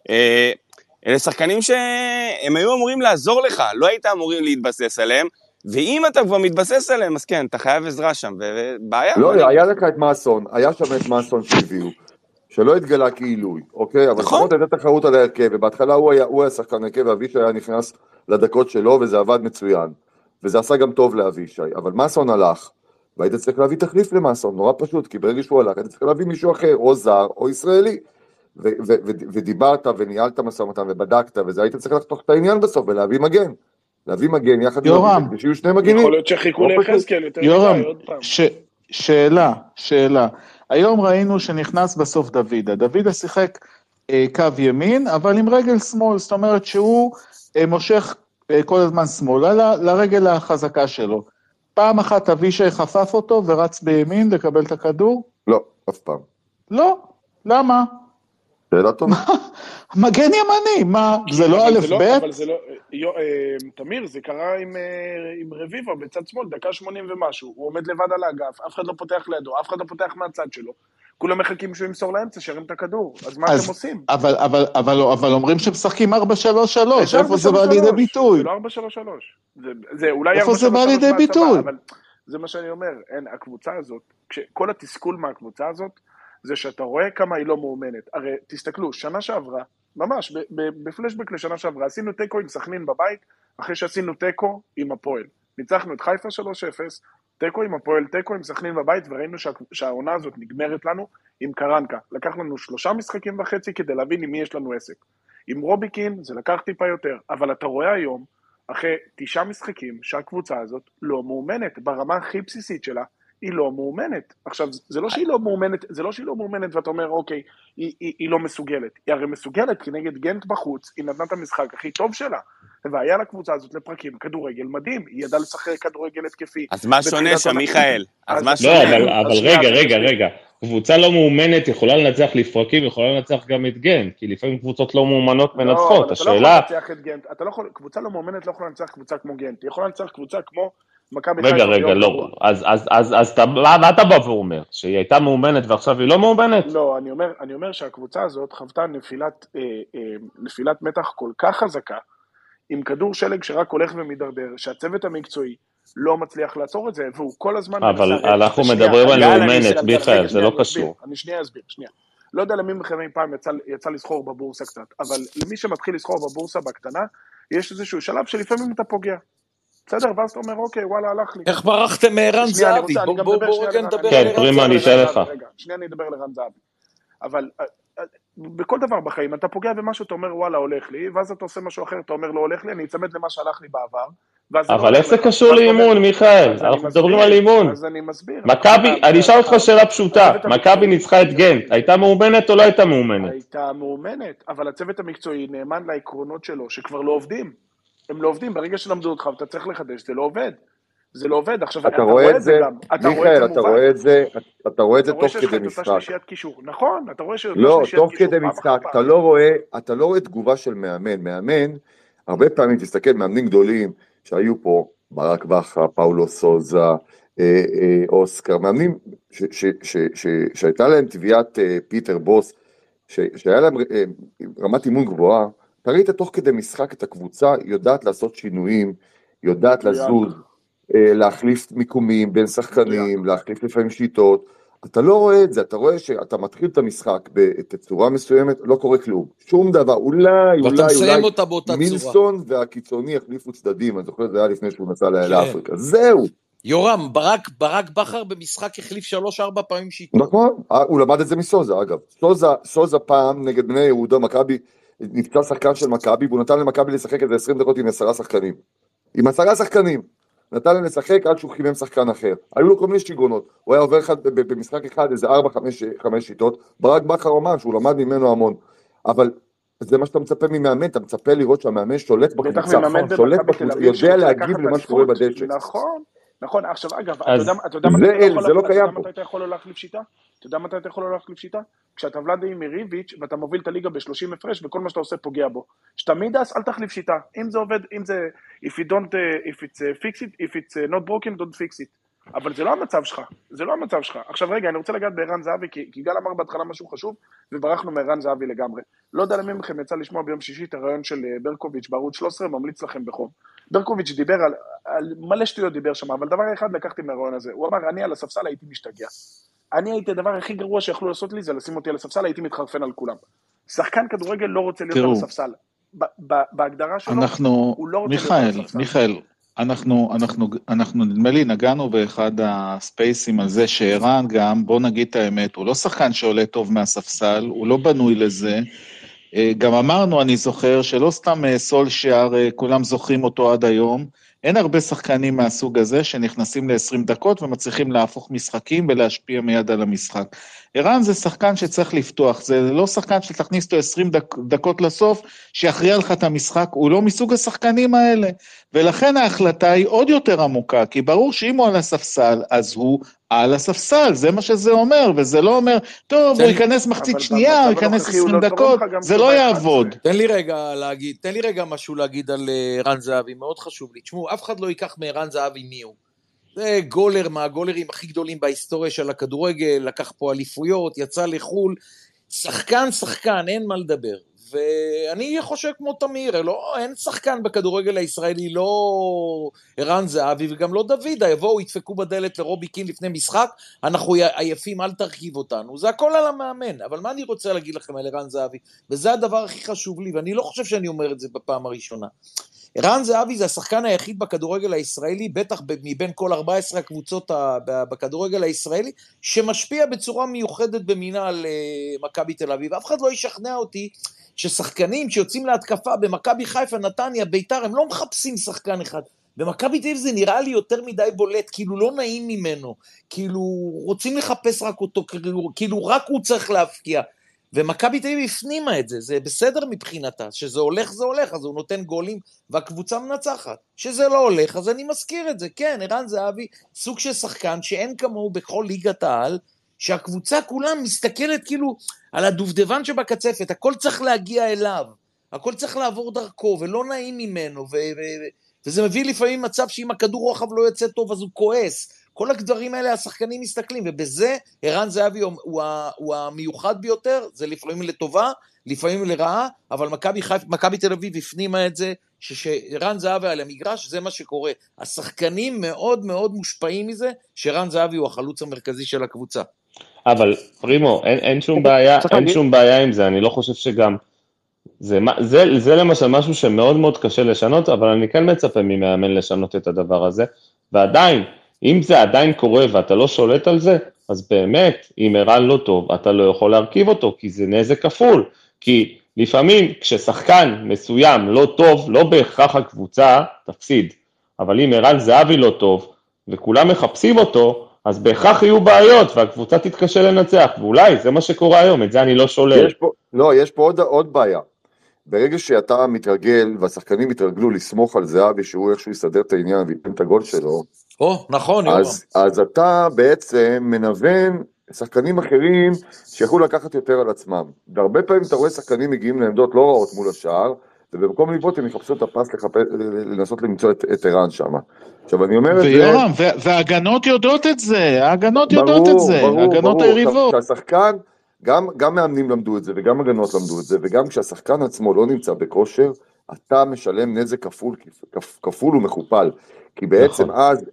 אלה שחקנים שהם היו אמורים לעזור לך, לא היית אמורים להתבסס עליהם, ואם אתה כבר מתבסס עליהם, אז כן, אתה חייב עזרה שם, ובעיה. לא, היה לך את מאסון, היה שם את מאסון שהביאו, שלא התגלה כעילוי, אוקיי? אבל לפחות הייתה תחרות על ההרכב, ובהתחלה הוא היה שחקן הרכב, ואבישי היה נכנס לדקות שלו, וזה עבד מצוין, וזה עשה גם טוב לאבישי, אבל מאסון הלך, והיית צריך להביא תחליף למאסון, נורא פשוט, כי ברגע שהוא הלך, היית צריך להביא מישהו אחר, או זר, או ישראלי, ודיברת, וניהלת משא ומתן, ובדקת, וזה היית צריך לחתוך את העניין בסוף, ולהביא מגן. להביא מגן יחד עם אבישי, ושיהיו שני מגנים. יכול להיות שחיכו ליחזקאל יותר יורם, מדי, עוד פעם. שאלה. היום ראינו שנכנס בסוף דוידה. דוידה שיחק קו ימין, אבל עם רגל שמאל, זאת אומרת שהוא מושך כל הזמן שמאלה לרגל החזקה שלו. פעם אחת אבישי חפף אותו ורץ בימין לקבל את הכדור? לא, אף פעם. לא, למה? שאלה טובה. מגן ימני, מה? זה לא א' ב'? אבל זה לא, תמיר, זה קרה עם רביבו בצד שמאל, דקה 80 ומשהו, הוא עומד לבד על האגף, אף אחד לא פותח לידו, אף אחד לא פותח מהצד שלו, כולם מחכים שהוא ימסור לאמצע, שרים את הכדור, אז מה אתם עושים? אבל אומרים שמשחקים 4-3-3, איפה זה בא לידי ביטוי? זה לא 4-3-3, זה אולי 4-3-3 איפה זה בא לידי ביטוי? אבל זה מה שאני אומר, הקבוצה הזאת, כל התסכול מהקבוצה הזאת, זה שאתה רואה כמה היא לא מאומנת. הרי תסתכלו, שנה שעברה, ממש, בפלשבק לשנה שעברה, עשינו טקו עם סכנין בבית, אחרי שעשינו טקו עם הפועל. ניצחנו את חיפה 3-0, תיקו עם הפועל, תיקו עם סכנין בבית, וראינו שהעונה הזאת נגמרת לנו עם קרנקה. לקח לנו 3.5 משחקים כדי להבין עם מי יש לנו עסק. עם רוביקין זה לקח טיפה יותר, אבל אתה רואה היום, אחרי 9 משחקים, שהקבוצה הזאת לא מאומנת, ברמה הכי בסיסית שלה, היא לא מאומנת. עכשיו, זה לא שהיא לא מאומנת, ואתה אומר, אוקיי, היא לא מסוגלת. היא הרי מסוגלת, כי נגד גנט בחוץ, היא נתנה את המשחק הכי טוב שלה. והיה לקבוצה הזאת לפרקים כדורגל מדהים, היא ידעה לשחק כדורגל התקפי. אז מה שונה שם, מיכאל? אז מה לא, שונה? אבל רגע. קבוצה לא מאומנת יכולה לנצח לפרקים, יכולה לנצח גם את גנט, כי לפעמים קבוצות לא מאומנות מנצחות. השאלה... קבוצה לא מאומנת לא יכולה לנצח קבוצה כמו גנט, היא יכולה לנצח קבוצה כמו מכבי רגע, לא. אז מה אתה בא ואומר? שהיא הייתה מאומנת ועכשיו היא לא מאומנת? לא, אני אומר שהקבוצה הזאת חוותה נפילת מתח כל כך חזקה, עם כדור שלג שרק הולך ומדרדר, שהצוות המקצועי לא מצליח לעצור את זה, והוא כל הזמן... אבל אנחנו מדברים על מאומנת, מיכאל, זה לא קשור. אני שנייה אסביר. לא יודע למי מכם פעם יצא לסחור בבורסה קצת, אבל למי שמתחיל לסחור בבורסה בקטנה, יש איזשהו שלב שלפעמים אתה פוגע. בסדר, ואז אתה אומר, אוקיי, וואלה, הלך לי. איך ברחתם מערן זהבי? בואו רגע נדבר על ערן זהבי. כן, פרימה, אני אתן לך. שנייה אני אדבר על ערן זהבי. אבל בכל דבר בחיים, אתה פוגע במשהו, אתה אומר, וואלה, הולך לי, ואז אתה עושה משהו אחר, אתה אומר, לא הולך לי, אני אצמד למה שהלך לי בעבר. אבל איך זה קשור לאימון, מיכאל? אנחנו מדברים על אימון. אז אני מסביר. מכבי, אני אשאל אותך שאלה פשוטה, מכבי ניצחה את גנט, הייתה מאומנת או לא הייתה מאומנת? הייתה מאומנת, אבל הצוות המקצועי נאמן לעקרונות שלו, שכבר לא עובדים. הם לא עובדים, ברגע שלמדו אותך, אתה צריך לחדש, זה לא עובד. זה לא עובד, עכשיו אתה רואה את זה גם. מיכאל, אתה רואה את זה תוך כדי משחק. נכון, אתה רואה שאתה לא, תוך כדי משחק, אתה לא רואה תגובה של מאמן, הרבה פעמים תסתכל, מאמנים גדולים שהיו פה, ברק בכר, פאולו סוזה, אוסקר, מאמנים שהייתה להם טביעת פיטר בוס, שהיה להם רמת אימון גבוהה, אתה ראית תוך כדי משחק את הקבוצה, יודעת לעשות שינויים, יודעת לזוז, להחליף מיקומים בין שחקנים, להחליף לפעמים שיטות, אתה לא רואה את זה, אתה רואה שאתה מתחיל את המשחק בתצורה מסוימת, לא קורה כלום, שום דבר, אולי מינסון והקיצוני יחליפו צדדים, אני זוכר, זה היה לפני שהוא נסע לאפריקה, זהו. יורם, ברק בכר במשחק החליף 3-4 פעמים שיטות. נכון, הוא למד את זה מסוזה, אגב. סוזה פעם נגד בני יהודה, מכבי, נפצע שחקן של מכבי, והוא נתן למכבי לשחק איזה 20 דקות עם 10 שחקנים. עם 10 שחקנים. נתן להם לשחק עד שהוא חימם שחקן אחר. היו לו כל מיני שיגונות. הוא היה עובר במשחק אחד איזה 4-5 שיטות. ברק בכר אומר שהוא למד ממנו המון. אבל זה מה שאתה מצפה ממאמן, אתה מצפה לראות שהמאמן שולט בקבוצה, שולט בקבוצה, יודע להגיב למה שקורה בדשא. נכון, עכשיו אגב, אתה יודע מתי אתה יכול לא להחליף שיטה? כשאתה ולדימיר ריביץ' ואתה מוביל את הליגה ב-30 הפרש וכל מה שאתה עושה פוגע בו. שתמיד אל תחליף שיטה. אם זה עובד, אם זה if it's fix it, if it's not broken, don't fix it. אבל זה לא המצב שלך. עכשיו רגע, אני רוצה לגעת בערן זהבי, כי גל אמר בהתחלה משהו חשוב, וברחנו מערן זהבי לגמרי. לא יודע למי מכם יצא לשמוע ביום שישי את הרעיון של ברקוביץ' בערוץ 13, ממליץ לכם בחום. ברקוביץ' דיבר על מלא שטויות דיבר שם, אבל דבר אחד לקחתי מהרעיון הזה. הוא אמר, אני על הספסל הייתי משתגע. אני הייתי הדבר הכי גרוע שיכלו לעשות לי, זה לשים אותי על הספסל, הייתי מתחרפן על כולם. שחקן כדורגל לא רוצה להיות על הספסל. בהגדרה שלו, הוא לא רוצה להיות על הספסל. מיכאל, אנחנו נדמה לי נגענו באחד הספייסים על זה שערן גם, בוא נגיד את האמת, הוא לא שחקן שעולה טוב מהספסל, הוא לא בנוי לזה, גם אמרנו, אני זוכר, שלא סתם סולשייר, כולם זוכרים אותו עד היום, אין הרבה שחקנים מהסוג הזה שנכנסים ל-20 דקות ומצליחים להפוך משחקים ולהשפיע מיד על המשחק. ערן זה שחקן שצריך לפתוח, זה לא שחקן שתכניס אותו 20 דקות לסוף, שיכריע לך את המשחק, הוא לא מסוג השחקנים האלה, ולכן ההחלטה היא עוד יותר עמוקה, כי ברור שאם הוא על הספסל, אז הוא על הספסל, זה מה שזה אומר, וזה לא אומר, טוב, הוא ייכנס מחצית שנייה, הוא ייכנס 20 דקות, זה לא יעבוד. תן לי רגע משהו להגיד על ערן זהבי, מאוד חשוב לי. תשמעו, אף אחד לא ייקח מערן זהבי מי הוא. זה גולר מהגולרים הכי גדולים בהיסטוריה של הכדורגל, לקח פה אליפויות, יצא לחול, שחקן, אין מה לדבר. ואני חושב כמו תמיר, אין שחקן בכדורגל הישראלי, לא ערן זהבי וגם לא דוד, יבואו, ידפקו בדלת לרובי קין לפני משחק, אנחנו עייפים, אל תרכיב אותנו, זה הכל על המאמן, אבל מה אני רוצה להגיד לכם על ערן זהבי, וזה הדבר הכי חשוב לי, ואני לא חושב שאני אומר את זה בפעם הראשונה, ערן זהבי זה השחקן היחיד בכדורגל הישראלי, בטח מבין כל 14 הקבוצות בכדורגל הישראלי, שמשפיע בצורה מיוחדת במינה על מכבי תל אביב. אף אחד לא ישכנע אותי ששחקנים שיוצאים להתקפה במכבי חיפה, נתניה, ביתר, הם לא מחפשים שחקן אחד. במכבי תל אביב זה נראה לי יותר מדי בולט, כאילו לא נעים ממנו, כאילו רוצים לחפש רק אותו, כאילו רק הוא צריך להפקיע. ומכבי תל אביב הפנימה את זה, זה בסדר מבחינתה, שזה הולך זה הולך, אז הוא נותן גולים והקבוצה מנצחת, שזה לא הולך, אז אני מזכיר את זה, כן, ערן זהבי, סוג של שחקן שאין כמוהו בכל ליגת העל, שהקבוצה כולה מסתכלת כאילו על הדובדבן שבקצפת, הכל צריך להגיע אליו, הכל צריך לעבור דרכו, ולא נעים ממנו, וזה מביא לפעמים מצב שאם הכדור רוחב לא יוצא טוב, אז הוא כועס, כל הדברים האלה השחקנים מסתכלים, ובזה ערן זהבי הוא המיוחד ביותר, זה לפעמים לטובה, לפעמים לרעה, אבל מכבי תל אביב הפנימה את זה, שערן זהבי על המגרש, זה מה שקורה. השחקנים מאוד מאוד מושפעים מזה, שערן זהבי הוא החלוץ המרכזי של הקבוצה. אבל פרימו, אין שום בעיה עם זה, אני לא חושב שגם, זה למשל משהו שמאוד מאוד קשה לשנות, אבל אני כן מצפה ממאמן לשנות את הדבר הזה, ועדיין, אם זה עדיין קורה ואתה לא שולט על זה, אז באמת, אם ערן לא טוב, אתה לא יכול להרכיב אותו, כי זה נזק כפול. כי לפעמים כששחקן מסוים לא טוב, לא בהכרח הקבוצה תפסיד. אבל אם ערן זהבי לא טוב, וכולם מחפשים אותו, אז בהכרח יהיו בעיות, והקבוצה תתקשה לנצח. ואולי זה מה שקורה היום, את זה אני לא שולל. יש פה עוד בעיה. ברגע שאתה מתרגל, והשחקנים מתרגלו לסמוך על זהבי, שהוא איכשהו יסדר את העניין ויתן את הגול שלו, נכון, אז אתה בעצם מנוון שחקנים אחרים שיכולו לקחת יותר על עצמם. והרבה פעמים אתה רואה שחקנים מגיעים לעמדות לא רעות מול השאר, ובמקום לבעוט הם יחפשו את הפס לנסות למצוא את ערן שם. עכשיו אני אומר את זה... ויורם, וההגנות יודעות את זה, ההגנות היריבות. שהשחקן, גם מאמנים למדו את זה, וגם הגנות למדו את זה, וגם כשהשחקן עצמו לא נמצא בכושר, אתה משלם נזק כפול ומכופל. כי בעצם אז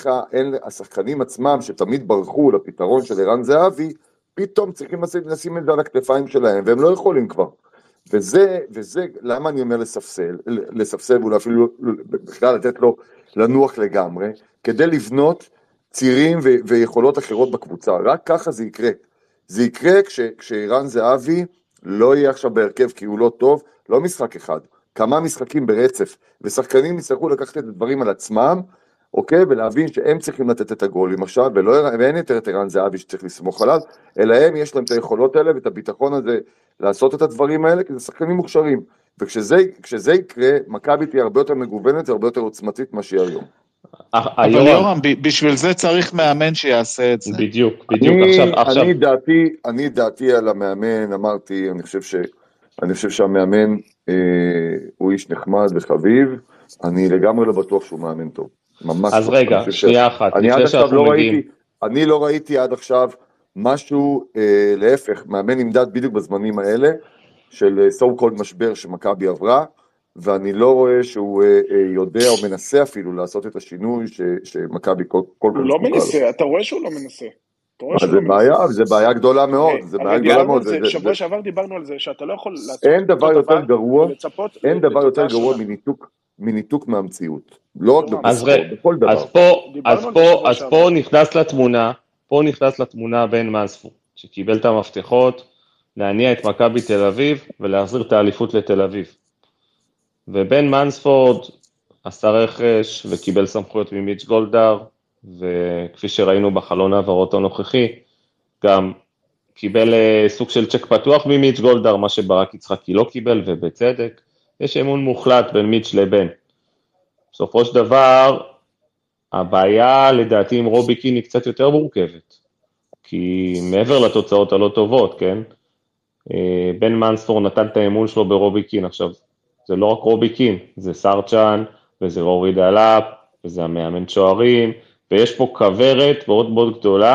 השחקנים עצמם שתמיד ברחו לפתרון של ערן זהבי, פתאום צריכים לשים את זה על הכתפיים שלהם, והם לא יכולים כבר. וזה למה אני אומר לספסל, ואולי אפילו בכלל לתת לו לנוח לגמרי, כדי לבנות צירים ויכולות אחרות בקבוצה. רק ככה זה יקרה. זה יקרה כשערן זהבי לא יהיה עכשיו בהרכב כי הוא לא טוב, לא משחק אחד. כמה משחקים ברצף, ושחקנים יצטרכו לקחת את הדברים על עצמם, אוקיי, ולהבין שהם צריכים לתת את הגולים עכשיו, ואין יותר את ערן זהבי שצריך לסמוך עליו, אלא הם יש להם את היכולות האלה, ואת הביטחון הזה, לעשות את הדברים האלה, כי זה שחקנים מוכשרים, וכשזה יקרה, מכבי תהיה הרבה יותר מגוונת, והרבה יותר עוצמתית מה שהיא היום. אבל יורם, בשביל זה צריך מאמן שיעשה את זה. בדיוק, עכשיו. אני דעתי על המאמן, אמרתי, אני חושב שהמאמן הוא איש נחמד וחביב, אני לגמרי לא בטוח שהוא מאמן טוב. ממש אז רגע, שנייה אחת, לפני שאנחנו מגיעים. אני לא ראיתי עד עכשיו משהו, להפך, מאמן נמדד בדיוק בזמנים האלה, של so called משבר שמכבי עברה, ואני לא רואה שהוא יודע או מנסה אפילו לעשות את השינוי שמכבי כל כך... הוא לא מנסה, אתה רואה שהוא לא מנסה. זה בעיה גדולה מאוד, זה בעיה גדולה מאוד. שבוע שעבר דיברנו על זה, שאתה לא יכול... אין דבר יותר גרוע מניתוק מהמציאות. לא רק בספורט, בכל דבר. אז פה נכנס לתמונה בן מנספורד, שקיבל את המפתחות להניע את מכבי תל אביב ולהחזיר את האליפות לתל אביב. ובן מנספורד עשה רכש וקיבל סמכויות ממיץ' גולדהר, וכפי שראינו בחלון העברות הנוכחי, גם קיבל סוג של צ'ק פתוח ממיץ' גולדהר, מה שברק יצחקי לא קיבל, ובצדק, יש אמון מוחלט בין מיץ' לבין. בסופו של דבר, הבעיה לדעתי עם רובי קין היא קצת יותר מורכבת, כי מעבר לתוצאות הלא טובות, כן? בן מנספורד נתן את האמון שלו ברובי קין, עכשיו, זה לא רק רובי קין, זה סרצ'ן, וזה רורי דלאפ, וזה המאמן שוערים, ויש פה כברת מאוד מאוד גדולה,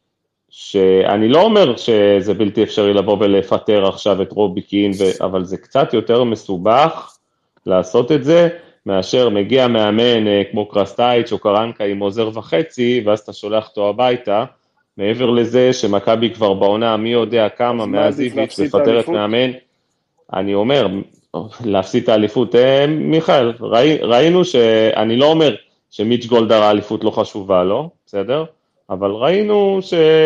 שאני לא אומר שזה בלתי אפשרי לבוא ולפטר עכשיו את רובי קין, אבל זה קצת יותר מסובך לעשות את זה, מאשר מגיע מאמן כמו קרסטייץ' או קרנקה עם עוזר וחצי, ואז אתה שולח אותו הביתה, מעבר לזה שמכבי כבר בעונה מי יודע כמה מאז איביץ' לפטר את מאמן, אני אומר, להפסיד את האליפות. מיכאל, ראינו שאני לא אומר שמיץ' גולדהר האליפות לא חשובה, לא? בסדר? אבל ראינו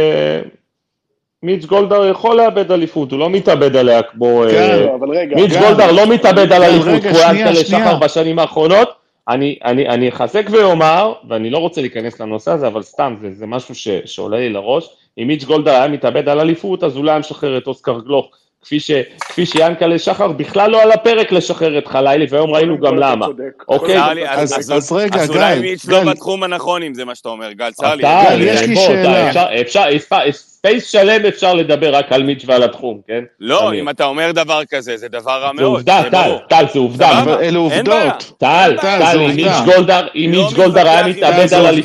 מיץ' גולדהר יכול לאבד אליפות, הוא לא מתאבד עליה כמו... מיץ' גולדהר לא מתאבד על אליפות, כמו ינקלה שחר בשנים האחרונות. אני אחזק ואומר, ואני לא רוצה להיכנס לנושא הזה, אבל סתם, זה משהו שעולה לי לראש. אם מיץ' גולדהר היה מתאבד על אליפות, אז אולי היה משחרר את אוסקר גלוך, כפי שיענקלה שחר בכלל לא על הפרק לשחרר את חלילי, והיום ראיינו גם למה. אוקיי? אז רגע, גל. אז אולי מיץ' לא בתחום הנכון, אם זה מה שאתה אומר, גל, צר לי. גל, יש לי שאלה. ספייס שלם אפשר לדבר רק על מיץ' ועל התחום, כן? לא, אם אתה אומר דבר כזה, זה דבר רע מאוד. זה עובדה, טל, זה עובדה. אלה עובדות. טל, אם מיץ' גולדהר היה מתאבד על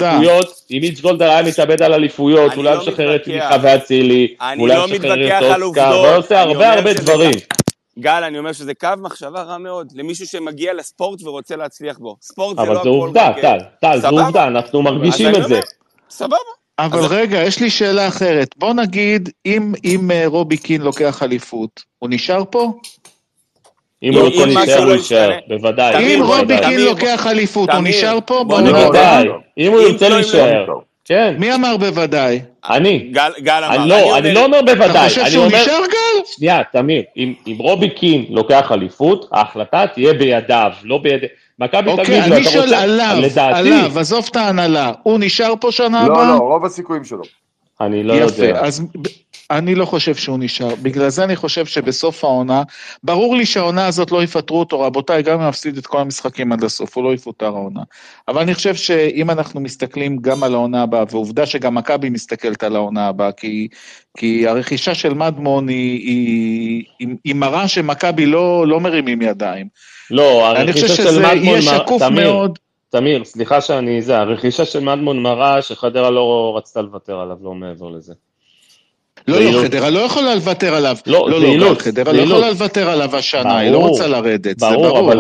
אליפויות, אולי משחרר את מיכה ואצילי, אולי משחרר את אוסקר, ועושה הרבה דברים. גל, אני אומר שזה קו מחשבה רע מאוד, למישהו שמגיע לספורט ורוצה להצליח בו. ספורט זה לא הכל. אבל זה עובדה, טל, זה עובדה, אנחנו מרגישים את זה. סבבה. אבל רגע, יש לי שאלה אחרת. בוא נגיד, אם רובי קין לוקח אליפות, הוא נשאר פה? אם הוא רוצה להישאר, הוא יישאר, בוודאי. אם רובי קין לוקח אליפות, הוא נשאר פה? בוא נגיד. אם הוא ירצה להישאר. כן. מי אמר בוודאי? אני. גל אמר. אני לא אומר בוודאי. אתה חושב שהוא נשאר, גל? שנייה, תמיר, אם רובי קין לוקח אליפות, ההחלטה תהיה בידיו, לא בידי... אוקיי, אני שואל עליו, עזוב את ההנהלה, הוא נשאר פה שנה הבאה? לא, רוב הסיכויים שלו. אני לא יודע. יפה, אז אני לא חושב שהוא נשאר, בגלל זה אני חושב שבסוף העונה, ברור לי שהעונה הזאת לא יפטרו אותו, רבותיי, גם אם נפסיד את כל המשחקים עד הסוף, הוא לא יפוטר העונה. אבל אני חושב שאם אנחנו מסתכלים גם על העונה הבאה, ועובדה שגם מכבי מסתכלת על העונה הבאה, כי הרכישה של מדמון היא מראה שמכבי לא מרימים ידיים. לא, הרכישה של מדמון... יהיה שקוף מאוד. תמיר, סליחה הרכישה של מדמון מראה שחדרה לא רצתה לוותר עליו, לא מעבר לזה. לא, חדרה לא יכולה לוותר עליו. לא, חדרה לא יכולה לוותר עליו השנה, היא לא רוצה לרדת, זה ברור.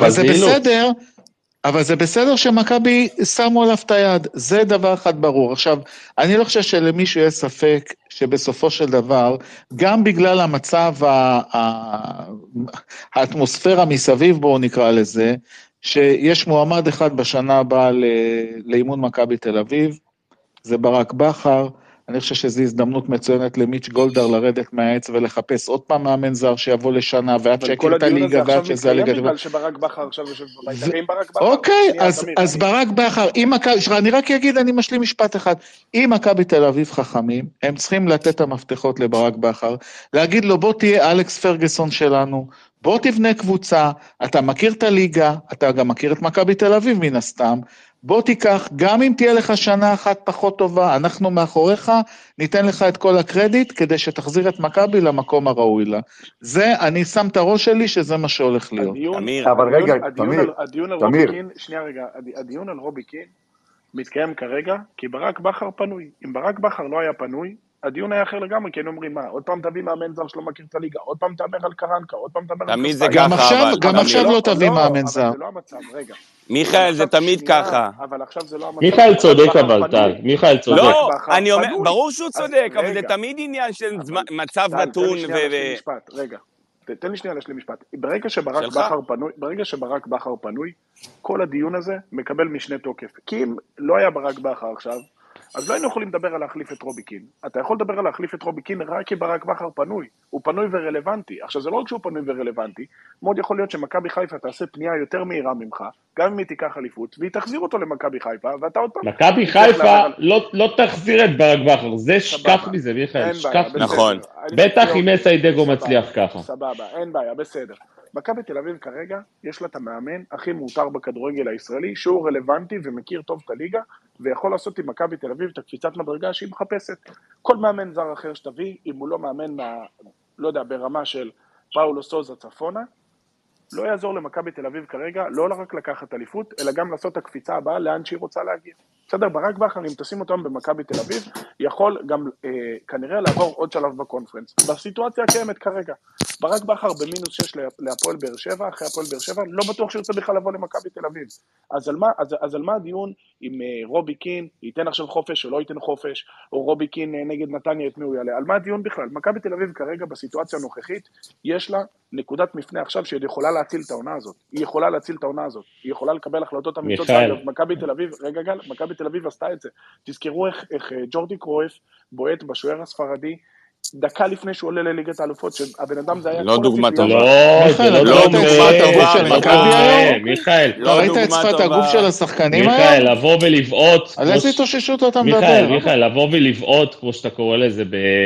אבל זה בסדר שמכבי שמו עליו את היד, זה דבר אחד ברור. עכשיו, אני לא חושב שלמישהו יש ספק שבסופו של דבר, גם בגלל המצב, האטמוספירה מסביב בו נקרא לזה, שיש מועמד אחד בשנה הבאה לאימון מכבי תל אביב, זה ברק בכר, אני חושב שזו הזדמנות מצוינת למיץ' גולדהר לרדת מהעץ ולחפש עוד פעם מאמן זר שיבוא לשנה ועד שיקל את הליגה ועד שזה הליגה. בגלל שברק בכר עכשיו יושב בבית, אם ברק בכר... אוקיי, אז ברק בכר, אני רק אגיד, אני משלים משפט אחד, אם מכבי תל אביב חכמים, הם צריכים לתת את המפתחות לברק בכר, להגיד לו בוא תהיה אלכס פרגוסון שלנו, בוא תבנה קבוצה, אתה מכיר את הליגה, אתה גם מכיר את מכבי תל אביב מן הסתם, בוא תיקח, גם אם תהיה לך שנה אחת פחות טובה, אנחנו מאחוריך, ניתן לך את כל הקרדיט, כדי שתחזיר את מכבי למקום הראוי לה. זה, אני שם את הראש שלי, שזה מה שהולך להיות. אבל רגע, הדיון על רובי קין מתקיים כרגע, כי ברק בכר פנוי. אם ברק בכר לא היה פנוי, הדיון היה אחר לגמרי, כי הם אומרים מה, עוד פעם תביא מאמן זר שלא מכיר את הליגה, עוד פעם תאמר על קרנקה, עוד פעם תאמר על... תמיד זה ככה, אבל... גם עכשיו לא תביא מאמן זר. אבל זה לא המצב, רגע. מיכאל, זה תמיד ככה. אבל עכשיו זה לא המצב. מיכאל צודק אבל, טל, מיכאל צודק. לא, אני אומר, ברור שהוא צודק, אבל זה תמיד עניין של מצב נתון רגע, תן לי שנייה להשלים משפט. ברגע שברק בכר פנוי, כל הדיון הזה מקבל משנה תוקף. כי אם לא היה ברק בכר עכשיו, אז לא היינו יכולים לדבר על להחליף את רובי קין. אתה יכול לדבר על להחליף את רובי קין רק כי ברק בכר פנוי. הוא פנוי ורלוונטי. עכשיו זה לא רק שהוא פנוי ורלוונטי, מאוד יכול להיות שמכבי חיפה תעשה פנייה יותר מהירה ממך, גם אם היא תיקח אליפות, והיא תחזיר אותו למכבי חיפה, ואתה עוד פעם... מכבי חיפה לא תחזיר את ברק בכר, זה שכח מזה, מיכאל, שכח מזה. נכון. בטח אם אסיידגו מצליח ככה. סבבה, אין בעיה, בסדר. מכבי תל אביב כרגע יש לה את המאמן הכי מותר בכדורגל הישראלי, שהוא רלוונטי ומכיר טוב את הליגה, ויכול לעשות עם מכבי תל אביב את הקפיצת מדרגה שהיא מחפשת. כל מאמן זר אחר שתביא, אם הוא לא מאמן לא יודע, ברמה של פאולו סוזה צפונה, לא יעזור למכבי תל אביב כרגע, לא רק לקחת אליפות, אלא גם לעשות את הקפיצה הבאה לאן שהיא רוצה להגיע. בסדר, ברק בכר, אם תשים אותם במכבי תל אביב, יכול גם כנראה לעבור עוד שלב בקונפרנס. בסיטואציה הקיימת כרגע. ברק בכר במינוס 6 להפועל באר שבע, אחרי הפועל באר שבע, לא בטוח שירצה בכלל לבוא למכבי תל אביב. אז על מה הדיון אם רובי קין ייתן עכשיו חופש או לא ייתן חופש, או רובי קין נגד נתניה את מי הוא יעלה? על מה הדיון בכלל? מכבי תל אביב כרגע בסיטואציה הנוכחית, יש לה נקודת מפנה עכשיו שהיא יכולה להציל את העונה הזאת. היא יכולה להציל את העונה הזאת. היא יכולה לקבל החלטות אמיצות. מכבי תל אביב, רגע גל, מכבי תל אביב עשתה את זה. תזכרו איך ג'ורדי קרויף בועט בשוער הספרדי, דקה לפני שהוא עולה לליגת האלופות, שהבן אדם זה היה... לא דוגמה טובה. לא, זה לא דוגמה טובה. מיכאל, לא ראית את שפת הגוף של השחקנים היום? מיכאל, לבוא ולבעוט... על איזה התאוששות אתה מדבר? מיכאל, לבוא ולבעוט, כמו שאתה קורא לזה,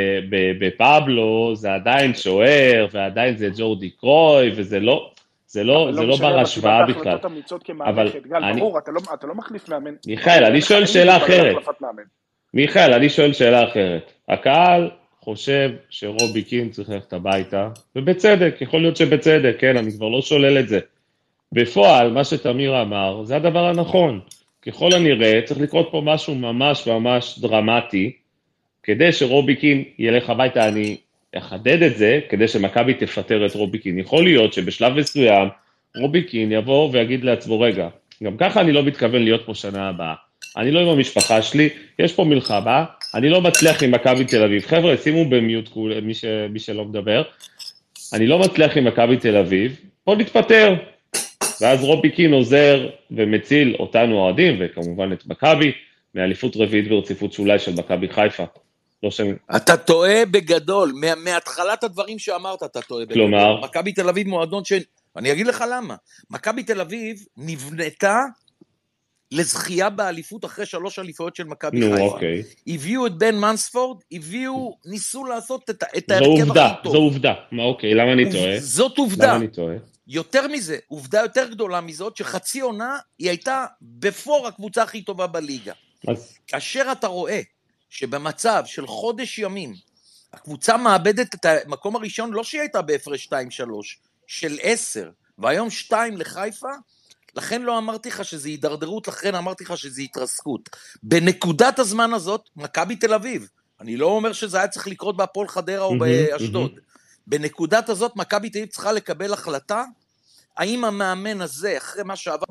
בפאבלו, זה עדיין שוער, ועדיין זה ג'ורדי קרוי, וזה לא... זה לא בר השוואה בכלל. אבל ברור, אתה לא מחליף מאמן. מיכאל, אני שואל שאלה אחרת. מיכאל, אני שואל שאלה אחרת. הקהל חושב שרובי קין צריך ללכת הביתה, ובצדק, יכול להיות שבצדק, כן, אני כבר לא שולל את זה. בפועל, מה שתמיר אמר, זה הדבר הנכון. ככל הנראה, צריך לקרות פה משהו ממש ממש דרמטי, כדי שרובי קין ילך הביתה. אני אחדד את זה, כדי שמכבי תפטר את רובי קין. יכול להיות שבשלב מסוים, רובי קין יבוא ויגיד לעצמו, רגע, גם ככה אני לא מתכוון להיות פה שנה הבאה. אני לא עם המשפחה שלי, יש פה מלחמה, אני לא מצליח עם מכבי תל אביב. חבר'ה, שימו במיוט מי שלא מדבר. אני לא מצליח עם מכבי תל אביב, בוא נתפטר. ואז רובי קין עוזר ומציל אותנו אוהדים, וכמובן את מכבי, מאליפות רביעית ברציפות שאולי של מכבי חיפה. לא אתה טועה בגדול, מהתחלת הדברים שאמרת אתה טועה בגדול. כלומר? מכבי תל אביב מועדון אני אגיד לך למה. מכבי תל אביב נבנתה לזכייה באליפות אחרי 3 אליפויות של מכבי חיפה. אוקיי. הביאו את בן מנספורד, ניסו לעשות את ההרכב הכי טוב. זו עובדה. אוקיי, למה אני טועה? זאת עובדה. למה אני טועה? יותר מזה, עובדה יותר גדולה מזאת, שחצי עונה היא הייתה בפור הקבוצה הכי טובה בליגה. כאשר אתה רואה שבמצב של חודש ימים, הקבוצה מאבדת את המקום הראשון, לא שהיא הייתה בהפרש 2-3, של 10, והיום 2 לחיפה, לכן לא אמרתי לך שזה הידרדרות, לכן אמרתי לך שזה התרסקות. בנקודת הזמן הזאת, מכבי תל אביב, אני לא אומר שזה היה צריך לקרות בהפועל חדרה או באשדוד, בנקודת הזאת, מכבי תל אביב צריכה לקבל החלטה, האם המאמן הזה, אחרי מה שעבר,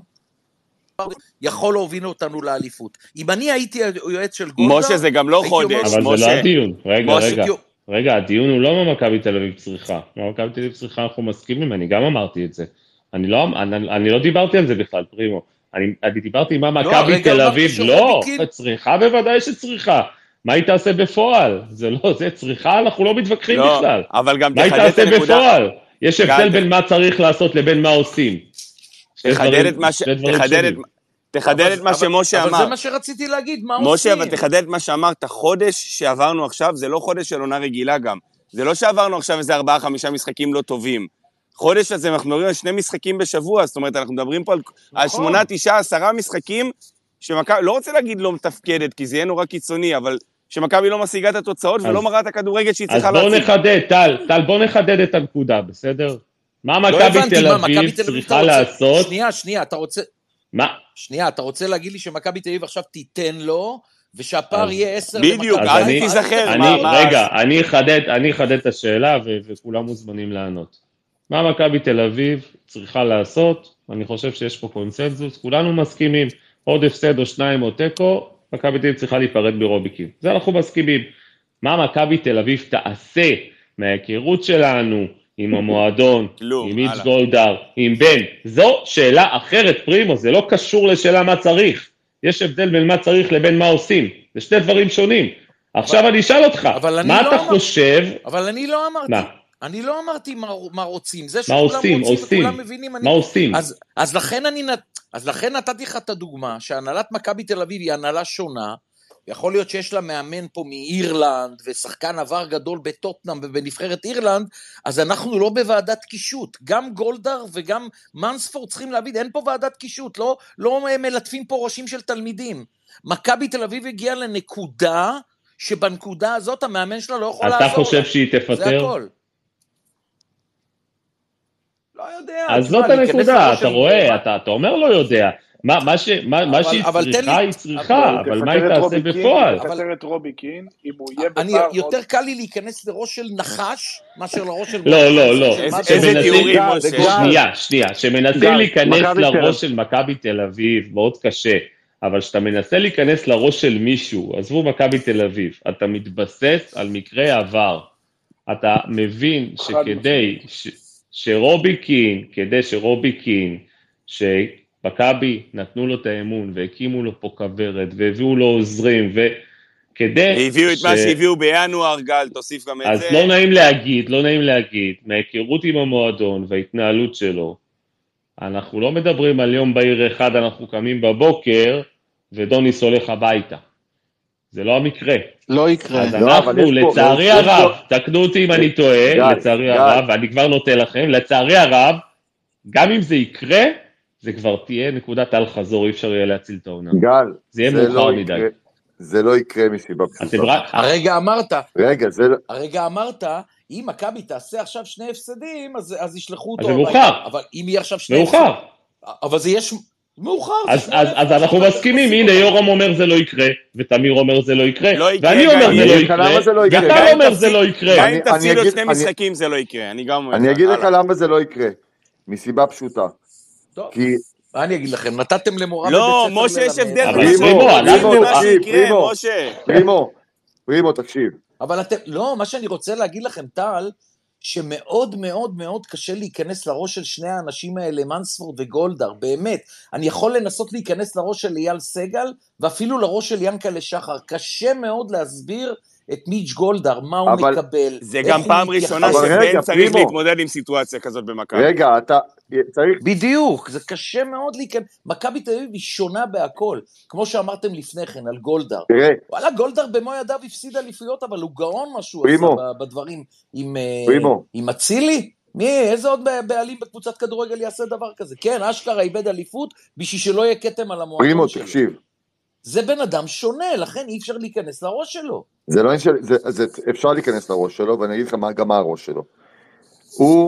יכול להוביל אותנו לאליפות. אם אני הייתי יועץ של גולדה... משה, זה גם לא חודש. אבל זה לא הדיון. רגע, הדיון הוא לא ממכבי תל אביב צריכה. ממכבי תל אביב צריכה אנחנו מסכימים, אני גם אמרתי את זה. אני לא דיברתי על זה בכלל, פרימו. אני דיברתי מה מכבי תל אביב, לא, צריכה בוודאי שצריכה. מה היא תעשה בפועל? זה לא, זה צריכה, אנחנו לא מתווכחים בכלל. אבל גם מה היא תעשה בפועל? יש הבדל בין מה צריך לעשות לבין מה עושים. תחדד את מה שמשה אמר. אבל זה מה שרציתי להגיד, מה עושים? משה, אבל תחדד את מה שאמרת, חודש שעברנו עכשיו, זה לא חודש של עונה רגילה גם. זה לא שעברנו עכשיו איזה 4-5 משחקים לא טובים. חודש הזה אנחנו מדברים על 2 משחקים בשבוע, זאת אומרת, אנחנו מדברים פה על 8, 9, 10 משחקים, שמכבי, לא רוצה להגיד לא מתפקדת, כי זה יהיה נורא קיצוני, אבל שמכבי לא משיגה את התוצאות ולא מראה את הכדורגל שהיא צריכה להציג. אז בוא נחדד, טל, בוא נחדד את הנקודה, בסדר? מה מכבי תל אביב צריכה לעשות? שנייה, אתה רוצה... מה? שנייה, אתה רוצה להגיד לי שמכבי תל אביב עכשיו תיתן לו, ושהפער יהיה 10 בדיוק, אז תיזכר. רגע, אני אחדד את השאלה, וכולם מוזמנים לענות. מה מכבי תל אביב צריכה לעשות? אני חושב שיש פה קונסנזוס, כולנו מסכימים, עוד הפסד או 2 או תיקו, מכבי תל אביב צריכה להיפרד מרובי קין. זה אנחנו מסכימים. מה מכבי תל אביב תעשה מההיכרות שלנו, עם המועדון, עם איץ' גולדהר, עם בן? זו שאלה אחרת, פרימו, זה לא קשור לשאלה מה צריך. יש הבדל בין מה צריך לבין מה עושים. זה 2 דברים שונים. עכשיו אני אשאל אותך, מה אתה חושב? אבל אני לא אמרתי. אני לא אמרתי מה רוצים, זה שכולם רוצים וכולם מבינים. מה עושים? אז לכן נתתי לך את הדוגמה, שהנהלת מכבי תל אביב היא הנהלה שונה, יכול להיות שיש לה מאמן פה מאירלנד, ושחקן עבר גדול בטוטנאם ובנבחרת אירלנד, אז אנחנו לא בוועדת קישוט, גם גולדהר וגם מנספורד צריכים להבין, אין פה ועדת קישוט, לא מלטפים פה ראשים של תלמידים. מכבי תל אביב הגיעה לנקודה, שבנקודה הזאת המאמן שלה לא יכול לעזור. אתה חושב שהיא תפטר? זה הכל. לא יודע. אז זאת הנקודה, אתה רואה, אתה אומר לא יודע. מה שהיא צריכה, היא צריכה, אבל מה היא תעשה בפועל? תפטר את רובי קין, אם הוא יהיה אני בפער... יותר קל לי להיכנס לראש של נחש, מאשר לראש של... לא. איזה תיאורים, משה? שנייה, שמנסים להיכנס לראש של מכבי תל אביב, מאוד קשה, אבל שאתה מנסה להיכנס לראש של מישהו, עזבו מכבי תל אביב, אתה מתבסס על מקרה עבר, אתה מבין שכדי שרובי קין, שמכבי נתנו לו את האמון, והקימו לו פה כברת, והביאו לו עוזרים, וכדי... הביאו את מה שהביאו בינואר, גל, תוסיף גם את אז זה. אז לא נעים להגיד, מההיכרות עם המועדון וההתנהלות שלו, אנחנו לא מדברים על יום בהיר אחד, אנחנו קמים בבוקר, ודוניס הולך הביתה. זה לא המקרה. לא יקרה. אז אנחנו, לצערי הרב, תקנו אותי אם אני טועה, לצערי הרב, ואני כבר נוטה לכם, לצערי הרב, גם אם זה יקרה, זה כבר תהיה נקודת על חזור, אי אפשר יהיה להציל את העונה. גל, זה יהיה מאוחר מדי. זה לא יקרה מסיבה פשוטה. הרגע אמרת, אם מכבי תעשה עכשיו 2 הפסדים, אז ישלחו אותו. אז זה מאוחר. אבל אם יהיה עכשיו 2 הפסדים... מאוחר. אבל זה יש... מאוחר. אז אנחנו מסכימים, הנה יורם אומר זה לא יקרה, ותמיר אומר זה לא יקרה, ואני אומר זה לא יקרה, ואתה אומר זה לא יקרה. גם אם תפסידו 2 משחקים זה לא יקרה, אני אגיד לך למה זה לא יקרה, מסיבה פשוטה. טוב, מה אני אגיד לכם, נתתם למורה לא, משה יש הבדל. פרימו, תקשיב. אבל אתם, לא, מה שאני רוצה להגיד לכם, טל, שמאוד מאוד מאוד קשה להיכנס לראש של שני האנשים האלה, מנספורד וגולדהר, באמת. אני יכול לנסות להיכנס לראש של אייל סגל, ואפילו לראש של ינקלה שחר. קשה מאוד להסביר את מיץ' גולדהר, מה הוא מקבל. זה גם פעם ראשונה שבן צריך להתמודד עם סיטואציה כזאת במכבי. רגע, אתה צריך... בדיוק, זה קשה מאוד להיכנס. מכבי תל אביב היא שונה בהכל, כמו שאמרתם לפני כן על גולדהר. וואלה, גולדהר במו ידיו הפסיד אליפויות, אבל הוא גאון משהו עשה בדברים עם אצילי. איזה עוד בעלים בקבוצת כדורגל יעשה דבר כזה? כן, אשכרה איבד אליפות, בשביל שלא יהיה כתם על המועדון שלו. תקשיב. זה בן אדם שונה, לכן אי אפשר להיכנס לראש שלו. זה לא אפשר להיכנס לראש שלו, ואני אגיד לך גם מה הראש שלו. הוא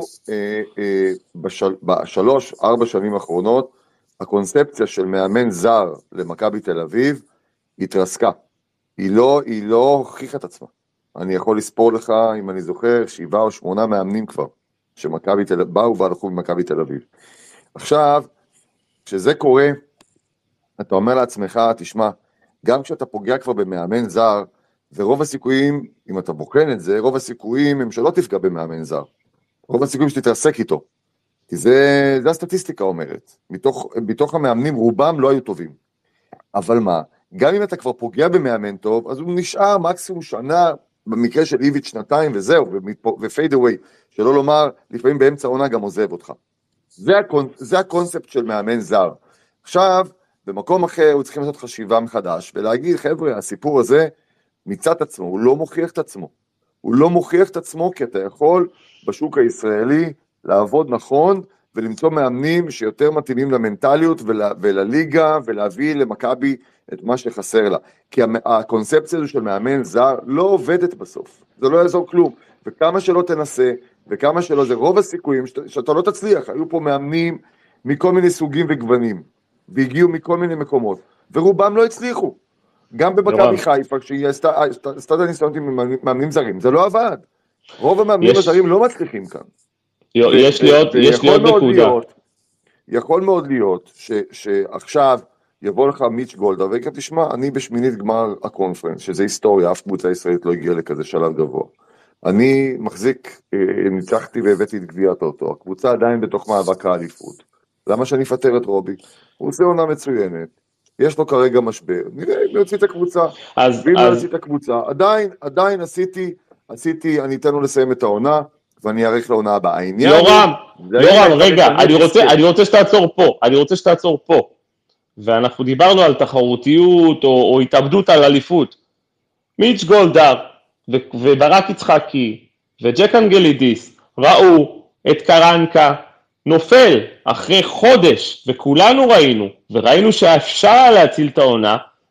ב3-4 שנים האחרונות, הקונספציה של מאמן זר למכבי תל אביב התרסקה. היא לא הוכיחה את עצמה. אני יכול לספור לך, אם אני זוכר, 7 או 8 מאמנים כבר, שמכבי תל אביב, באו והלכו במכבי תל אביב. עכשיו, כשזה קורה, אתה אומר לעצמך, תשמע, גם כשאתה פוגע כבר במאמן זר, ורוב הסיכויים, אם אתה בוחן את זה, רוב הסיכויים הם שלא תפגע במאמן זר. רוב הסיכויים שתתרסק איתו. כי זה הסטטיסטיקה אומרת. מתוך המאמנים רובם לא היו טובים. אבל מה? גם אם אתה כבר פוגע במאמן טוב, אז הוא נשאר מקסימום שנה, במקרה של איביץ' 2 וזהו, ופייד אווי, שלא לומר, לפעמים באמצע העונה גם עוזב אותך. זה הקונספט של מאמן זר. עכשיו, במקום אחר הוא צריכים לעשות חשיבה מחדש, ולהגיד, חבר'ה, הסיפור הזה מצד עצמו, הוא לא מוכיח את עצמו. הוא לא מוכיח את עצמו, כי אתה יכול בשוק הישראלי לעבוד נכון, ולמצוא מאמנים שיותר מתאימים למנטליות ולליגה, ולהביא למכבי את מה שחסר לה. כי הקונספציה הזו של מאמן זר לא עובדת בסוף. זה לא יעזור כלום. וכמה שלא תנסה, וכמה שלא, זה רוב הסיכויים שאתה לא תצליח. היו פה מאמנים מכל מיני סוגים וגוונים, והגיעו מכל מיני מקומות, ורובם לא הצליחו. גם במכבי חיפה, כשהיא עשתה את הניסיונות עם מאמנים זרים, זה לא עבד. רוב המאמנים הזרים לא מצליחים כאן. יש לי עוד נקודה. יכול מאוד להיות שעכשיו יבוא לך מיץ' גולדהר, וכך תשמע, אני בשמינית גמר הקונפרנס, שזה היסטוריה, אף קבוצה ישראלית לא הגיעה לכזה שלב גבוה. אני מחזיק, ניצחתי והבאתי את גביעת אותו, הקבוצה עדיין בתוך מאבק האליפות. למה שאני אפטר את רובי? הוא עושה עונה מצוינת, יש לו כרגע משבר, נראה אם יוציא את הקבוצה, ואם לא יוציא את הקבוצה, עדיין עשיתי, אני אתן לו לסיים את העונה, ואני אערך לעונה הבאה. יורם, רגע, אני רוצה שתעצור פה, ואנחנו דיברנו על תחרותיות, או התאבדות על אליפות. מיץ' גולדהר, וברק יצחקי, וג'ק אנגלידיס, ראו את קרנקה, נופל אחרי חודש, וכולנו ראינו שאפשר להציל את העונה,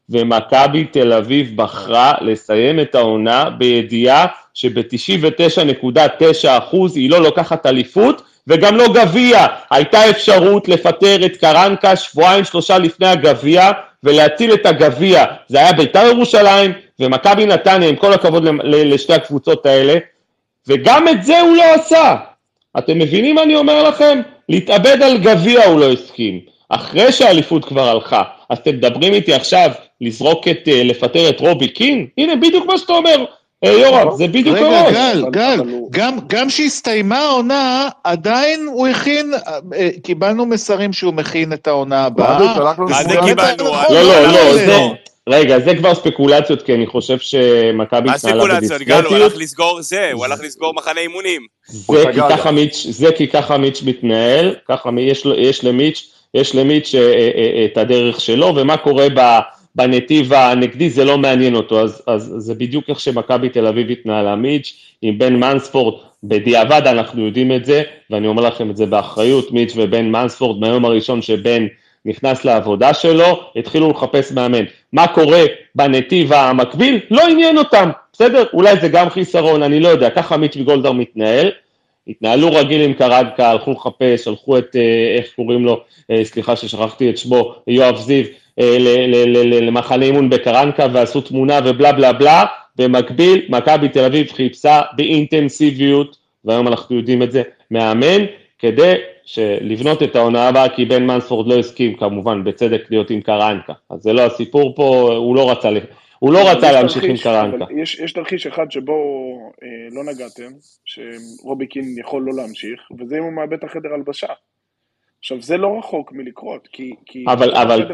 ומכבי תל אביב בחרה לסיים את העונה בידיעה שב-99.9% היא לא לוקחת אליפות, וגם לא גביע. הייתה אפשרות לפטר את קרנקה 2-3 לפני הגביע, ולהציל את הגביע. זה היה בית"ר ירושלים, ומכבי נתניה, עם כל הכבוד לשתי הקבוצות האלה, וגם את זה הוא לא עשה. אתם מבינים מה אני אומר לכם? להתאבד על גביע הוא לא הסכים. אחרי שהאליפות כבר הלכה, אז אתם מדברים איתי עכשיו לפטר את רובי קין? הנה, בדיוק מה שאתה אומר, יורם, זה בדיוק הראש. רגע, גל, גם שהסתיימה העונה, עדיין הוא הכין, קיבלנו מסרים שהוא מכין את העונה הבאה. מה זה קיבלנו? לא, רגע, זה כבר ספקולציות, כי אני חושב שמכבי התנהלה בדיסקרטיות. הוא הלך לסגור זה, הוא הלך לסגור מחנה אימונים. זה כי ככה מיץ' מתנהל, ככה יש למיץ' את הדרך שלו, ומה קורה בנתיב הנגדי זה לא מעניין אותו, אז זה בדיוק איך שמכבי תל אביב התנהלה מיץ' עם בן מנספורד, בדיעבד אנחנו יודעים את זה, ואני אומר לכם את זה באחריות, מיץ' ובן מנספורד מהיום הראשון שבן נכנס לעבודה שלו, התחילו לחפש מאמן. מה קורה בנתיב המקביל? לא עניין אותם, בסדר? אולי זה גם חיסרון, אני לא יודע, ככה מיץ' וגולדהר מתנהל, התנהלו רגיל עם קרנקה, הלכו לחפש, הלכו את, איך קוראים לו, סליחה ששכחתי את שמו, יואב זיו, למחנה אימון בקרנקה, ועשו תמונה ובלה בלה בלה, במקביל, מכבי תל אביב חיפשה באינטנסיביות, והיום אנחנו יודעים את זה, מאמן, כדי לבנות את העונה הבאה, כי בן מנספורד לא הסכים, כמובן, בצדק להיות עם קרנקה. אז זה לא הסיפור פה, הוא לא רצה להמשיך עם קרנקה. יש תרחיש אחד שבו לא נגעתם, שרובי קין יכול לא להמשיך, וזה אם הוא מאבד את החדר הלבשה. עכשיו, זה לא רחוק מלקרות, כי אבל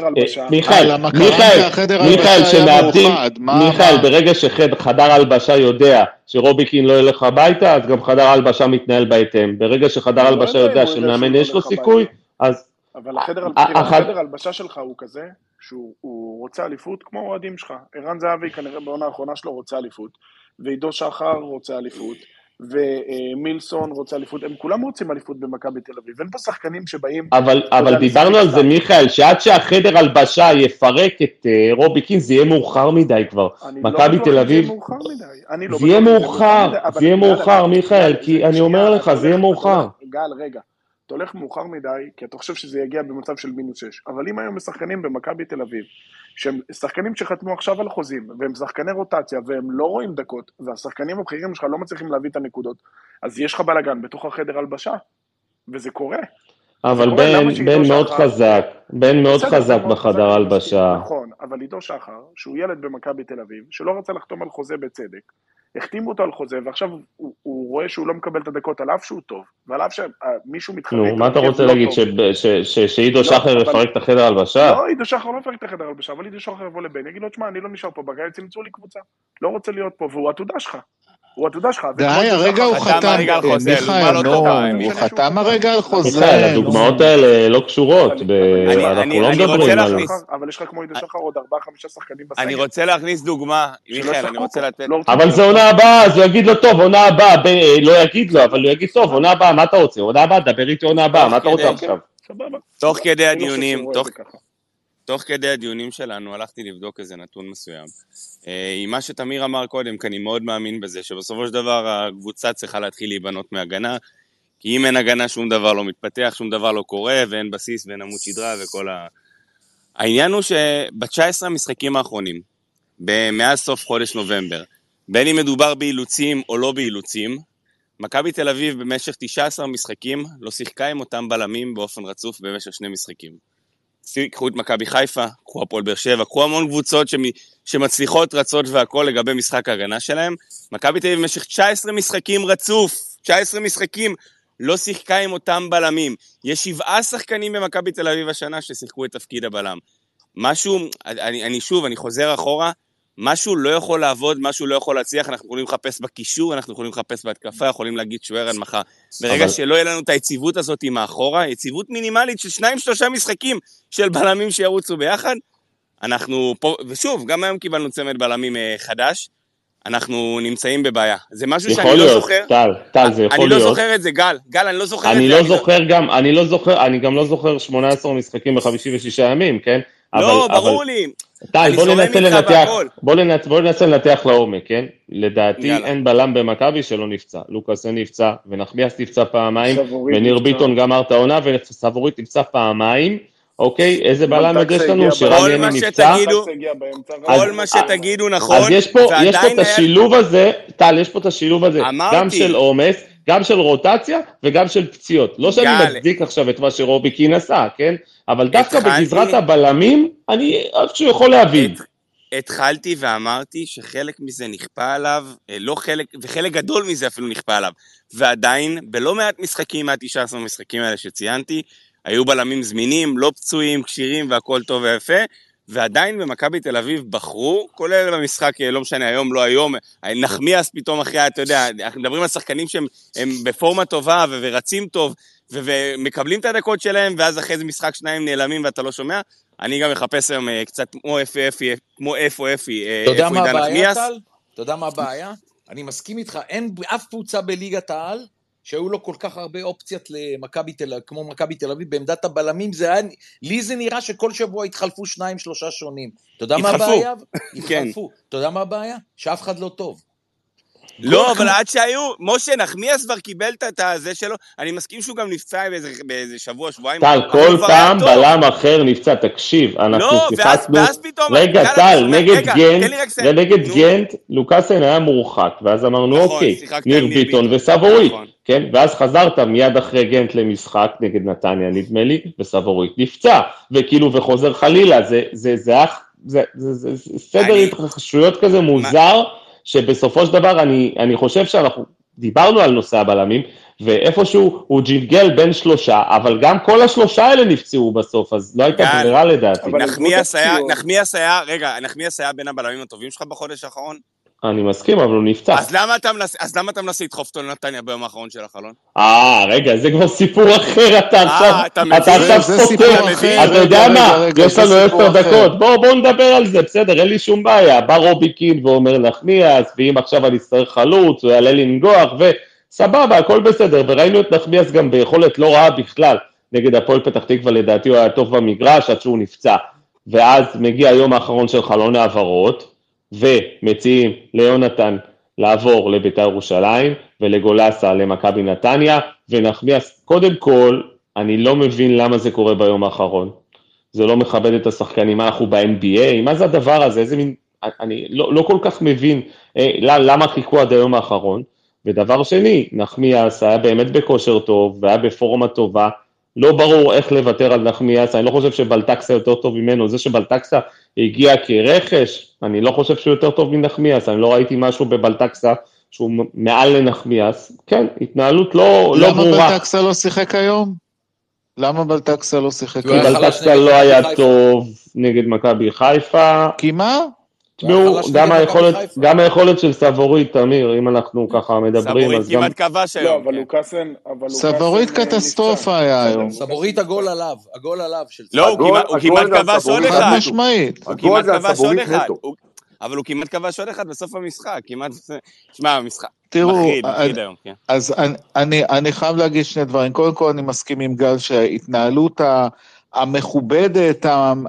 מיכאל, ברגע שחדר הלבשה יודע שרובי קין לא ילך הביתה, אז גם חדר הלבשה מתנהל בהתאם. ברגע שחדר הלבשה יודע שמאמן יש לו סיכוי, אז... אבל החדר הלבשה שלך הוא כזה, שהוא רוצה אליפות כמו אוהדים שלך. ערן זהבי כנראה בעונה האחרונה שלו רוצה אליפות, ועידו שחר רוצה אליפות, ומילסון רוצה אליפות, הם כולם רוצים אליפות במכבי תל אביב, אין פה שחקנים שבאים... אבל דיברנו על זה, מיכאל, שעד שהחדר הלבשה יפרק את רובי קין, זה יהיה מאוחר מדי כבר. מכבי תל אביב... זה יהיה מאוחר, מיכאל, כי אני אומר לך, זה יהיה מאוחר. גל, רגע, אתה הולך מאוחר מדי, כי אתה חושב שזה יגיע במצב של -6, אבל אם היום משחקנים במכבי תל אביב, שהם שחקנים שחתמו עכשיו על חוזים, והם שחקני רוטציה, והם לא רואים דקות, והשחקנים הבכירים שלך לא מצליחים להביא את הנקודות, אז יש לך בלגן בתוך החדר הלבשה, וזה קורה. אבל בן מאוד חזק בחדר הלבשה. נכון, אבל עידו שחר, שהוא ילד במכבי תל אביב, שלא רצה לחתום על חוזה בצדק, החתימו אותו על חוזה, ועכשיו הוא רואה שהוא לא מקבל את הדקות על אף שהוא טוב, ועל אף שמישהו מתחרק... נו, מה אתה רוצה להגיד, שעידו שחר יפרק את החדר הלבשה? לא, עידו שחר לא יפרק את החדר הלבשה, אבל עידו שחר יבוא לבן, יגיד לו, תשמע, אני לא נשאר פה בגלל, צמצו לי קבוצה, לא רוצה להיות פה, והוא עתודה שלך. די, הרגע הוא חתם, מיכאל, הוא חתם הרגע על חוזה. מיכאל, הדוגמאות האלה לא קשורות, אנחנו לא מדברים על... אבל יש לך כמו עידו שחר עוד 4-5 שחקנים בסגל. אני רוצה להכניס דוגמה, מיכאל, אני רוצה לתת... אבל זה עונה הבאה, אז הוא יגיד לו, טוב, עונה הבאה, לא יגיד לו, אבל הוא יגיד, טוב, עונה הבאה, מה אתה רוצה? עונה הבאה, דבר איתי עונה הבאה, מה אתה רוצה עכשיו? תוך כדי הדיונים שלנו הלכתי לבדוק איזה נתון מסוים. עם מה שתמיר אמר קודם, כי אני מאוד מאמין בזה, שבסופו של דבר הקבוצה צריכה להתחיל להיבנות מהגנה, כי אם אין הגנה שום דבר לא מתפתח, שום דבר לא קורה, ואין בסיס ואין עמוד שדרה וכל העניין הוא שב-19 המשחקים האחרונים, מאז סוף חודש נובמבר, בין אם מדובר באילוצים או לא באילוצים, מכבי תל אביב במשך 19 משחקים לא שיחקה עם אותם בלמים באופן רצוף במשך 2 משחקים. קחו את מכבי חיפה, קחו הפועל באר שבע, קחו המון קבוצות שמצליחות רצות והכל לגבי משחק ההגנה שלהם. מכבי תל אביב במשך 19 משחקים רצוף, 19 משחקים, לא שיחקה עם אותם בלמים. יש 7 שחקנים במכבי תל אביב השנה ששיחקו את תפקיד הבלם. משהו, אני חוזר אחורה, משהו לא יכול לעבוד, משהו לא יכול להצליח, אנחנו יכולים לחפש בקישור, אנחנו יכולים לחפש בהתקפה, יכולים להגיד שוער עד מחר. ברגע שלא יהיה לנו את היציבות הזאת מאחורה, יציבות מינימלית של 2-3 משחקים של בלמים שירוצו ביחד, אנחנו פה, ושוב, גם היום קיבלנו צמד בלמים חדש, אנחנו נמצאים בבעיה. זה משהו שאני לא זוכר. טל, זה יכול להיות. אני לא זוכר את זה, גל, אני לא זוכר את זה. אני גם לא זוכר 18 משחקים ב56 ימים, כן? לא, ברור לי. טל, בוא זורם ננסה איתך לנתח, בהכל. בוא ננסה לנתח לעומק, כן? לדעתי יאללה. אין בלם במכבי שלא נפצע. לוקאסן נפצע, ונחמיאס נפצע פעמיים, סבורית וניר נפצע. ביטון גמר את העונה, וסבורית נפצע פעמיים, אוקיי? איזה בלם עוד יש בלטקסה לנו? הגיע שרן כל יני מה נפצע? שתגידו, בלטקסה הגיע באמצע. כל מה שתגידו נכון, אז יש פה ועדיין את השילוב הזה, טל, יש פה את השילוב הזה, אמרתי. גם של עומס, גם של רוטציה, וגם של פציעות. לא שאני גל. מצדיק עכשיו את מה שרוביקין עשה, כן? אבל דווקא התחלתי- בגזרת הבלמים, אני איכשהו יכול להבין. התחלתי ואמרתי שחלק מזה נכפה עליו, לא חלק, וחלק גדול מזה אפילו נכפה עליו, ועדיין, בלא מעט משחקים, מה-19 המשחקים האלה שציינתי, היו בלמים זמינים, לא פצועים, כשירים והכל טוב ויפה, ועדיין במכבי תל אביב בחרו, כולל במשחק, לא משנה, היום, לא היום, נחמיאס פתאום אחרי, אתה יודע, אנחנו מדברים על שחקנים שהם בפורמה טובה ורצים טוב, ומקבלים את הדקות שלהם, ואז אחרי זה משחק שניים נעלמים ואתה לא שומע, אני גם מחפש היום קצת כמו איפה אפי, אתה יודע איפה מה עידן הבעיה, נחמיאס. טל? אתה יודע מה הבעיה? אני מסכים איתך, אין אף קבוצה בליגת העל שהיו לו כל כך הרבה אופציות כמו מכבי תל אביב, בעמדת הבלמים, לי זה נראה שכל שבוע התחלפו 2-3 שונים. אתה יודע מה הבעיה? התחלפו. אתה יודע מה הבעיה? שאף אחד לא טוב. לא, אבל עד שהיו, משה, נחמיאס כבר קיבל את הזה שלו, אני מסכים שהוא גם נפצע באיזה שבוע, שבועיים. טל, כל פעם בלם אחר נפצע, תקשיב, אנחנו שיחקנו, ואז פתאום... רגע, טל, נגד גנט, לוקאסן היה מורחק, ואז אמרנו, אוקיי, ניר ביטון וסבורית, כן, ואז חזרת מיד אחרי גנט למשחק נגד נתניה, נדמה לי, וסבורית נפצע, וכאילו וחוזר חלילה, זה סדר התרחשויות כזה מוזר, שבסופו של דבר אני חושב שאנחנו דיברנו על נושא הבלמים, ואיפשהו הוא ג'ינגל בין 3, אבל גם כל 3 האלה נפצעו בסוף, אז לא הייתה ברירה לדעתי. נחמיאס היה בין הבלמים הטובים שלך בחודש האחרון? אני מסכים, אבל הוא נפצע. אז למה אתה מנסה לדחוף אותו לנתניה ביום האחרון של החלון? רגע, זה כבר סיפור אחר, אתה עכשיו סופר, אתה יודע מה, יש לנו 10 דקות, בואו נדבר על זה, בסדר, אין לי שום בעיה, בא רוביקין ואומר נחמיאס, ואם עכשיו אני אצטרך חלוץ, הוא יעלה לנגוח, וסבבה, הכל בסדר, וראינו את נחמיאס גם ביכולת לא רעה בכלל, נגד הפועל פתח תקווה, לדעתי הוא היה טוב במגרש, עד שהוא נפצע, ואז מגיע היום האחרון של חלון העברות, ומציעים ליונתן לעבור לבית"ר ירושלים, ולגולסה למכבי נתניה, ונחמיאס, קודם כל, אני לא מבין למה זה קורה ביום האחרון. זה לא מכבד את השחקנים, אנחנו ב-NBA, מה זה הדבר הזה? איזה מין, אני לא כל כך מבין למה חיכו עד היום האחרון. ודבר שני, נחמיאס היה באמת בכושר טוב, והיה בפורמה טובה, לא ברור איך לוותר על נחמיאס, אני לא חושב שבלטקסה יותר טוב ממנו, זה שבלטקסה הגיע כרכש, אני לא חושב שהוא יותר טוב מנחמיאס, אני לא ראיתי משהו בבלטקסה שהוא מעל לנחמיאס, כן, התנהלות לא ברורה. למה בלטקסה לא שיחק היום? למה בלטקסה לא שיחק היום? כי בלטקסה לא היה טוב נגד מכבי חיפה. כי מה? תשמעו, גם היכולת של סבורית, תמיר, אם אנחנו ככה מדברים, אז גם... סבורית כמעט כבש היום. לא, אבל לוקאסן... סבורית קטסטרופה היה היום. סבורית הגול עליו של... לא, הוא כמעט כבש עוד אחד. חד משמעית. הוא כמעט כבש עוד אחד. אבל הוא כמעט כבש עוד אחד בסוף המשחק, כמעט... שמע, המשחק. תראו, אז אני חייב להגיד שני דברים. קודם כל אני מסכים עם גל שההתנהלות המכובדת,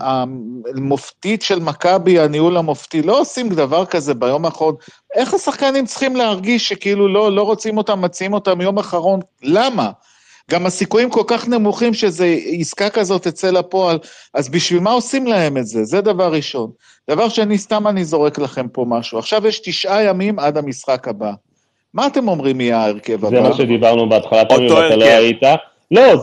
המופתית של מכבי, הניהול המופתי, לא עושים דבר כזה ביום האחרון. איך השחקנים צריכים להרגיש שכאילו לא רוצים אותם, מציעים אותם יום האחרון? למה? גם הסיכויים כל כך נמוכים שזה עסקה כזאת אצל הפועל, אז בשביל מה עושים להם את זה? זה דבר ראשון. דבר שני, סתם אני זורק לכם פה משהו. עכשיו יש 9 ימים עד המשחק הבא. מה אתם אומרים יהיה ההרכב הבא? זה מה שדיברנו בהתחלה, תמיר, אתה לא היית. לא,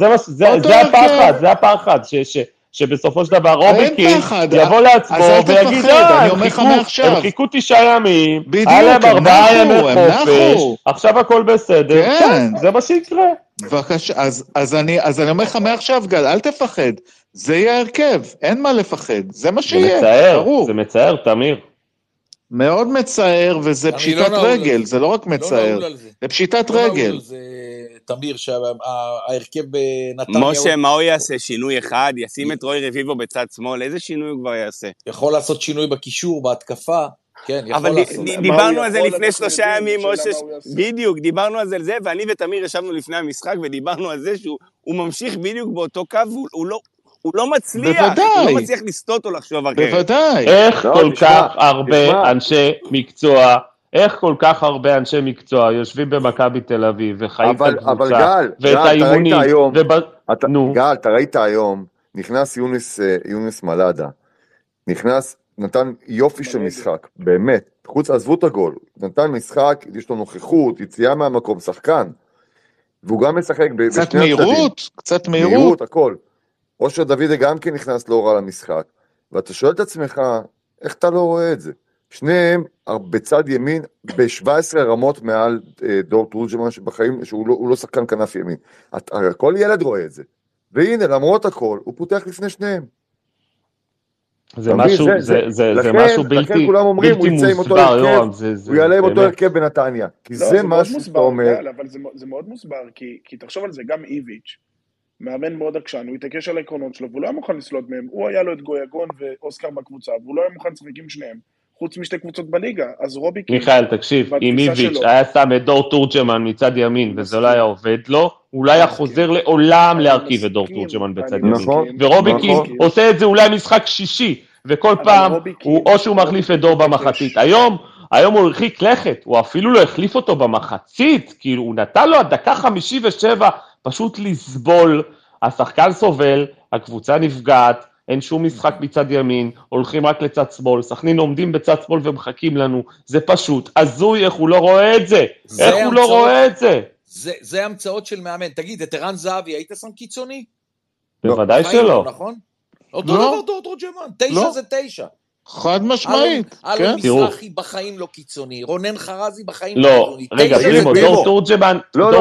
זה הפחד, שבסופו של דבר רוביקין יבוא לעצמו ויגיד, הם חיכו 9 ימים, היה להם 4 ימי חופש, עכשיו הכל בסדר, זה מה שיקרה. בבקשה, אז אני אומר לך מעכשיו, גל, אל תפחד, זה יהיה הרכב, אין מה לפחד, זה מה שיהיה, זה מצער, תמיר. מאוד מצער, וזה פשיטת רגל, זה לא רק מצער, זה פשיטת רגל. תמיר, שההרכב בנתניה... משה, מה הוא יעשה? שינוי אחד? ישים את רוי רביבו בצד שמאל? איזה שינוי הוא כבר יעשה? יכול לעשות שינוי בקישור, בהתקפה, כן, יכול לעשות. אבל דיברנו על זה לפני 3 ימים, משה, בדיוק, דיברנו על זה, ואני ותמיר ישבנו לפני המשחק, ודיברנו על זה שהוא ממשיך בדיוק באותו קו, הוא לא מצליח, בוודאי. הוא לא מצליח לסטות או לחשוב אחרת. בוודאי. איך לא, כל תשמע, כך הרבה תשמע. אנשי מקצוע, איך כל כך הרבה אנשי מקצוע יושבים במכבי תל אביב וחיים את אבל הקבוצה גל, ואת אתה ראית האימונים, היום, נו, גל, אתה ראית היום, נכנס יונס מלאדה, נכנס, נתן יופי של משחק, באמת, חוץ עזבו את הגול, נתן משחק, יש לו נוכחות, יציאה מהמקום, שחקן, והוא גם משחק בשני קצת מהירות, קצת מהירות. מהירות, הכל. אושר דוידה גם כן נכנס לא רע למשחק, ואתה שואל את עצמך, איך אתה לא רואה את זה? שניהם בצד ימין, ב-17 רמות מעל דור תורג'מן שבחיים, שהוא לא שחקן כנף ימין. כל ילד רואה את זה. והנה, למרות הכל, הוא פותח לפני שניהם. זה משהו בלתי מוסבר, יורם, הוא יעלה עם אותו הרכב בנתניה. כי זה משהו שאתה אומר. אבל זה מאוד מוסבר, כי תחשוב על זה, גם איביץ', מאמן מאוד עקשן, הוא התעקש על העקרונות שלו, והוא לא היה מוכן לסלוט מהם. הוא היה לו את גויגון ואוסקר בקבוצה, והוא לא היה מוכן לשחק עם שניהם. חוץ משתי קבוצות בליגה, אז רובי קיש... מיכאל, תקשיב, אם איביץ' היה שם את דור תורג'מן מצד ימין, וזה לא היה עובד לו, אולי היה חוזר לעולם להרכיב את דור תורג'מן בצד ימין. ורובי קיש עושה את זה אולי משחק שישי, וכל פעם, או שהוא מחליף את דור במחצית. היום הוא הרחיק לכת, הוא אפילו לא החליף אותו במחצית, כאילו הוא נתן לו עד דקה 57, פשוט לסבול, השחקן סובל, הקבוצה נפגעת, אין שום משחק מצד ימין, הולכים רק לצד שמאל, סכנין עומדים בצד שמאל ומחכים לנו, זה פשוט הזוי, איך הוא לא רואה את זה? איך הוא לא רואה את זה? זה המצאות של מאמן. תגיד, את ערן זהבי, היית שם קיצוני? בוודאי שלא. נכון? אותו דבר דור תורג'מן, 9 זה 9. חד משמעית. אלון מזרחי בחיים לא קיצוני, רונן חרזי בחיים לא קיצוני. לא, רגע, דור תורג'מן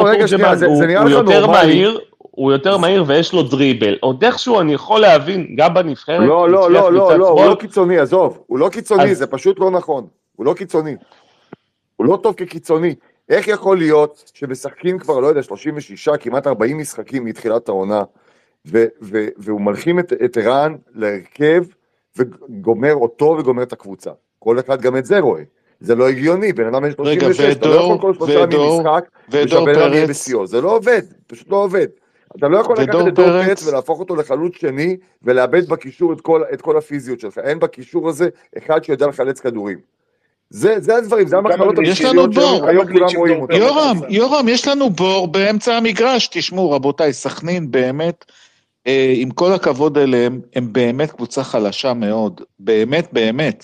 הוא יותר מהיר, הוא יותר מהיר ויש לו דריבל, עוד איכשהו אני יכול להבין, גם בנבחרת, לא, הוא לא קיצוני, עזוב, הוא לא קיצוני, זה פשוט לא נכון, הוא לא קיצוני, הוא לא טוב כקיצוני, איך יכול להיות שמשחקים כבר, לא יודע, 36, כמעט 40 משחקים מתחילת העונה, והוא מלחים את ערן להרכב, וגומר אותו וגומר את הקבוצה, כל אחד גם את זה רואה, זה לא הגיוני, בן אדם יש 36, אתה לא יכול כל 3 ממשחק, ושבן אדם יהיה בסיור, זה לא עובד, פשוט לא עובד. אתה לא יכול לקחת את דור פרץ ולהפוך אותו לחלוץ שני, ולאבד בקישור את כל הפיזיות שלך. אין בקישור הזה אחד שיודע לחלץ כדורים. זה הדברים, זה המחלות המשפטיות שהיום כולם רואים אותם. יורם, יש לנו בור באמצע המגרש. תשמעו, רבותיי, סכנין באמת, עם כל הכבוד אליהם, הם באמת קבוצה חלשה מאוד. באמת,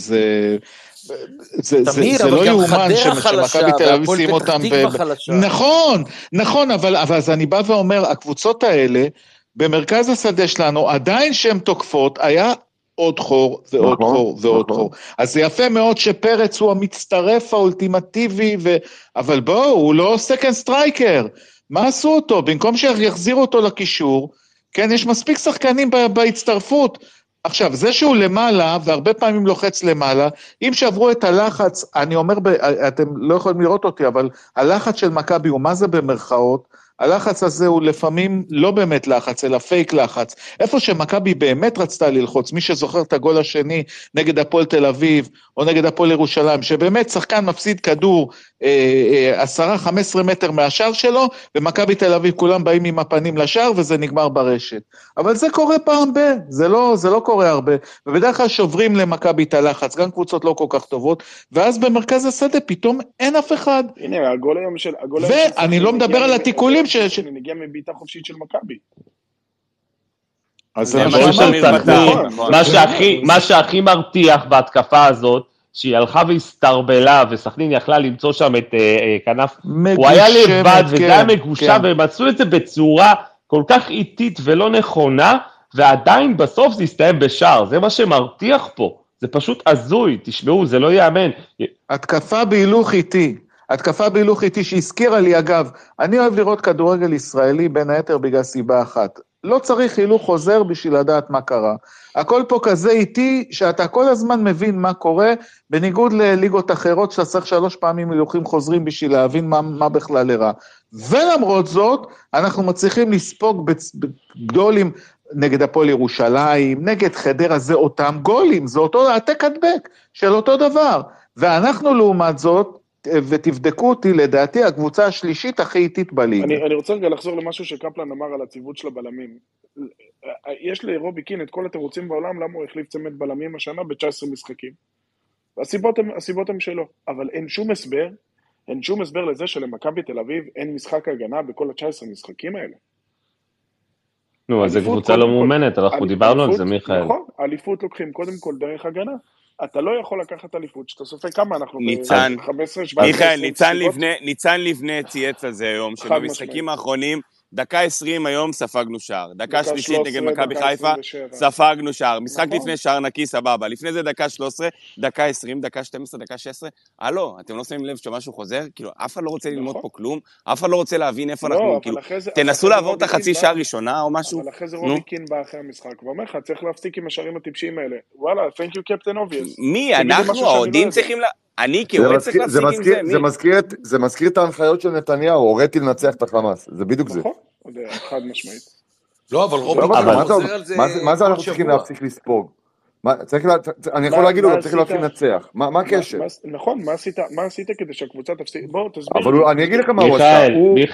זה לא יאומן שמכבי תל אביב שים אותם נכון, אבל אז אני בא ואומר, הקבוצות האלה במרכז השדה שלנו עדיין שהן תוקפות, היה עוד חור ועוד חור ועוד חור. אז זה יפה מאוד שפרץ הוא המצטרף האולטימטיבי, אבל בואו, הוא לא סקנד סטרייקר. מה עשו אותו? במקום שיחזירו אותו לקישור, כן, יש מספיק שחקנים בהצטרפות. עכשיו, זה שהוא למעלה, והרבה פעמים לוחץ למעלה, אם שעברו את הלחץ, אני אומר, אתם לא יכולים לראות אותי, אבל הלחץ של מכבי הוא מה זה במרכאות? הלחץ הזה הוא לפעמים לא באמת לחץ, אלא פייק לחץ. איפה שמכבי באמת רצתה ללחוץ, מי שזוכר את הגול השני נגד הפועל תל אביב, או נגד הפועל ירושלים, שבאמת שחקן מפסיד כדור 10-15 מטר מהשאר שלו, ומכבי תל אביב כולם באים עם הפנים לשאר, וזה נגמר ברשת. אבל זה קורה פעם זה לא קורה הרבה, ובדרך כלל שוברים למכבי את הלחץ, גם קבוצות לא כל כך טובות, ואז במרכז השדה פתאום אין אף אחד. הנה, הגול היום של... ואני לא מדבר על התיקולים אני נגיע מביתה חופשית של מכבי. אז מה שהכי מרתיח בהתקפה הזאת, שהיא הלכה והסתרבלה, וסכנין יכלה למצוא שם את כנף, הוא היה לבד, וזה היה מגושה, והם מצאו את זה בצורה כל כך איטית ולא נכונה, ועדיין בסוף זה הסתיים בשער, זה מה שמרתיח פה, זה פשוט הזוי, תשמעו, זה לא יאמן. התקפה בהילוך איטי שהזכירה לי, אגב, אני אוהב לראות כדורגל ישראלי בין היתר בגלל סיבה אחת, לא צריך הילוך חוזר בשביל לדעת מה קרה, הכל פה כזה איטי שאתה כל הזמן מבין מה קורה, בניגוד לליגות אחרות שאתה צריך 3 פעמים הילוכים חוזרים בשביל להבין מה בכלל הרע, ולמרות זאת אנחנו מצליחים לספוג גדולים נגד הפועל ירושלים, נגד חדרה, זה אותם גולים, זה אותו העתק הדבק של אותו דבר, ואנחנו לעומת זאת, ותבדקו אותי, לדעתי, הקבוצה השלישית הכי איטית בליגה. אני רוצה רגע לחזור למשהו שקפלן אמר על הציוות של הבלמים. יש לרובי קין את כל התירוצים בעולם, למה הוא החליף צמד בלמים השנה ב-19 משחקים. הסיבות הן שלו, אבל אין שום הסבר לזה שלמכבי תל אביב אין משחק הגנה בכל ה-19 משחקים האלה. נו, אז זו קבוצה לא מאומנת, אנחנו דיברנו על זה, מיכאל. נכון, אליפות לוקחים קודם כל דרך הגנה. אתה לא יכול לקחת אליפות, שאתה סופר כמה אנחנו ניצן, ב-15-17. מיכאל, ניצן לבנה צייץ על זה היום, שבמשחקים האחרונים, דקה 20 היום ספגנו שער, דקה שלישית נגד מכבי חיפה, ספגנו שער, משחק לפני שער נקי, סבבה, לפני זה דקה 13, דקה 20, דקה 12, דקה 16, הלו, אתם לא שמים לב שמשהו חוזר? כאילו, אף אחד לא רוצה ללמוד פה כלום, אף אחד לא רוצה להבין איפה אנחנו, כאילו, תנסו לעבור את החצי שעה ראשונה או משהו. אבל אחרי זה רובי קין בא אחרי המשחק, ואומר לך, צריך להפסיק עם השערים הטיפשיים האלה. וואלה, thank you Captain Obvious. מי? אנחנו, האוהדים צריכים אני כהורד צריך להפסיק עם זה. זה מזכיר את ההנחיות של נתניהו, הוריתי לנצח את אני בדיוק זה. נכון, חד משמעית. לא, אבל רובי חוזר על זה. מה זה אנחנו צריכים להפסיק לספוג? אני יכול להגיד לו, צריך להפסיק לנצח. מה הקשר? נכון, מה עשית כדי שהקבוצה תפסיק? בוא, תסביר. אבל אני אגיד לך מה הוא עשה.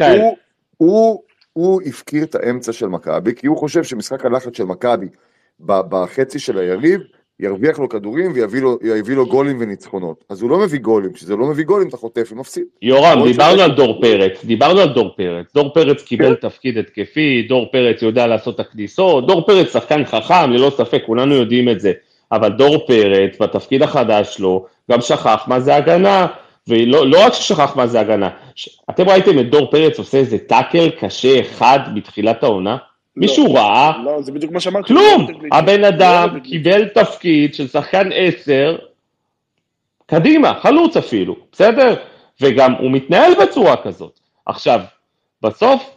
הוא הפקיר את האמצע של מכבי, כי הוא חושב שמשחק הלחץ של מכבי בחצי של היריב, ירוויח לו כדורים ויביא לו גולים וניצחונות. אז הוא לא מביא גולים, כשזה לא מביא גולים אתה חוטף ומפסיד. יורם, דיברנו על דור פרץ. דור פרץ קיבל תפקיד התקפי, דור פרץ יודע לעשות את הכניסות, דור פרץ שחקן חכם, ללא ספק, כולנו יודעים את זה. אבל דור פרץ, בתפקיד החדש שלו, גם שכח מה זה הגנה, ולא רק ששכח מה זה הגנה. אתם ראיתם את דור פרץ עושה איזה טאקל קשה אחד בתחילת העונה? מישהו ראה? לא, זה בדיוק מה שאמרתי. כלום! הבן אדם קיבל תפקיד של שחקן 10, קדימה, חלוץ אפילו, בסדר? וגם הוא מתנהל בצורה כזאת. עכשיו, בסוף,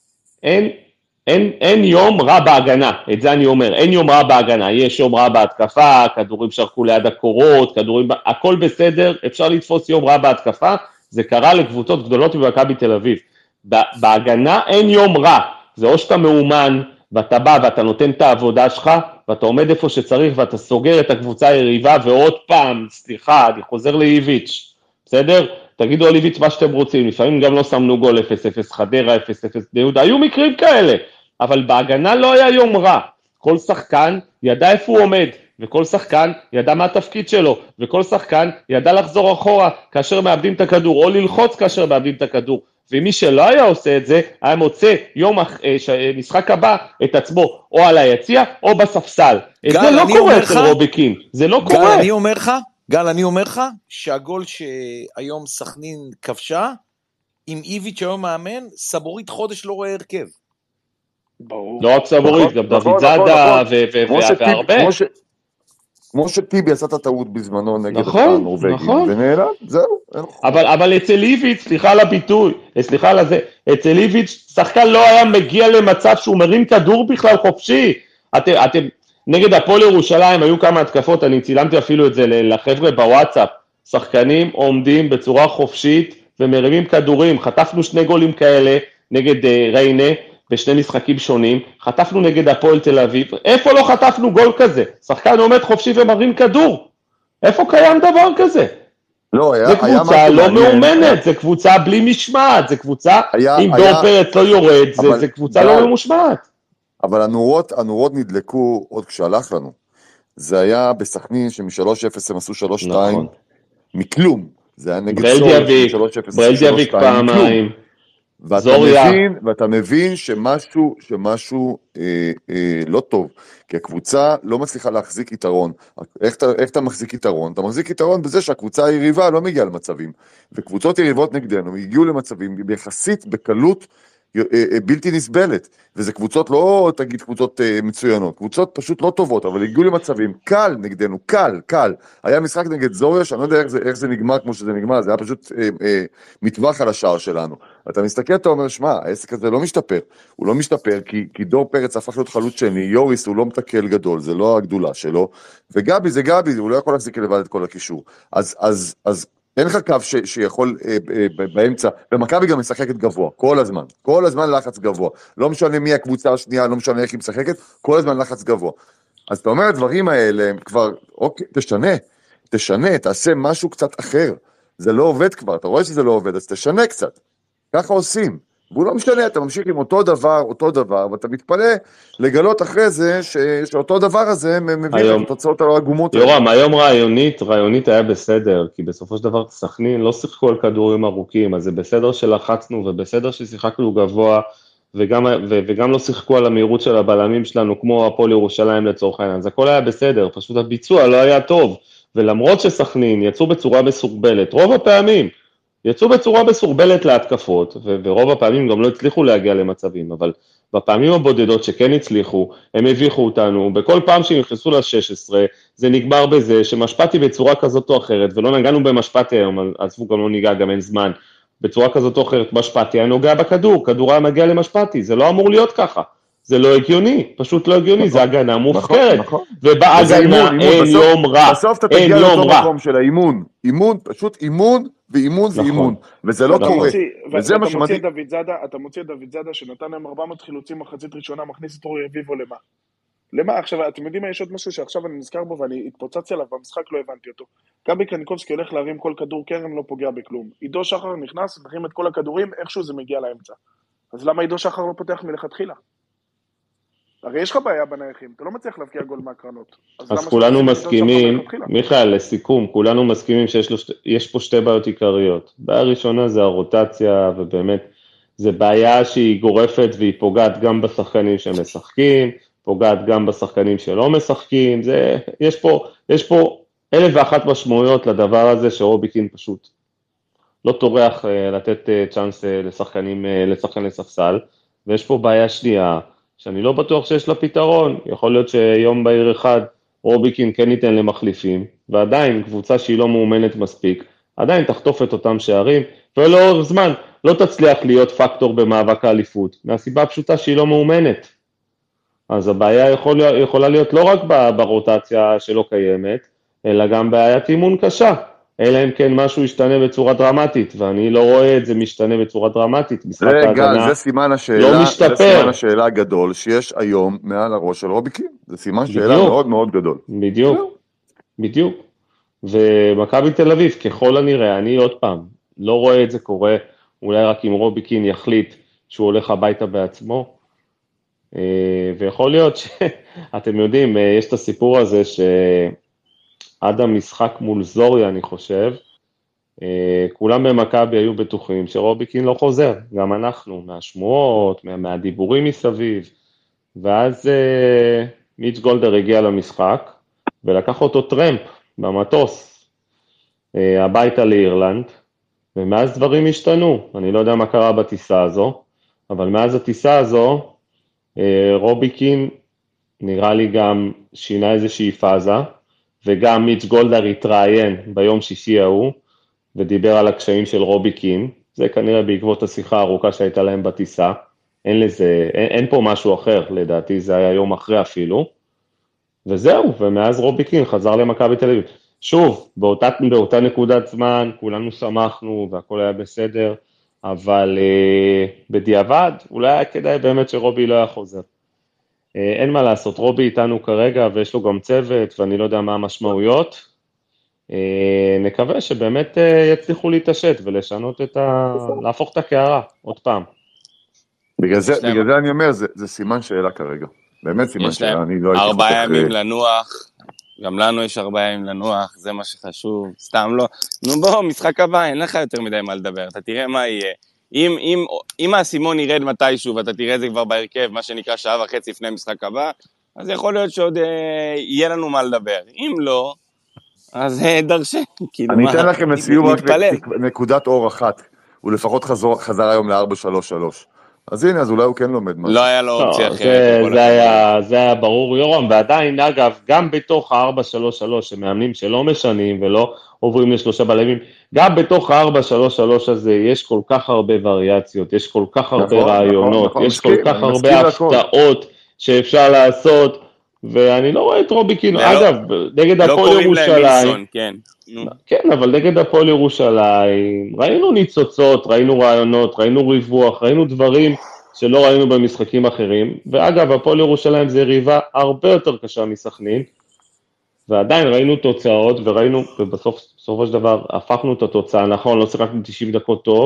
אין יום רע בהגנה, את זה אני אומר, אין יום רע בהגנה, יש יום רע בהתקפה, כדורים שרקו ליד הקורות, הכל בסדר, אפשר לתפוס יום רע בהתקפה, זה קרה לקבוצות גדולות במכבי תל אביב. בהגנה אין יום רע, זה או שאתה מאומן, ואתה בא ואתה נותן את העבודה שלך, ואתה עומד איפה שצריך, ואתה סוגר את הקבוצה היריבה, ועוד פעם, סליחה, אני חוזר לאיביץ', בסדר? תגידו על איביץ' מה שאתם רוצים, לפעמים גם לא שמנו גול 0-0 חדרה, 0-0 יהודה, היו מקרים כאלה, אבל בהגנה לא היה יום רע, כל שחקן ידע איפה הוא עומד, וכל שחקן ידע מה התפקיד שלו, וכל שחקן ידע לחזור אחורה, כאשר מאבדים את הכדור, או ללחוץ כאשר מאבדים את הכדור, ומי שלא היה עושה את זה, היה מוצא משחק הבא את עצמו, או על היציע, או בספסל. זה לא קורה אצל רובי קין, זה לא קורה. גל, אני אומר לך, שהגול שהיום סכנין כבשה, עם איביץ' היום מאמן, סבורית חודש לא רואה הרכב. ברור. לא רק סבורית, גם דוד זאדה והרבה. כמו שטיבי עשה את הטעות בזמנו נגד הנורווגים, ונעלם, זהו. אבל אצל איביץ', סליחה על הביטוי, סליחה על זה, אצל איביץ', שחקן לא היה מגיע למצב שהוא מרים כדור בכלל חופשי. אתם, נגד הפועל ירושלים, היו כמה התקפות, אני צילמתי אפילו את זה לחבר'ה בוואטסאפ, שחקנים עומדים בצורה חופשית ומרימים כדורים, חטפנו 2 גולים כאלה נגד ריינה, בשני משחקים שונים, חטפנו נגד הפועל תל אביב, איפה לא חטפנו גול כזה? שחקן עומד חופשי ומרים כדור, איפה קיים דבר כזה? זה קבוצה לא מאומנת, זה קבוצה בלי משמעת, זה קבוצה עם דור פרץ לא יורד, זה קבוצה לא ממושמעת. אבל הנורות נדלקו עוד כשהלך לנו, זה היה בסכנין שמ-3-0 הם עשו 3-2, מכלום, זה היה נגד ברלדיאביק פעמיים, ואתה מבין שמשהו לא טוב, כי הקבוצה לא מצליחה להחזיק יתרון. איך אתה מחזיק יתרון? אתה מחזיק יתרון בזה שהקבוצה היריבה לא מגיעה למצבים, וקבוצות יריבות נגדנו הגיעו למצבים ביחסית בקלות בלתי נסבלת, וזה קבוצות לא תגיד קבוצות מצוינות, קבוצות פשוט לא טובות, אבל הגיעו למצבים קל נגדנו, קל. היה משחק נגד זוריה, שאני לא יודע איך זה נגמר כמו שזה נגמר, זה היה פשוט מטווח על השער שלנו. אתה מסתכל, אתה אומר, שמע, העסק הזה לא משתפר, הוא לא משתפר כי דור פרץ הפך להיות חלוץ שני, יוריס הוא לא מתקל גדול, זה לא הגדולה שלו, וגבי זה גבי, הוא לא יכול להחזיק לבד את כל הקישור, אז אין לך קו שיכול באמצע, ומכבי גם משחקת גבוה, כל הזמן לחץ גבוה, לא משנה מי הקבוצה השנייה, לא משנה איך היא משחקת, כל הזמן לחץ גבוה. אז אתה אומר, הדברים האלה הם כבר, אוקיי, תשנה, תעשה משהו קצת אחר, זה לא עובד כבר, אתה רואה שזה לא עובד, אז תשנה קצת, ככה עושים, והוא לא משנה, אתה ממשיך עם אותו דבר, ואתה מתפלא לגלות אחרי זה שאותו דבר הזה מביא את התוצאות העגומות. יורם, היום רעיונית היה בסדר, כי בסופו של דבר סכנין לא שיחקו על כדורים ארוכים, אז זה בסדר שלחצנו ובסדר ששיחקנו גבוה, וגם לא שיחקו על המהירות של הבלמים שלנו, כמו הפועל ירושלים לצורך העניין, אז הכל היה בסדר, פשוט הביצוע לא היה טוב, ולמרות שסכנין יצאו בצורה מסורבלת, רוב הפעמים יצאו בצורה מסורבלת להתקפות, ורוב הפעמים גם לא הצליחו להגיע למצבים, אבל בפעמים הבודדות שכן הצליחו, הם הביכו אותנו, בכל פעם שהם נכנסו ל-16, זה נגמר בזה שמשפטי בצורה כזאת או אחרת, ולא נגענו במשפטי היום, עזבו גם לא ניגע, גם אין זמן, בצורה כזאת או אחרת, משפטי היה נוגע בכדור, כדור היה מגיע למשפטי, זה לא אמור להיות ככה, זה לא הגיוני, פשוט לא הגיוני, זה הגנה מופקרת, ובהגנה אין יום רע, בסוף אתה תגיע לאותו מקום של האימון, פשוט אימון ואימון, וזה לא קורה, וזה מה שמדהים. אתה מוציא את דוד זאדה שנתן להם 400 חילוצים מחצית ראשונה, מכניס את אורי רביבו למה? עכשיו, אתם יודעים מה, יש עוד משהו שעכשיו אני נזכר בו ואני התפוצצתי עליו, במשחק לא הבנתי אותו. גבי קניקובסקי הולך להרים כל כדור קרן, לא פוגע בכלום. עידו שחר נכנס, מרים את כל הכדורים, איכשהו זה מגיע לאמצע. אז למה עידו שחר לא פותח מלכתחילה? הרי יש לך בעיה בנייחים, אתה לא מצליח להבקיע גול מהקרנות. אז כולנו מסכימים, מיכאל, לסיכום, כולנו מסכימים שיש פה שתי בעיות עיקריות. בעיה ראשונה זה הרוטציה, ובאמת, זה בעיה שהיא גורפת והיא פוגעת גם בשחקנים שמשחקים, פוגעת גם בשחקנים שלא משחקים, יש פה 1,001 משמעויות לדבר הזה שרוביקין פשוט לא טורח לתת צ'אנס לשחקני ספסל, ויש פה בעיה שנייה, שאני לא בטוח שיש לה פתרון, יכול להיות שיום בהיר אחד רוביקין כן ניתן למחליפים, ועדיין קבוצה שהיא לא מאומנת מספיק, עדיין תחטוף את אותם שערים, ולאורך זמן לא תצליח להיות פקטור במאבק האליפות, מהסיבה הפשוטה שהיא לא מאומנת. אז הבעיה יכולה להיות לא רק ברוטציה שלא קיימת, אלא גם בעיית אימון קשה, אלא אם כן משהו ישתנה בצורה דרמטית, ואני לא רואה את זה משתנה בצורה דרמטית, משחק ההגנה זה סימן השאלה הגדול שיש היום מעל הראש של רוביקין, זה סימן שאלה מאוד מאוד גדול. בדיוק, ומכבי תל אביב, ככל הנראה, אני עוד פעם, לא רואה את זה קורה, אולי רק אם רוביקין יחליט שהוא הולך הביתה בעצמו, ויכול להיות שאתם יודעים, יש את הסיפור הזה שעד המשחק מול זוריה, אני חושב, כולם במכבי היו בטוחים שרוביקין לא חוזר, גם אנחנו, מהשמועות, מהדיבורים מסביב, ואז מיץ' גולדר הגיע למשחק, ולקח אותו טרמפ במטוס, הביתה לאירלנד, ומאז דברים השתנו, אני לא יודע מה קרה בטיסה הזו, אבל מאז הטיסה הזו, רוביקין נראה לי גם שינה איזושהי פאזה, וגם מיץ' גולדר התראיין ביום שישי ההוא, ודיבר על הקשיים של רוביקין, זה כנראה בעקבות השיחה הארוכה שהייתה להם בטיסה, אין פה משהו אחר, לדעתי זה היה יום אחרי אפילו, וזהו, ומאז רוביקין חזר למכבי תל אביב. שוב, באותה נקודת זמן, כולנו שמחנו והכל היה בסדר, אבל בדיעבד, אולי היה כדאי באמת שרובי לא היה חוזר. אין מה לעשות, רובי איתנו כרגע, ויש לו גם צוות, ואני לא יודע מה המשמעויות. נקווה שבאמת יצליחו להתעשת, ולשנות להפוך את הקערה, עוד פעם. בגלל זה אני אומר, זה סימן שאלה כרגע. באמת סימן שאלה, אני לא הייתי 4 ימים לנוח, גם לנו יש 4 ימים לנוח, זה מה שחשוב, סתם לא. נו בוא, משחק הבא, אין לך יותר מדי מה לדבר, אתה תראה מה יהיה. אם האסימון ירד מתישהו, ואתה תראה את זה כבר בהרכב, מה שנקרא 1.5 שעה לפני משחק הבא, אז יכול להיות שעוד יהיה לנו מה לדבר. אם לא, אז דרשי. אני אתן לכם לסיום רק נקודת אור אחת, הוא לפחות חזר היום ל-4-3-3. אז הנה, אז אולי הוא כן לומד משהו. לא היה לו אופציה אחרת. זה היה ברור, יורם, ועדיין, אגב, גם בתוך ה-4-3-3, שמאמנים שלא משנים ולא עוברים ל3 בלמים, גם בתוך ה-4-3-3 הזה יש כל כך הרבה וריאציות, יש כל כך הרבה רעיונות, יש כל כך הרבה הפתעות שאפשר לעשות, ואני לא רואה את רוביקין, אגב, נגד הפועל ירושלים, כן, אבל נגד הפועל ירושלים, ראינו ניצוצות, ראינו רעיונות, ראינו ריווח, ראינו דברים שלא ראינו במשחקים אחרים, ואגב, הפועל ירושלים זה יריבה הרבה יותר קשה מסכנין, ועדיין ראינו תוצאות, וראינו, ובסופו של דבר, הפכנו את התוצאה, נכון, לא שיחקנו 90 דקות טוב,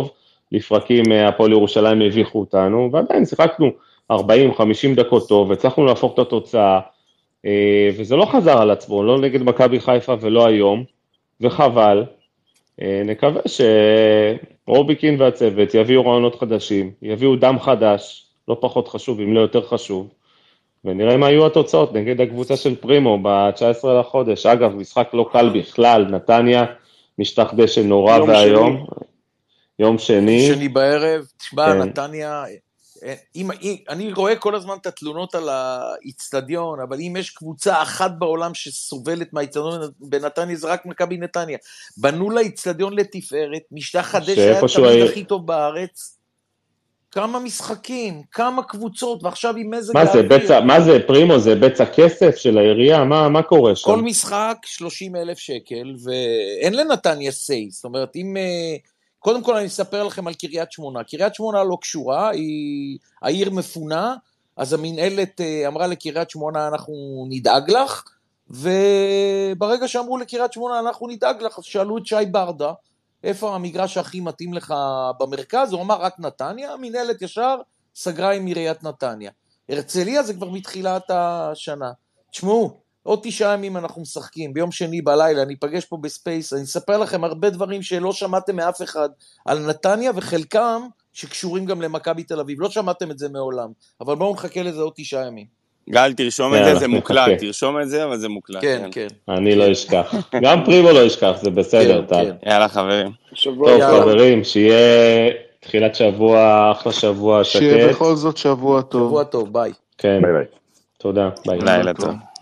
לפרקים הפועל ירושלים הביכו אותנו, ועדיין שיחקנו 40-50 דקות טוב, הצלחנו להפוך את התוצאה, וזה לא חזר על עצמו, לא נגד מכבי חיפה ולא היום, וחבל. נקווה שרוביקין והצוות יביאו רעיונות חדשים, יביאו דם חדש, לא פחות חשוב, אם לא יותר חשוב, ונראה מה יהיו התוצאות נגד הקבוצה של פרימו ב-19 לחודש. אגב, משחק לא קל בכלל, נתניה, משטח דשא נורא והיום, יום שני בערב, תשמע, נתניה, אני רואה כל הזמן את התלונות על האצטדיון, אבל אם יש קבוצה אחת בעולם שסובלת מהאצטדיון בנתניה, זה רק מכבי נתניה. בנו לה אצטדיון לתפארת, משטח הדשא היה תמיד הכי טוב בארץ, כמה משחקים, כמה קבוצות, ועכשיו עם מזג האוויר. מה זה, פרימו, זה בצע כסף של העירייה? מה קורה שם? כל משחק 30,000 שקל, ואין לנתניה סי, זאת אומרת, אם... קודם כל אני אספר לכם על קריית שמונה. קריית שמונה לא קשורה, היא העיר מפונה, אז המנהלת אמרה לקריית שמונה, אנחנו נדאג לך, וברגע שאמרו לקריית שמונה, אנחנו נדאג לך, אז שאלו את שי ברדה, איפה המגרש הכי מתאים לך במרכז? הוא אמר רק נתניה, המנהלת ישר סגרה עם עיריית נתניה. הרצליה זה כבר מתחילת השנה. תשמעו, עוד 9 ימים אנחנו משחקים, ביום שני בלילה, אני אפגש פה בספייס, אני אספר לכם הרבה דברים שלא שמעתם מאף אחד על נתניה, וחלקם שקשורים גם למכבי תל אביב, לא שמעתם את זה מעולם, אבל בואו נחכה לזה עוד 9 ימים. גל, תרשום את זה, זה מוקלט, תרשום את זה, אבל זה מוקלט. כן, כן. אני לא אשכח, גם פרימו לא ישכח, זה בסדר, טל. יאללה חברים. טוב חברים, שיהיה תחילת שבוע, אחלה שבוע שקט. שיהיה בכל זאת שבוע טוב. שבוע טוב, ביי. כן, תודה, ביי. לילה טוב.